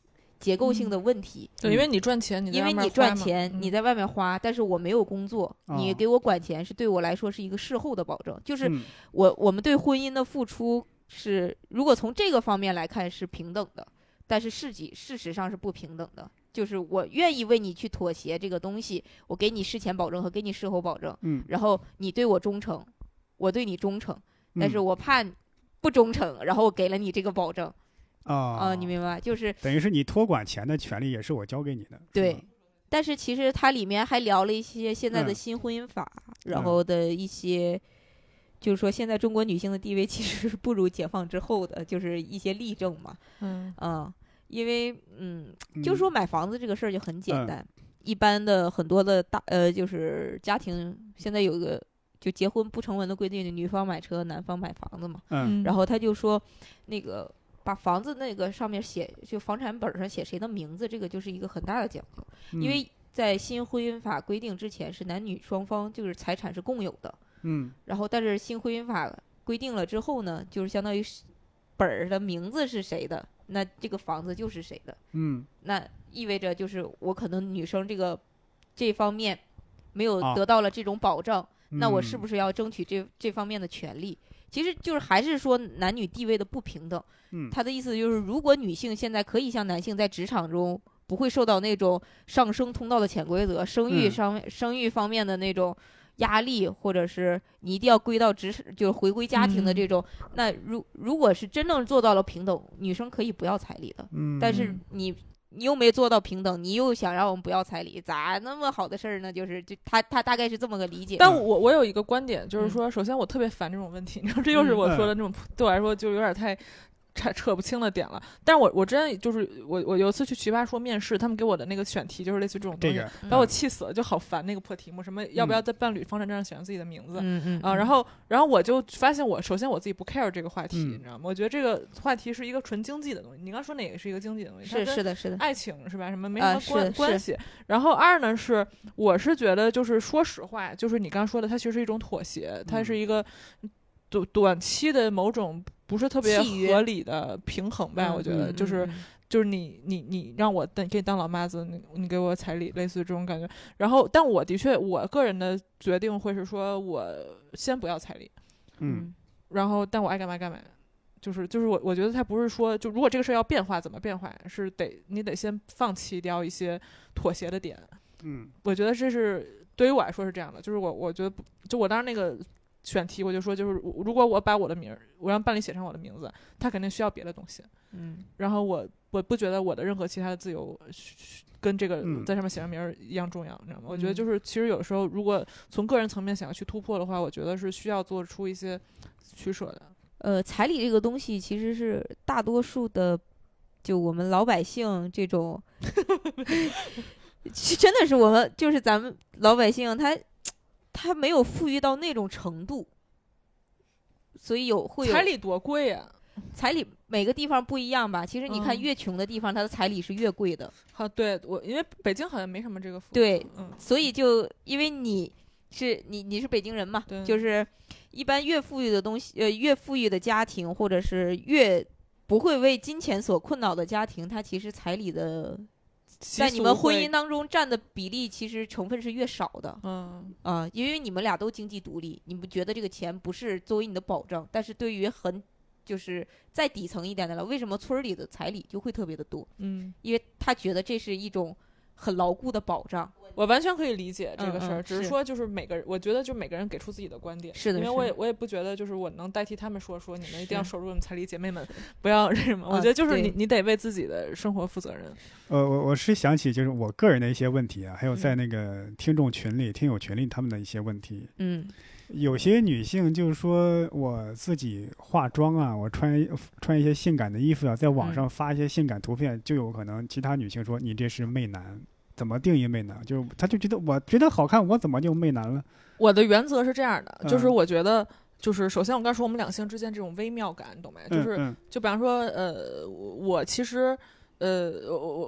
结构性的问题。 对，因为你赚钱，你在因为你外面花嘛赚钱， 嗯你在外面花，但是我没有工作， 哦你给我管钱是对我来说是一个事后的保证。就是嗯我我们对婚姻的付出是，如果从这个方面来看是平等的，但是事己事实上是不平等的。就是我愿意为你去妥协这个东西，我给你事前保证和给你事后保证， 嗯， 然后你对我忠诚，我对你忠诚，但是嗯我怕不忠诚，然后我给了你这个保证啊啊、你明白吧？就是等于是你托管钱的权利也是我交给你的，是对吧， 但是其实它里面还聊了一些现在的嗯新婚姻法，然后的一些，就是说现在中国女性的地位其实是不如解放之后的，就是一些例证嘛， 嗯嗯，因为嗯， 嗯就说买房子这个事儿就很简嗯单，一般的很多的大呃就是家庭现在有一个就结婚不成文的规定，女方买车，男方买房子嘛， 嗯然后他就说那个。把房子那个上面写，就房产本上写谁的名字，这个就是一个很大的讲究。 嗯因为在新婚姻法规定之前，是男女双方就是财产是共有的。 嗯然后，但是新婚姻法规定了之后呢，就是相当于是本儿的名字是谁的，那这个房子就是谁的。 嗯那意味着就是我可能女生这个这方面没有啊得到了这种保障，那我是不是是要争取这这方面的权利？其实就是还是说男女地位的不平等。 嗯他的意思就是，如果女性现在可以像男性在职场中不会受到那种上升通道的潜规则、生育嗯上面、生育方面的那种压力，或者是你一定要归到职就是回归家庭的这种，那如如果是真正做到了平等，女生可以不要彩礼的。 嗯， 但是你你又没做到平等，你又想让我们不要彩礼，咋那么好的事儿呢？就是就他他大概是这么个理解。 但我我有一个观点，就是嗯说，首先我特别烦这种问题，你知道，这又是我说的那种，对我来说就有点太扯扯不清的点了。但是我我之前就是我我有一次去奇葩说面试，他们给我的那个选题就是类似于这种东西， 这个把我气死了，就好烦那个破题目，什么要不要在伴侣房产证上写上自己的名字。 嗯嗯啊，然后，然后我就发现我，首先我自己不 care 这个话题， 嗯你知道吗？我觉得这个话题是一个纯经济的东西。你刚说那也是一个经济的东西，它跟是是的是的， 爱情是吧？什么没啊什么关、 是关系。然后二呢是，我是觉得就是说实话，就是你刚刚说的，它其实是一种妥协，它是一个短短期的某种不是特别契约合理的平衡吧？ 嗯我觉得嗯就是。 嗯就是你你你让我当给你当老妈子，你你给我彩礼，类似于这种感觉。然后，但我的确，我个人的决定会是说，我先不要彩礼， 嗯然后但我爱干嘛干嘛。就是就是我我觉得他不是说，就如果这个事儿要变化怎么变化，是得你得先放弃掉一些妥协的点。 嗯我觉得这是对于我来说是这样的，就是我我觉得不就我当时那个选题我就说，就是如果我把我的名儿我让伴侣写上我的名字，他肯定需要别的东西。 嗯然后我我不觉得我的任何其他的自由跟这个嗯在上面写上名儿一样重要，你知道吗？我觉得嗯就是其实有的时候，如果从个人层面想要去突破的话，我觉得是需要做出一些取舍的。 呃，彩礼这个东西其实是大多数的，就我们老百姓这种，是真的是我们就是咱们老百姓他他没有富裕到那种程度，所以有会有彩礼多贵呀、 彩礼每个地方不一样吧？其实你看嗯越穷的地方，它的彩礼是越贵的。 好，对我因为北京好像没什么这个福利。 对， 嗯， 所以就因为你是你你是北京人嘛， 对就是一般越富裕的东西，呃，越富裕的家庭，或者是越不会为金钱所困扰的家庭，它其实彩礼的在你们婚姻当中占的比例，其实成分是越少的。 嗯啊、因为你们俩都经济独立，你们觉得这个钱不是作为你的保障，但是对于很就是再底层一点的了，为什么村里的彩礼就会特别的多？ 嗯， 因为他觉得这是一种很牢固的保障。 我完全可以理解这个事儿， 嗯嗯是只是说就是每个人，我觉得就每个人给出自己的观点。 是的因为我是的也我也不觉得就是我能代替他们说说你们一定要是守住你们彩礼，姐妹们不要这什么。我啊觉得就是你对你得为自己的生活负责任。 呃，我我是想起就是我个人的一些问题啊，还有在嗯那个听众群里、听友群里他们的一些问题。 嗯有些女性就是说我自己化妆啊，我穿穿一些性感的衣服啊，在网上发一些性感图片，就有可能其他女性说你这是媚男。怎么定义媚男？就是她就觉得我觉得好看，我怎么就媚男了？ 我的原则是这样的，就是嗯我觉得。就是首先我刚说我们两性之间这种微妙感，你懂没？就是嗯就比方说，呃，我其实，呃，我我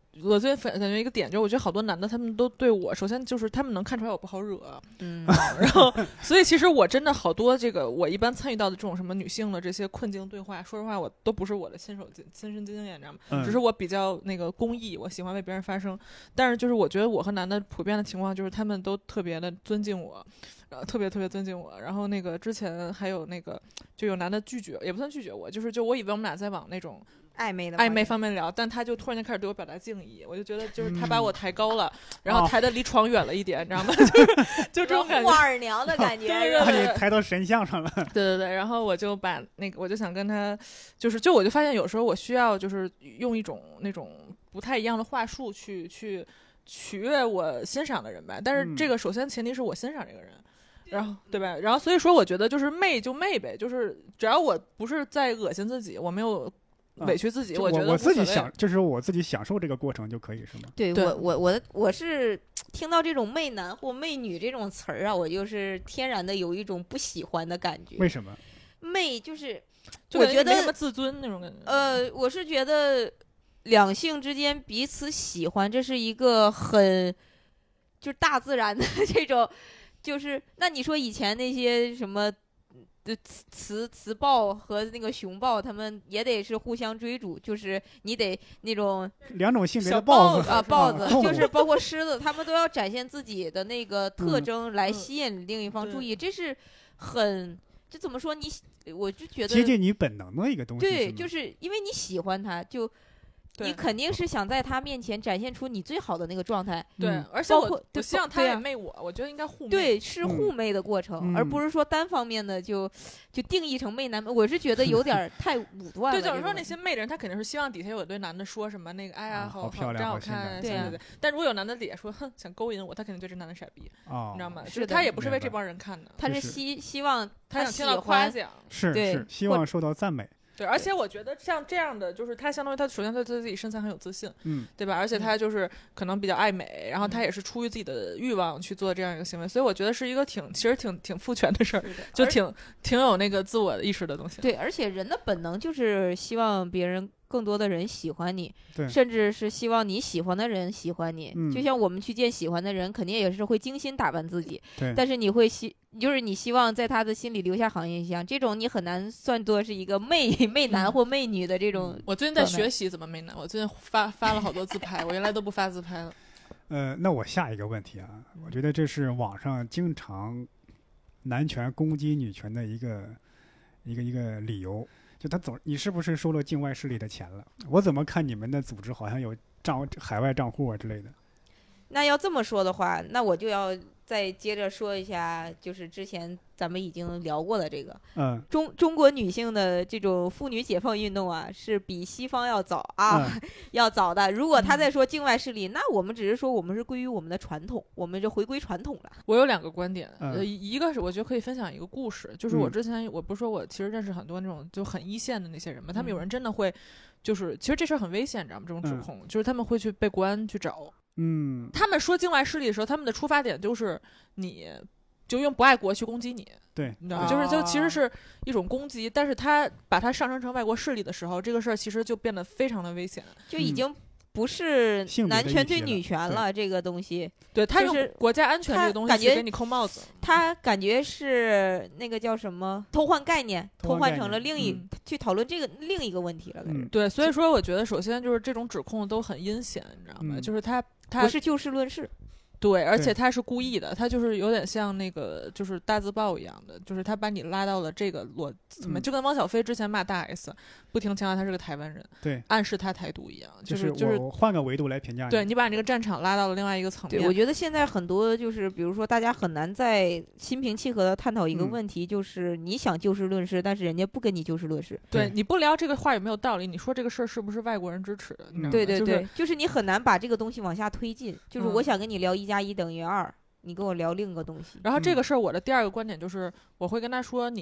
我最感觉一个点就是，我觉得好多男的他们都对我，首先就是他们能看出来我不好惹， 嗯， 然后所以其实我真的好多这个我一般参与到的这种什么女性的这些困境对话，说实话我都不是我的亲手亲身经验，你知道吗？ 嗯、 只是我比较那个公益，我喜欢为别人发声，但是就是我觉得我和男的普遍的情况就是他们都特别的尊敬我。呃，特别特别尊敬我，然后那个之前还有那个就有男的拒绝，也不算拒绝我，就是就我以为我们俩在往那种暧昧的暧昧方面聊，但他就突然间开始对我表达敬意，我就觉得就是他把我抬高了，嗯、然后抬得离床远了一点，你知道吗？就是就这种感觉， 护二娘的感觉， 把你抬到神像上了。 对对对，然后我就把那个我就想跟他，就是就我就发现有时候我需要就是用一种那种不太一样的话术去去取悦我欣赏的人吧，但是这个首先前提是我欣赏这个人。嗯然后对吧？然后所以说，我觉得就是媚就媚呗，就是只要我不是在恶心自己，我没有委屈自己， 啊、 我觉得我自己享，就是我自己享受这个过程就可以，是吗？ 对，对我我我我是听到这种媚男或媚女这种词儿啊，我就是天然的有一种不喜欢的感觉。 为什么？ 媚就是就我觉得没什么自尊那种感觉。 呃，我是觉得两性之间彼此喜欢，这是一个很就是大自然的这种。就是那你说以前那些什么的雌雌豹和那个雄豹，他们也得是互相追逐，就是你得那种两种性别的豹子啊，豹子就是包括狮子，他们都要展现自己的那个特征来吸引另一方注意，嗯、这是很这怎么说？你我就觉得接近你本能的一个东西。 对，就是因为你喜欢它，就。你肯定是想在他面前展现出你最好的那个状态， 对， 嗯、 而且我我我希望他也媚我，我觉得应该互媚， 对，是互媚的过程， 嗯、 而不是说单方面的就就定义成媚男。我是觉得有点太武断了。 对，就是说那些媚人，他肯定是希望底下有对男的说什么那个，哎呀， 啊、 好好漂亮， 好看， 对对对。但如果有男的底下说，哼，想勾引我，他肯定觉得这男的傻逼， 哦、 你知道吗？ 是他也不是为这帮人看的， 他是希希望他想听到夸奖， 是是希望受到赞美。 对，而且我觉得像这样的，就是他相当于他首先他对自己身材很有自信， 嗯， 对吧？而且他就是可能比较爱美，然后他也是出于自己的欲望去做这样一个行为，所以我觉得是一个挺其实挺挺父权的事儿，就挺挺有那个自我意识的东西。 对，而且人的本能就是希望别人更多的人喜欢你， 对， 甚至是希望你喜欢的人喜欢你。 嗯、 就像我们去见喜欢的人，肯定也是会精心打扮自己， 对， 但是你会希。就是你希望在他的心里留下好印象，这种你很难算作是一个媚媚男或媚女的这种、嗯。 我最近在学习怎么媚男，我最近发发了好多自拍，我原来都不发自拍了。 呃，那我下一个问题啊，我觉得这是网上经常男权攻击女权的一个一个一个理由，就他总你是不是收了境外势力的钱了？我怎么看你们的组织好像有账海外账户啊之类的？ 那要这么说的话，那我就要。再接着说一下，就是之前咱们已经聊过的这个， 嗯， 中中国女性的这种妇女解放运动啊，是比西方要早啊， 嗯、 要早的。如果他在说境外势力，嗯、那我们只是说我们是归于我们的传统，我们就回归传统了。 我有两个观点， 嗯、 呃，一个是我觉得可以分享一个故事，就是我之前、嗯、我不是说我其实认识很多那种就很一线的那些人嘛，他们有人真的会，就是其实这事儿很危险，你知道吗？这种指控、嗯、就是他们会去被国安去找。 嗯， 他们说境外势力的时候，他们的出发点就是你就用不爱国去攻击你， 对， 你知道吗？就是就其实是一种攻击，但是他把它上升成外国势力的时候，这个事儿其实就变得非常的危险， 就已经不是男权对女权了，这个东西， 对，他用国家安全这个东西去给你扣帽子， 他感觉是那个叫什么偷换概念，偷换成了另一、 嗯、 去讨论这个另一个问题了。 嗯， 对，所以说我觉得首先就是这种指控都很阴险，你知道吗？ 嗯、 就是他他不是就事论事。 对，而且他是故意的，他就是有点像那个就是大字报一样的，就是他把你拉到了这个逻辑， 嗯、 就跟汪小菲之前骂大 S， 不停强调他是个台湾人， 对， 暗示他台独一样，就是就是换个维度来评价你， 对你把这个战场拉到了另外一个层面。 对，我觉得现在很多就是比如说大家很难在心平气和的探讨一个问题，嗯、就是你想就事论事，但是人家不跟你就事论事， 对，你不聊这个话有没有道理，你说这个事儿是不是外国人支持的？ 嗯、 对对对、 就是， 就是你很难把这个东西往下推进，就是我想跟你聊一加一等于二。你跟我聊另一个东西， 然后这个事儿我的第二个观点就是，我会跟他说，你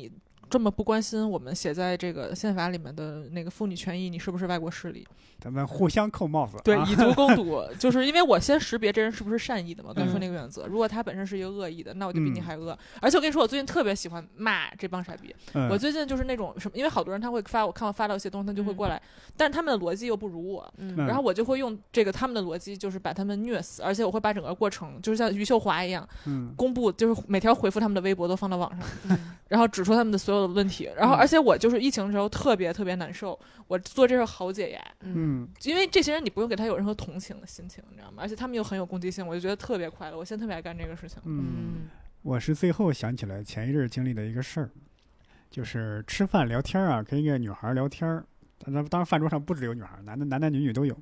这么不关心我们写在这个宪法里面的那个妇女权益，你是不是外国势力？ 咱们互相扣帽子， 对， 啊、 以毒攻毒，就是因为我先识别这人是不是善意的嘛。刚才说那个原则，如果他本身是一个恶意的，那我就比你还恶。嗯、而且我跟你说，我最近特别喜欢骂这帮傻逼。嗯、我最近就是那种什么，因为好多人他会发我看我发到一些东西，他就会过来，嗯、但是他们的逻辑又不如我，嗯、然后我就会用这个他们的逻辑，就是把他们虐死，而且我会把整个过程就是像余秀华一样，嗯、公布，就是每条回复他们的微博都放到网上，嗯、然后指出他们的所有的问题。然后而且我就是疫情的时候特别特别难受，我做这事好解压，嗯，因为这些人你不用给他有任何同情的心情，你知道吗？而且他们又很有攻击性，我就觉得特别快乐。我现在特别爱干这个事情。 嗯，我是最后想起来前一阵经历的一个事儿，就是吃饭聊天啊，跟一个女孩聊天，当然饭桌上不只有女孩，男的男男女女都有。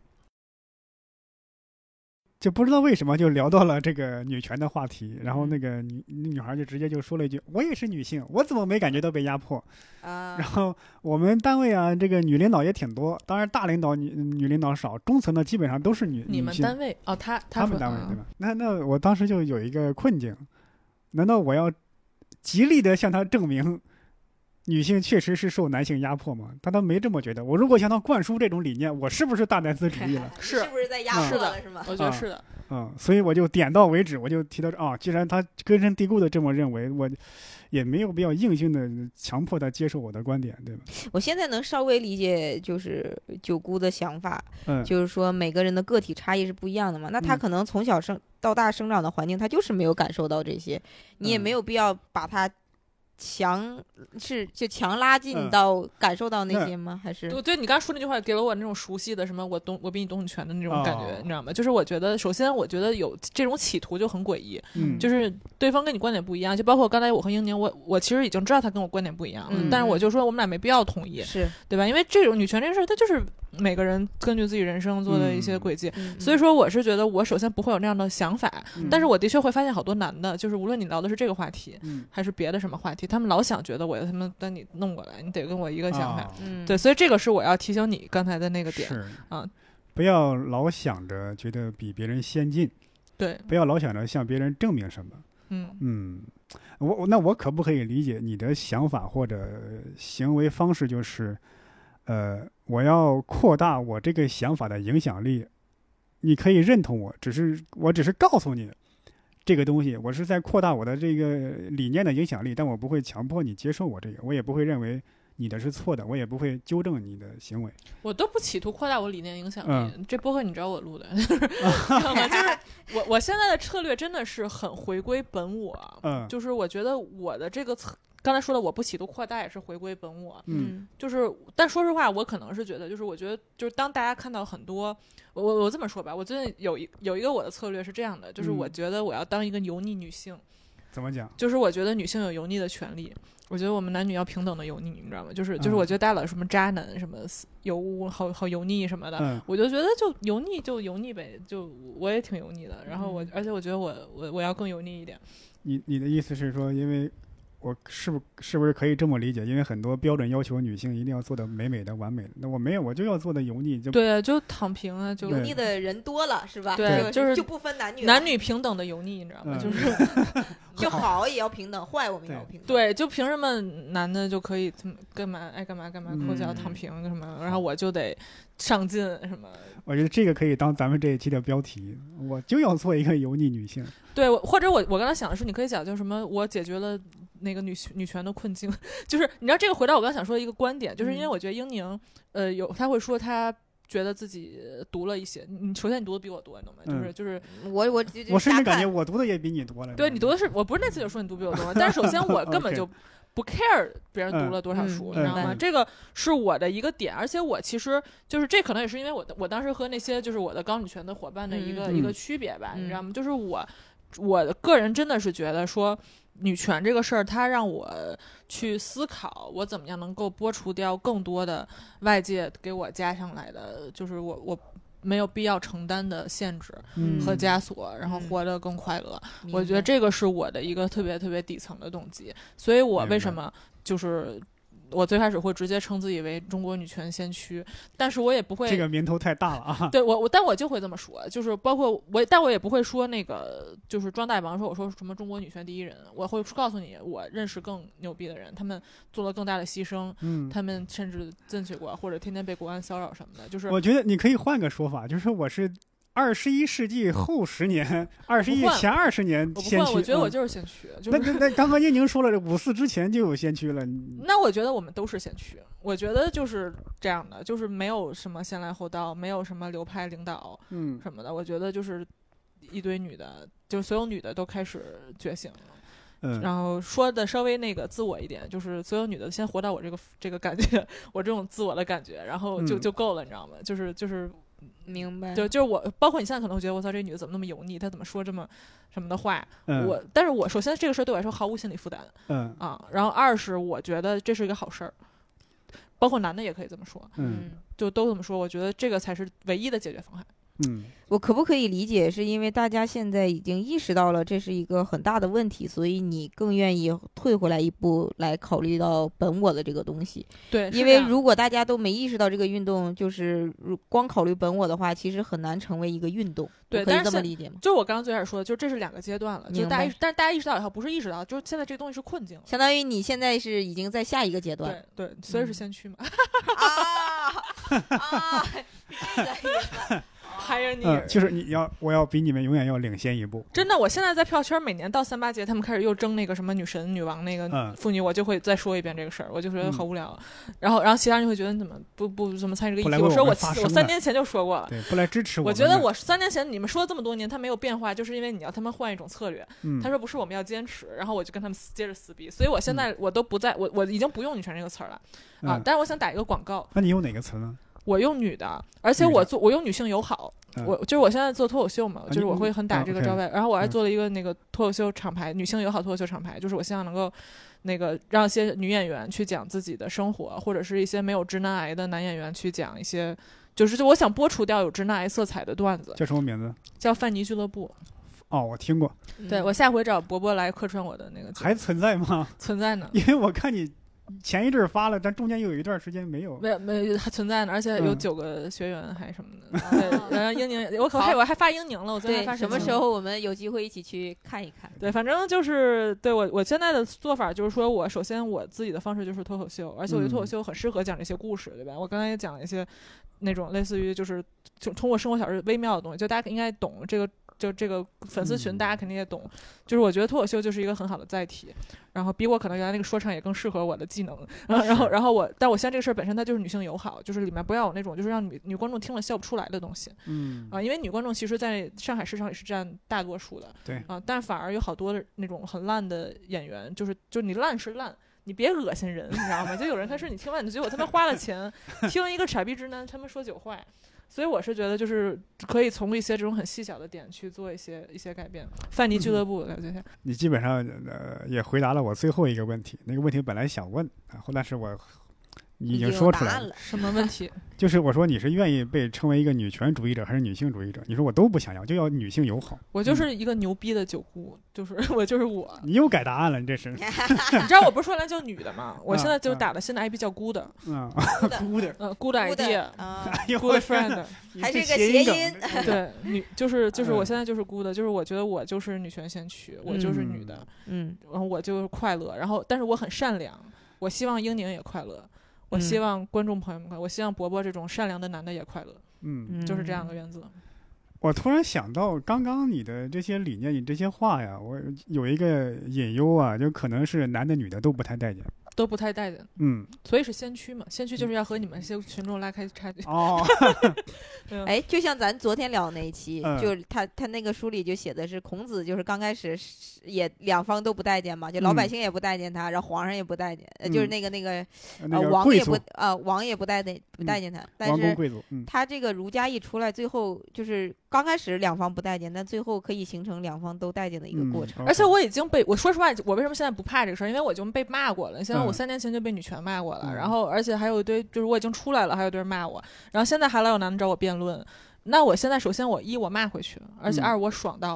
就不知道为什么就聊到了这个女权的话题，然后那个女女孩就直接就说了一句：“我也是女性，我怎么没感觉到被压迫？”啊，然后我们单位啊，这个女领导也挺多，当然大领导女女领导少，中层的基本上都是女。 你们单位哦，他 他, 他们单位对吧？那那我当时就有一个困境，难道我要极力的向他证明女性确实是受男性压迫吗？但他没这么觉得。我如果向他灌输这种理念，我是不是大男子主义了？ 是，是不是在压迫了？是吗？ 我觉得是的。 嗯，所以我就点到为止，我就提到啊，既然他根深蒂固的这么认为，我也没有必要硬性的强迫他接受我的观点，对吧？ 我现在能稍微理解，就是九姑的想法，嗯，就是说每个人的个体差异是不一样的嘛。那他可能从小生到大生长的环境，他就是没有感受到这些，你也没有必要把他强是就强拉近到感受到那些吗？嗯、还是我觉得你刚刚说那句话给了我那种熟悉的什么我懂我比你懂女权的那种感觉，哦、你知道吗？就是我觉得首先我觉得有这种企图就很诡异，嗯，就是对方跟你观点不一样，就包括刚才我和英宁，我我其实已经知道他跟我观点不一样了，嗯、但是我就说我们俩没必要统一， 是对吧？因为这种女权这事它就是每个人根据自己人生做的一些轨迹，嗯、所以说我是觉得我首先不会有那样的想法，嗯、但是我的确会发现好多男的，就是无论你聊的是这个话题，嗯、还是别的什么话题，他们老想觉得我要他们把你弄过来，你得跟我一个想法，哦、对，所以这个是我要提醒你刚才的那个点啊， 不要老想着觉得比别人先进， 对， 不要老想着向别人证明什么，嗯嗯，我那我可不可以理解你的想法或者行为方式就是，呃，我要扩大我这个想法的影响力，你可以认同我，只是我只是告诉你。这个东西我是在扩大我的这个理念的影响力，但我不会强迫你接受我这个，我也不会认为你的是错的，我也不会纠正你的行为， 我都不企图扩大我理念影响力。嗯、这播客你知道我录的，知道吗？就是我我现在的策略真的是很回归本我，嗯，就是我觉得我的这个策。刚才说的我不企图扩大也是回归本我，嗯，就是但说实话我可能是觉得就是我觉得就是当大家看到很多我我我这么说吧，我最近有一有一个我的策略是这样的，就是我觉得我要当一个油腻女性，嗯、 怎么讲？ 就是我觉得女性有油腻的权利，我觉得我们男女要平等的油腻，你知道吗？就是就是我觉得大家老什么渣男什么油污好好油腻什么的，嗯、我就觉得就油腻就油腻呗，就我也挺油腻的，然后我、嗯、而且我觉得我我我要更油腻一点。 你你的意思是说，因为我是不是不是可以这么理解？因为很多标准要求女性一定要做的美美的、完美的，那我没有，我就要做的油腻，就对啊，就躺平啊，就油腻的人多了是吧？ 对，就是就不分男女， 男女平等的油腻，你知道吗？嗯、就是就好也要平等，坏我们也要平等。 对，就凭什么男的就可以干嘛爱干嘛干嘛，抠脚躺平什么，嗯、然后我就得上进什么？ 我觉得这个可以当咱们这一期的标题，我就要做一个油腻女性。 对，或者我我刚才想的是，你可以讲就是什么，我解决了那个女女权的困境，就是你知道这个回到我刚才想说的一个观点，就是因为我觉得英宁，呃，有他会说他觉得自己读了一些，你首先你读的比我多，你懂吗？就是就是我我我甚至感觉我读的也比你多了。 对，你读的是，我不是那次就说你读比我多，但是首先我根本就不 care 别人读了多少书，嗯、你知道吗？嗯、这个是我的一个点，而且我其实就是这可能也是因为我我当时和那些就是我的高女权的伙伴的一个、嗯、一个区别吧，嗯、你知道吗？就是我我个人真的是觉得说女权这个事儿，它让我去思考我怎么样能够剥除掉更多的外界给我加上来的，就是我我。没有必要承担的限制和枷锁，嗯、然后活得更快乐。嗯、我觉得这个是我的一个特别特别底层的动机，所以我为什么就是我最开始会直接称自己为中国女权先驱，但是我也不会这个名头太大了啊。 对我我，但我就会这么说，就是包括我，但我也不会说那个就是装大王说我说什么中国女权第一人，我会告诉你我认识更牛逼的人，他们做了更大的牺牲，嗯，他们甚至进去过或者天天被国安骚扰什么的。就是我觉得你可以换个说法，就是我是二十一世纪后十年，二十一前二十年先驱。 我觉得我就是先驱。嗯、 就是、那那刚刚英宁说了，五四之前就有先驱了。 那我觉得我们都是先驱。我觉得就是这样的，就是没有什么先来后到，没有什么流派领导，嗯，什么的。我觉得就是一堆女的，就所有女的都开始觉醒了。嗯，然后说的稍微那个自我一点，就是所有女的先活到我这个这个感觉，我这种自我的感觉，然后就就够了，你知道吗？就是就是。 明白， 对，就是我，包括你现在可能会觉得我操，这女的怎么那么油腻？她怎么说这么什么的话？嗯、我，但是我首先这个事儿对我来说毫无心理负担，嗯啊，然后二是我觉得这是一个好事儿，包括男的也可以这么说，嗯，就都这么说，我觉得这个才是唯一的解决方案。 嗯，我可不可以理解是因为大家现在已经意识到了这是一个很大的问题，所以你更愿意退回来一步来考虑到本我的这个东西？ 对， 因为如果大家都没意识到这个运动，就是光考虑本我的话，其实很难成为一个运动。 对， 可以这么理解吗？ 就是我刚刚最开始说的，就这是两个阶段了，就是大家，但是大家意识到以后不是意识到，就是现在这个东西是困境， 相当于你现在是已经在下一个阶段。 对对，所以是先驱嘛。 啊啊，这个意思。 嗯，就是你要，我要比你们永远要领先一步。 真的，我现在在票圈，每年到三八节，他们开始又争那个什么女神、女王那个妇女，嗯、我就会再说一遍这个事儿，我就觉得好无聊。嗯、然后，然后其他人就会觉得你怎么不不怎么参与这个议题？我说我我三年前就说过了， 对，不来支持我。 我觉得我三年前你们说了这么多年，他没有变化，就是因为你要他们换一种策略。嗯、他说不是，我们要坚持。然后我就跟他们接着撕逼，所以我现在我都不在，我我已经不用女权这个词儿了、嗯、啊。但是我想打一个广告。 那你用哪个词呢？ 我用女的，而且我做我用女性友好，嗯、我就是我现在做脱口秀嘛，啊、就是我会很打这个招牌，啊、然后我还做了一个那个脱口秀厂牌，嗯、女性友好脱口秀厂牌，就是我希望能够那个让一些女演员去讲自己的生活，或者是一些没有直男癌的男演员去讲一些，就是就我想剥除掉有直男癌色彩的段子。 叫什么名字？ 叫范尼俱乐部。 哦，我听过。 对，我下回找伯伯来客串我的那个。 还存在吗？ 存在呢， 因为我看你。前一阵发了，但中间又有一段时间没有， 没有没有还存在呢，而且有九个学员还什么的。嗯、对，然后英宁，我可还我还发英宁了，我昨天发什么时候我们有机会一起去看一看？ 对，反正就是对我我现在的做法就是说我首先我自己的方式就是脱口秀，而且我觉得脱口秀很适合讲这些故事，对吧？我刚才也讲了一些那种类似于就是就通过生活小事微妙的东西，就大家应该懂这个。就这个粉丝群大家肯定也懂、嗯、就是我觉得脱口秀就是一个很好的载体，然后比我可能原来那个说唱也更适合我的技能，然后然后然后我但我现在这个事儿本身它就是女性友好，就是里面不要有那种就是让女女观众听了笑不出来的东西，嗯啊，因为女观众其实在上海市场里是占大多数的， 对啊，但反而有好多那种很烂的演员，就是就你烂是烂，你别恶心人，你知道吗？就有人开始你听完你觉得我他妈花了钱听一个傻逼直男他们说酒坏，所以我是觉得就是可以从一些这种很细小的点去做一些一些改变。范尼俱乐部了解一下， 你基本上呃也回答了我最后一个问题，那个问题本来想问啊，但是我你已经说出来了。 什么问题？ 就是我说你是愿意被称为一个女权主义者还是女性主义者？你说我都不想要，就要女性友好。 我就是一个牛逼的九姑，就是我就是我。 你又改答案了，你这是？ 你知道我不是说来叫女的吗？我现在就打的新的 I P 叫姑的。 嗯，姑的。 嗯，姑的 idea。 啊 ，good friend。 还是个谐音。 对，女就是就是我现在就是姑的，就是我觉得我就是女权先驱，我就是女的。嗯。然后我就是快乐，然后但是我很善良，我希望英宁也快乐。我希望观众朋友们快乐、嗯、我希望伯伯这种善良的男的也快乐，嗯，就是这样的原则。 我突然想到刚刚你的这些理念，你这些话呀，我有一个隐忧啊，就可能是男的女的都不太待见， 都不太待见，嗯，所以是先驱嘛，先驱就是要和你们这些群众拉开差距。 哦， 哎，就像咱昨天聊的那一期，嗯、就是他他那个书里就写的是孔子，就是刚开始也两方都不待见嘛，就老百姓也不待见他，嗯、然后皇上也不待见，嗯、就是那个那个呃王也不呃王也不待见不待见他，嗯、但是他这个儒家一出来，最后就是刚开始两方不待见，但最后可以形成两方都待见的一个过程。 嗯、而且我已经被我说实话，我为什么现在不怕这个事儿？因为我就被骂过了，现在我三年前就被女权骂过了，嗯、然后而且还有一堆，就是我已经出来了，还有一堆人骂我，然后现在还来有男的找我辩论。那我现在首先我一我骂回去，而且二我爽到了，嗯、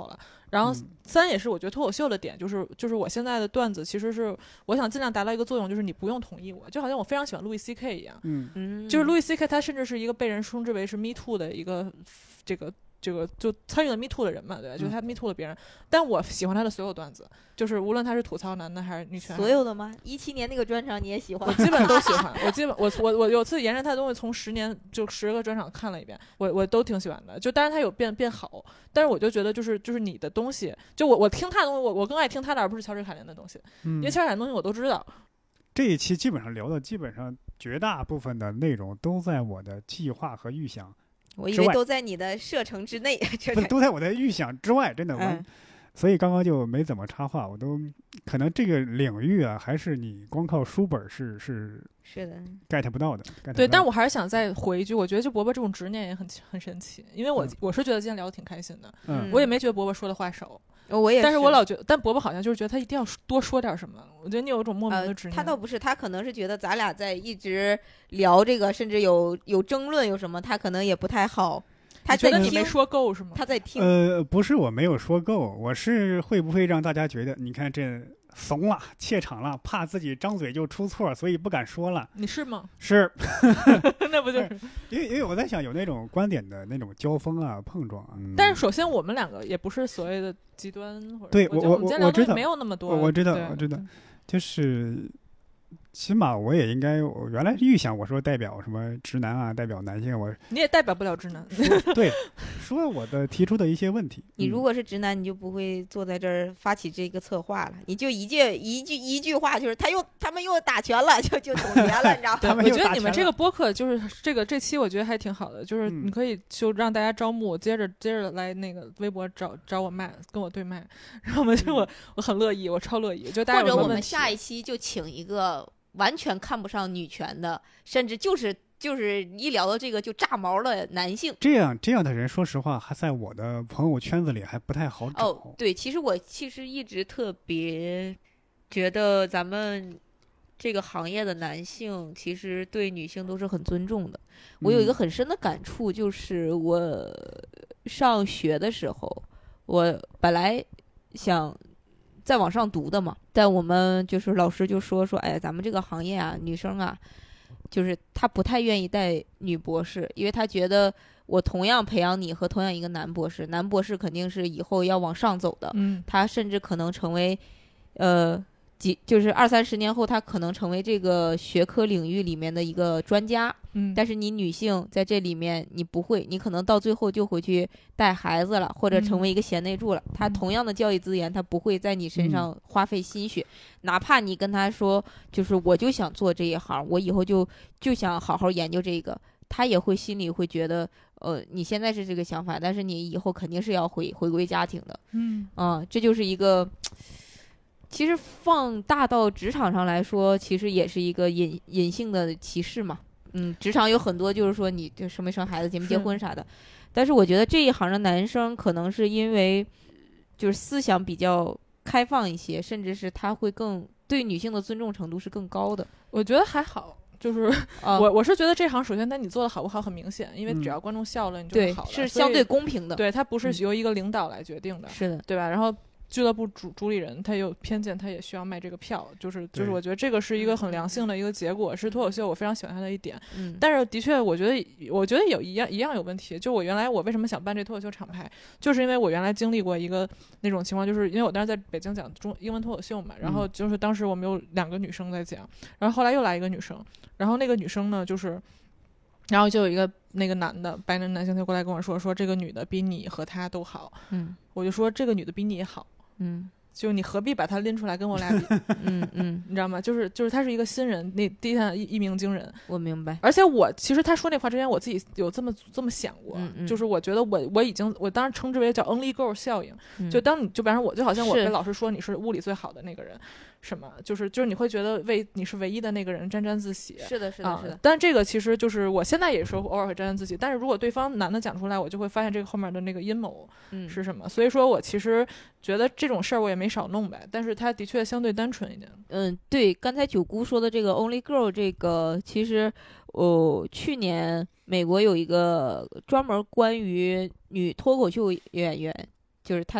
然后三也是我觉得脱口秀的点，就是就是我现在的段子其实是我想尽量达到一个作用，就是你不用同意我，就好像我非常喜欢路易 C K 一样， 嗯嗯， 就是路易 C K 他甚至是一个被人称之为是 Me Too 的一个这个。这个就参与了 Me Too 的人嘛，对吧？就是他 Me Too 了别人，但我喜欢他的所有段子，就是无论他是吐槽男的还是女权， 所有的吗？一七年那个专场你也喜欢？ 我基本都喜欢，我基本我我我有次沿着他的东西从十年就十个专场看了一遍，我我都挺喜欢的。就当然他有变变好，但是我就觉得就是就是你的东西，就我我听他的东西，我我更爱听他的，而不是乔治凯琳的东西， 嗯、 因为乔治凯琳的东西我都知道。 这一期基本上聊的基本上绝大部分的内容都在我的计划和预想。 我以为都在你的射程之内， 不都在我的预想之外，真的。 嗯、 所以刚刚就没怎么插话，我都可能这个领域啊，还是你光靠书本是是是的 get 不到的。get 对，但我还是想再回一句，我觉得就伯伯这种执念也很很神奇，因为我、嗯、我是觉得今天聊得挺开心的， 嗯， 我也没觉得伯伯说的话少。 我也是， 但是我老觉得，但伯伯好像就是觉得他一定要多说点什么。我觉得你有一种莫名的执念、 呃。他倒不是，他可能是觉得咱俩在一直聊这个，甚至有有争论，有什么，他可能也不太好。他在听， 你没说够是吗？ 他在听。 呃，不是我没有说够，我是会不会让大家觉得，你看这怂了、怯场了，怕自己张嘴就出错，所以不敢说了。 你是吗？ 是， 那不就是因为因为我在想有那种观点的那种交锋啊、碰撞啊。 但是首先我们两个也不是所谓的极端，或者对我我我我知道没有那么多， 我知道我知道，就是起码我也应该，我原来预想我说代表什么直男啊，代表男性，我你也代表不了直男。 对，说我的提出的一些问题。 你如果是直男，你就不会坐在这儿发起这个策划了，你就一句一句一句话，就是他又他们又打拳了，就就总结了，你知道吗？ 我觉得你们这个播客就是这个这期，我觉得还挺好的，就是你可以就让大家招募，接着接着来那个微博找找我麦，跟我对麦，然后我们就我我很乐意，我超乐意，就大家有什么问题， 或者我们下一期就请一个完全看不上女权的，甚至就是就是一聊到这个就炸毛的男性， 这样这样的人，说实话，还在我的朋友圈子里还不太好找。 哦，对，其实我其实一直特别觉得咱们这个行业的男性其实对女性都是很尊重的。我有一个很深的感触，就是我上学的时候，我本来想再往上读的嘛，但我们就是老师就说说，哎，咱们这个行业啊，女生啊，就是她不太愿意带女博士，因为她觉得我同样培养你和同样一个男博士，男博士肯定是以后要往上走的， 嗯， 他甚至可能成为，呃，几就是二三十年后，他可能成为这个学科领域里面的一个专家， 嗯， 但是你女性在这里面你不会，你可能到最后就回去带孩子了，或者成为一个贤内助了。嗯、他同样的教育资源，他不会在你身上花费心血，嗯、哪怕你跟他说，就是我就想做这一行，我以后就就想好好研究这个，他也会心里会觉得，呃，你现在是这个想法，但是你以后肯定是要回回归家庭的， 嗯啊、呃，这就是一个。其实放大到职场上来说，其实也是一个隐隐性的歧视嘛。嗯，职场有很多就是说你就生没生孩子、结没结婚啥的，但是我觉得这一行的男生可能是因为就是思想比较开放一些，甚至是他会更对女性的尊重程度是更高的。 我觉得还好。就是我、uh, 我是觉得这行首先但你做的好不好很明显，因为只要观众笑了、嗯、你就好了， 是相对公平的。 对，它不是由一个领导来决定的， 是的， 对吧？然后俱乐部主主理人他有偏见，他也需要卖这个票，就是就是我觉得这个是一个很良性的一个结果，是脱口秀我非常喜欢他的一点。 嗯， 但是的确我觉得我觉得有一样一样有问题，就我原来我为什么想办这脱口秀厂牌，就是因为我原来经历过一个那种情况，就是因为我当时在北京讲中英文脱口秀嘛，然后就是当时我们有两个女生在讲，然后后来又来一个女生，然后那个女生呢就是然后就有一个那个男的白人男性，他过来跟我说说这个女的比你和他都好。 嗯， 我就说这个女的比你好。 嗯， 就你何必把她拎出来跟我俩比？ 嗯嗯， 你知道吗？就是就是他是一个新人，那第一天一一鸣惊人。 我明白。 而且我其实他说那话之前，我自己有这么这么想过， 嗯嗯、 就是我觉得我我已经我当时称之为叫 only girl 效应， 嗯、 就当你就比方说我就好像我跟老师说你是屋里最好的那个人。什么就是就是你会觉得为你是唯一的那个人沾沾自喜， 是的是的、啊、是的。 但这个其实就是我现在也说偶尔会沾沾自喜，但是如果对方男的讲出来，我就会发现这个后面的那个阴谋是什么、嗯、所以说我其实觉得这种事儿我也没少弄呗，但是它的确相对单纯一点。 嗯，对，刚才九姑说的这个 only girl 这个其实哦，去年美国有一个专门关于女脱口秀演员，就是他那个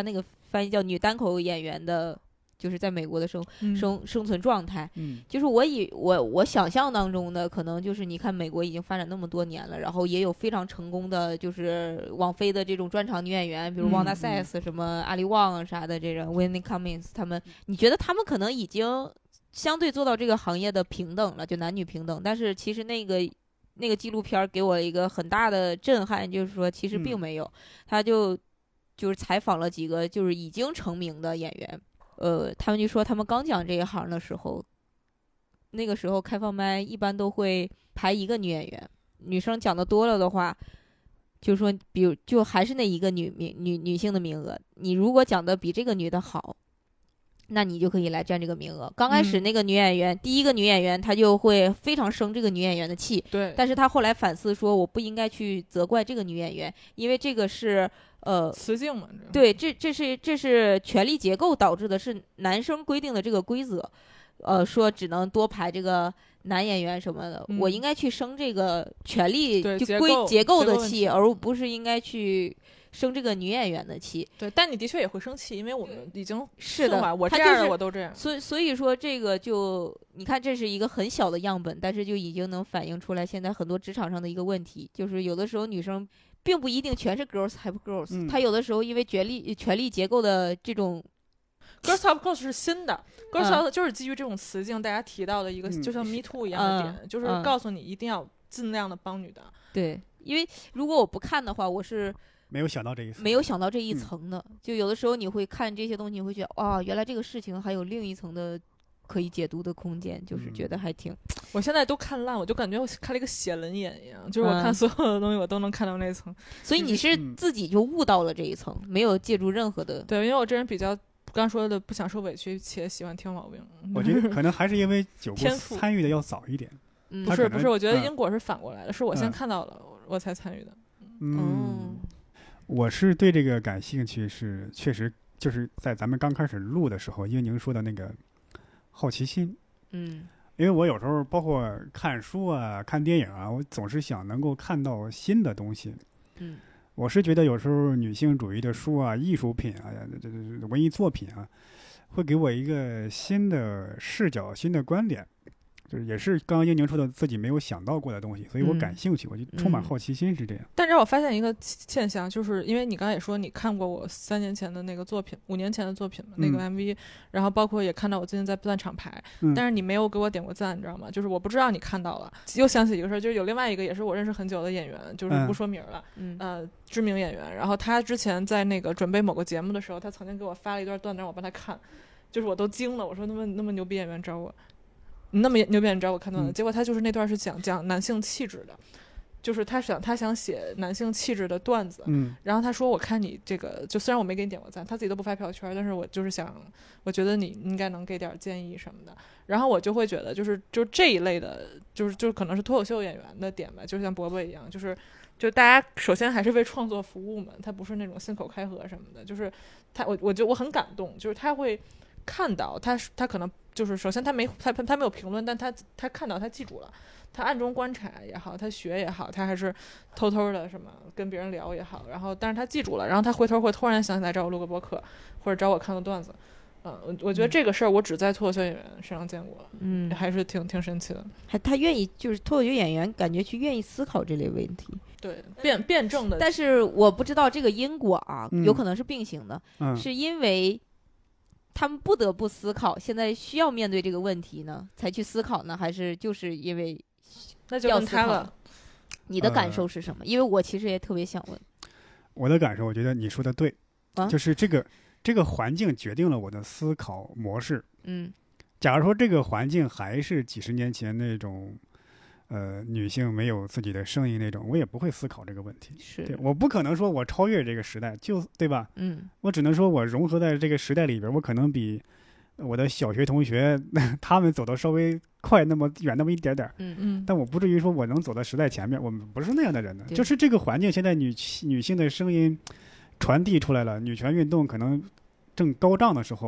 翻译叫女单口演员的，就是在美国的生、 嗯、 生生存状态。 嗯， 就是我以我我想象当中的，可能就是你看美国已经发展那么多年了，然后也有非常成功的，就是网飞的这种专场女演员，比如汪达塞斯、什么阿里旺啥的，这种 Whitney Cummings 他们，你觉得他们可能已经相对做到这个行业的平等了，就男女平等。但是其实那个那个纪录片给我一个很大的震撼，就是说其实并没有，嗯、他就就是采访了几个就是已经成名的演员。呃，他们就说他们刚讲这一行的时候，那个时候开放麦一般都会排一个女演员，女生讲的多了的话，就说比如就还是那一个女名女女性的名额，你如果讲的比这个女的好，那你就可以来占这个名额。刚开始那个女演员、嗯、第一个女演员她就会非常生这个女演员的气， 对， 但是她后来反思说我不应该去责怪这个女演员，因为这个是呃， 雌竞嘛， 对，这这是这是权力结构导致的，是男生规定的这个规则，呃，说只能多排这个男演员什么的，嗯、我应该去生这个权力就规结构的气，而不是应该去生这个女演员的气。 对，但你的确也会生气，因为我们已经是的， 我这样的我都这样， 所以所以说这个就你看，这是一个很小的样本，但是就已经能反映出来现在很多职场上的一个问题，就是有的时候女生。并不一定全是 girls type girls，、嗯、他有的时候因为权力权力结构的这种 girls type girls 是新的、嗯、girls type 就是基于这种词境大家提到的一个、嗯、就像 me too 一样的点、嗯、就是告诉你一定要尽量的帮女的、嗯、 对，因为如果我不看的话，我是没有想到这一层， 没有想到这一层的、嗯、就有的时候你会看这些东西，你会觉得哇、哦，原来这个事情还有另一层的可以解读的空间，就是觉得还挺、嗯、 我现在都看烂，我就感觉我看了一个写轮眼一样，就是我看所有的东西我都能看到那层、嗯、 所以你是自己就悟到了这一层、嗯、没有借助任何的。 对，因为我这人比较刚说的不想受委屈且喜欢挑毛病， 我觉得可能还是因为九部参与的要早一点。 嗯、 不是不是，我觉得因果是反过来的、嗯、是我先看到了、嗯、我才参与的。 嗯，我是对这个感兴趣，是确实就是在咱们刚开始录的时候英宁说的那个好奇心。 嗯， 因为我有时候包括看书啊看电影啊，我总是想能够看到新的东西。 嗯， 我是觉得有时候女性主义的书啊艺术品啊这这文艺作品啊会给我一个新的视角新的观点，就是也是刚刚英宁说的自己没有想到过的东西，所以我感兴趣、嗯、我就充满好奇心，是这样、嗯、 但是我发现一个现象，就是因为你刚才也说你看过我三年前的那个作品五年前的作品那个 M V、嗯、然后包括也看到我最近在断场牌、嗯、但是你没有给我点过赞，你知道吗？就是我不知道你看到了。又想起一个事儿，就是有另外一个也是我认识很久的演员，就是不说名了、嗯、呃知名演员，然后他之前在那个准备某个节目的时候，他曾经给我发了一段段子让我帮他看，就是我都惊了，我说那么那么牛逼演员找我那么牛逼人找我看段子、嗯、结果他就是那段是讲讲男性气质的，就是他想他想写男性气质的段子、 嗯、 然后他说我看你这个，就虽然我没给你点过赞，他自己都不发朋友圈，但是我就是想我觉得你应该能给点建议什么的，然后我就会觉得就是就这一类的就是就是可能是脱口秀演员的点吧，就像伯伯一样，就是就大家首先还是为创作服务嘛，他不是那种信口开河什么的，就是他我我觉得我很感动，就是他会看到他他可能就是首先他没他他没有评论，但他他看到他记住了，他暗中观察也好，他学也好，他还是偷偷的什么跟别人聊也好，然后但是他记住了，然后他回头会突然想起来找我录个播客或者找我看个段子。嗯，我我觉得这个事儿我只在脱口秀演员身上见过，嗯，还是挺挺神奇的。 还他愿意就是脱口秀演员感觉去愿意思考这类问题， 对，辩辩证的。 但是我不知道这个因果啊，嗯、有可能是并行的， 嗯、 是因为他们不得不思考，现在需要面对这个问题呢，才去思考呢，还是就是因为那就问他了？ 你的感受是什么？呃、因为我其实也特别想问。 我的感受，我觉得你说的对，啊、就是这个。这个环境决定了我的思考模式。 嗯， 假如说这个环境还是几十年前那种，呃，女性没有自己的声音那种，我也不会思考这个问题。 是， 对，我不可能说我超越这个时代，就对吧？ 嗯， 我只能说我融合在这个时代里边，我可能比我的小学同学他们走得稍微快那么远那么一点点。 嗯嗯， 但我不至于说我能走到时代前面，我们不是那样的人的。就是这个环境现在女女性的声音传递出来了，女权运动可能正高涨的时候，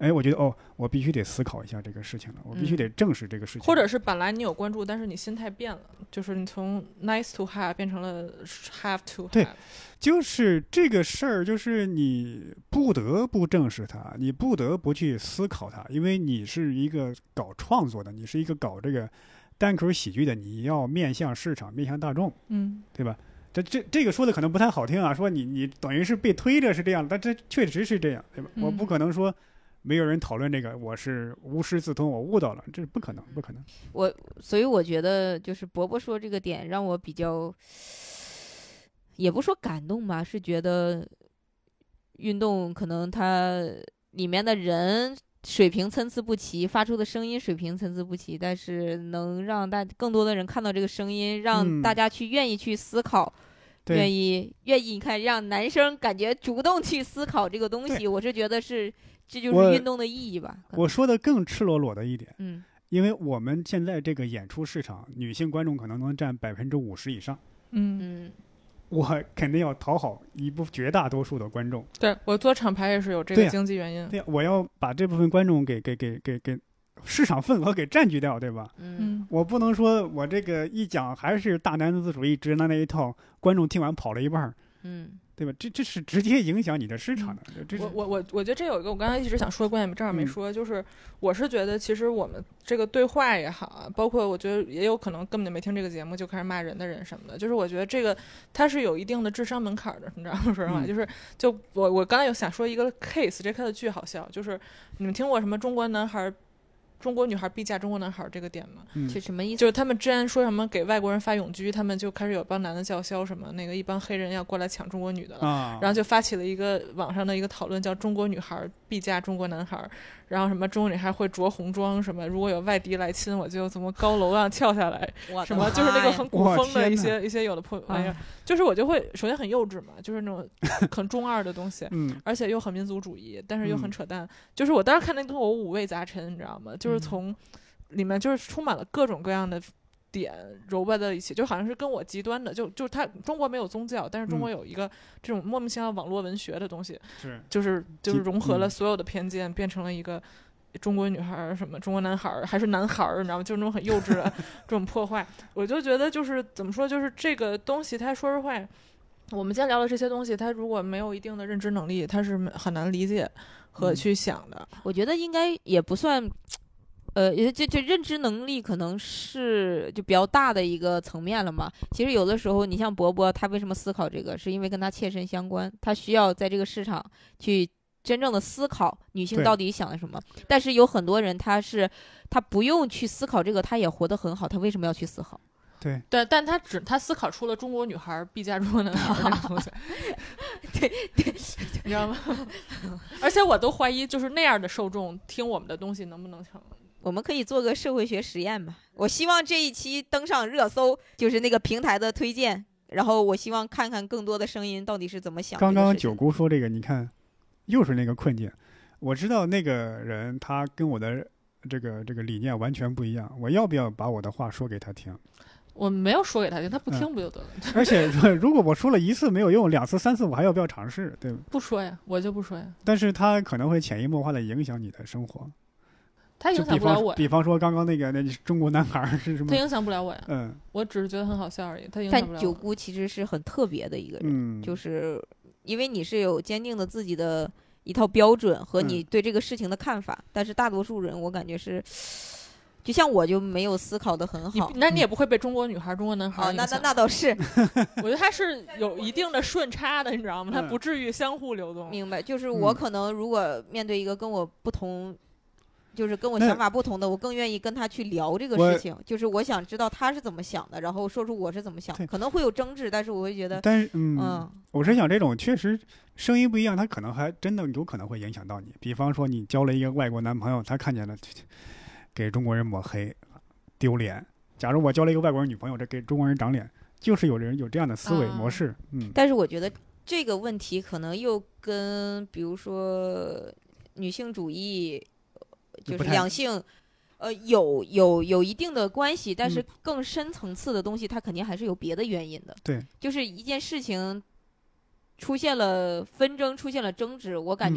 哎，我觉得哦，我必须得思考一下这个事情了，我必须得正视这个事情。 或者是本来你有关注，但是你心态变了，就是你从 nice to have 变成了 have to have。 对，就是这个事儿，就是你不得不正视它，你不得不去思考它，因为你是一个搞创作的，你是一个搞这个单口喜剧的，你要面向市场，面向大众， 嗯， 对吧？这这这个说的可能不太好听啊，说你你等于是被推着是这样，但这确实是这样，对吧？ 嗯、 我不可能说没有人讨论这个，我是无师自通，我悟到了，这是不可能，不可能。 我所以我觉得就是伯伯说这个点让我比较，也不说感动吧，是觉得运动可能它里面的人水平参差不齐，发出的声音水平参差不齐，但是能让大更多的人看到这个声音，让大家去愿意去思考， 嗯、 愿意愿意你看让男生感觉主动去思考这个东西，我是觉得是这就是运动的意义吧。 我, 我说的更赤裸裸的一点， 嗯， 因为我们现在这个演出市场，女性观众可能能占百分之五十以上， 嗯嗯。 我肯定要讨好一部绝大多数的观众。 对，我做厂牌也是有这个经济原因。 对、啊对啊，我要把这部分观众给给给给给市场份额给占据掉，对吧？ 嗯， 我不能说我这个一讲还是大男子主义直男那一套，观众听完跑了一半， 嗯， 对吧？这这是直接影响你的市场的。 嗯、 这我我我我觉得这有一个我刚才一直想说的观点，正好没说，嗯、就是我是觉得其实我们这个对话也好啊，包括我觉得也有可能根本就没听这个节目就开始骂人的人什么的，就是我觉得这个它是有一定的智商门槛的，你知道吗？说实话， 嗯、 就是就我我刚才有想说一个 case， 这 case 巨好笑，就是你们听过什么中国男孩？中国女孩必嫁中国男孩这个点吗？ 这什么意思？ 就是他们之前说什么给外国人发永居，他们就开始有帮男的叫嚣什么那个一帮黑人要过来抢中国女的了， 啊、 然后就发起了一个网上的一个讨论，叫中国女孩必嫁中国男孩，然后什么中国女孩会着红装，什么如果有外敌来侵，我就从高楼上跳下来，什么就是那个很古风的一些一些有的破玩意儿，就是我就会首先很幼稚嘛，就是那种很中二的东西， 嗯， 而且又很民族主义，但是又很扯淡，嗯、就是我当时看那个东西我五味杂陈，你知道吗？就是从里面就是充满了各种各样的点揉巴在一起，就好像是跟我极端的，就就他中国没有宗教，但是中国有一个这种莫名其妙网络文学的东西， 是、嗯、 就是就是融合了所有的偏见，嗯、变成了一个中国女孩什么中国男孩还是男孩，你知道吗？就是那种很幼稚的这种破坏。我就觉得就是怎么说，就是这个东西，它说实话，我们今天聊的这些东西，它如果没有一定的认知能力，它是很难理解和去想的。 嗯、我觉得应该也不算。呃，就就认知能力可能是就比较大的一个层面了嘛。其实有的时候，你像伯伯，他为什么思考这个，是因为跟他切身相关，他需要在这个市场去真正的思考女性到底想的什么。但是有很多人，他是他不用去思考这个，他也活得很好，他为什么要去思考？ 对对，但他只他思考出了中国女孩必嫁中国男孩这个东西， 对对， 你知道吗？而且我都怀疑，就是那样的受众听我们的东西能不能成。 我们可以做个社会学实验吧。我希望这一期登上热搜，就是那个平台的推荐。然后我希望看看更多的声音到底是怎么想。 刚刚九姑说这个，你看，又是那个困境。我知道那个人他跟我的这个这个理念完全不一样，我要不要把我的话说给他听？ 我没有说给他听，他不听不就得了？ 嗯、而且如果我说了一次没有用，两次三次我还要不要尝试？对吧？ 不说呀，我就不说呀。 但是他可能会潜移默化的影响你的生活。 他影响不了我呀。 比方说刚刚那个那中国男孩是什么？ 他影响不了我呀。 嗯， 我只是觉得很好笑而已。他影响不了我。 但九姑其实是很特别的一个人， 嗯、 就是因为你是有坚定的自己的一套标准和你对这个事情的看法，嗯、但是大多数人我感觉是，就像我就没有思考的很好。 你那你也不会被中国女孩、中国男孩影响。 哦，那那那倒是。 我觉得他是有一定的顺差的，你知道吗？他不至于相互流动。 明白，就是我可能如果面对一个跟我不同。就是跟我想法不同的，我更愿意跟他去聊这个事情。就是我想知道他是怎么想的，然后说出我是怎么想的。可能会有争执，但是我会觉得， 但是嗯， 嗯我是想这种确实声音不一样，他可能还真的有可能会影响到你。比方说你交了一个外国男朋友，他看见了给中国人抹黑，丢脸。假如我交了一个外国人女朋友，这给中国人长脸，就是有人有这样的思维模式。啊、嗯， 但是我觉得这个问题可能又跟比如说女性主义。就是两性，呃，有有有一定的关系，但是更深层次的东西，它肯定还是有别的原因的。 对， 就是一件事情出现了纷争，出现了争执，我感觉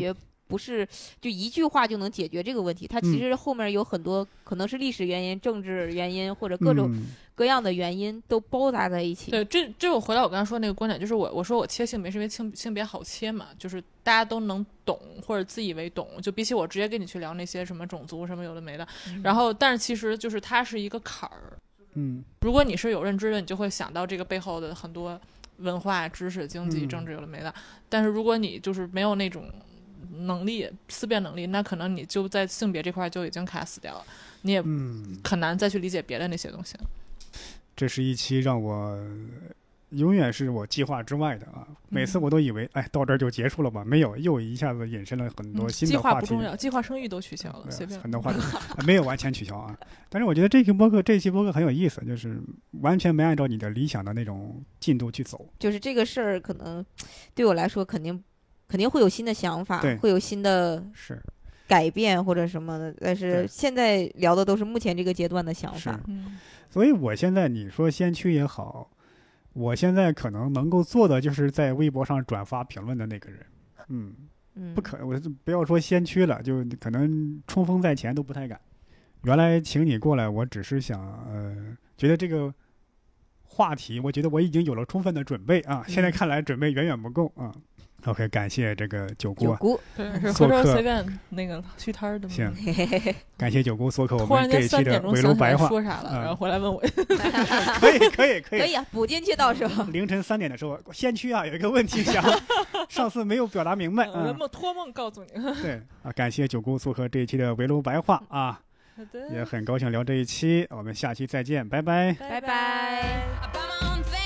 不是就一句话就能解决这个问题，它其实后面有很多可能是历史原因、政治原因或者各种各样的原因都包扎在一起。 对，这这我回到我刚才说那个观点，就是我我说我切性别是因为性性别好切嘛，就是大家都能懂或者自以为懂，就比起我直接跟你去聊那些什么种族什么有的没的，嗯、然后但是其实就是它是一个坎儿。 嗯， 如果你是有认知的，你就会想到这个背后的很多文化、知识、经济、政治有的没的。嗯、但是如果你就是没有那种能力、思辨能力，那可能你就在性别这块就已经卡死掉了，你也很难再去理解别的那些东西。嗯、 这是一期让我永远是我计划之外的啊！每次我都以为，嗯、哎，到这儿就结束了吧？没有，又一下子引申了很多新的话题。 嗯、计划不重要，计划生育都取消了，随便。 很多话题没有完全取消啊。但是我觉得这期播客，这期播客很有意思，就是完全没按照你的理想的那种进度去走。 就是这个事儿，可能对我来说，肯定肯定会有新的想法，会有新的是改变或者什么的。但是现在聊的都是目前这个阶段的想法。 嗯，所以我现在你说先驱也好。我现在可能能够做的就是在微博上转发评论的那个人，嗯，不可，我不要说先驱了，就可能冲锋在前都不太敢。原来请你过来，我只是想，呃，觉得这个话题，我觉得我已经有了充分的准备啊，现在看来准备远远不够啊。OK， 感谢这个九姑， 九姑对，是回头随便那个续摊儿的。 行，感谢九姑做客我们这一期的围炉白话。 说啥了？然后回来问我。 可以，可以，可以， 可以啊，补进去到时候。 凌晨三点的时候，先驱啊，有一个问题想，上次没有表达明白。 我的梦托梦告诉你。 对啊，感谢九姑做客这一期的围炉白话啊， 好的， 也很高兴聊这一期，我们下期再见，拜拜， 拜拜。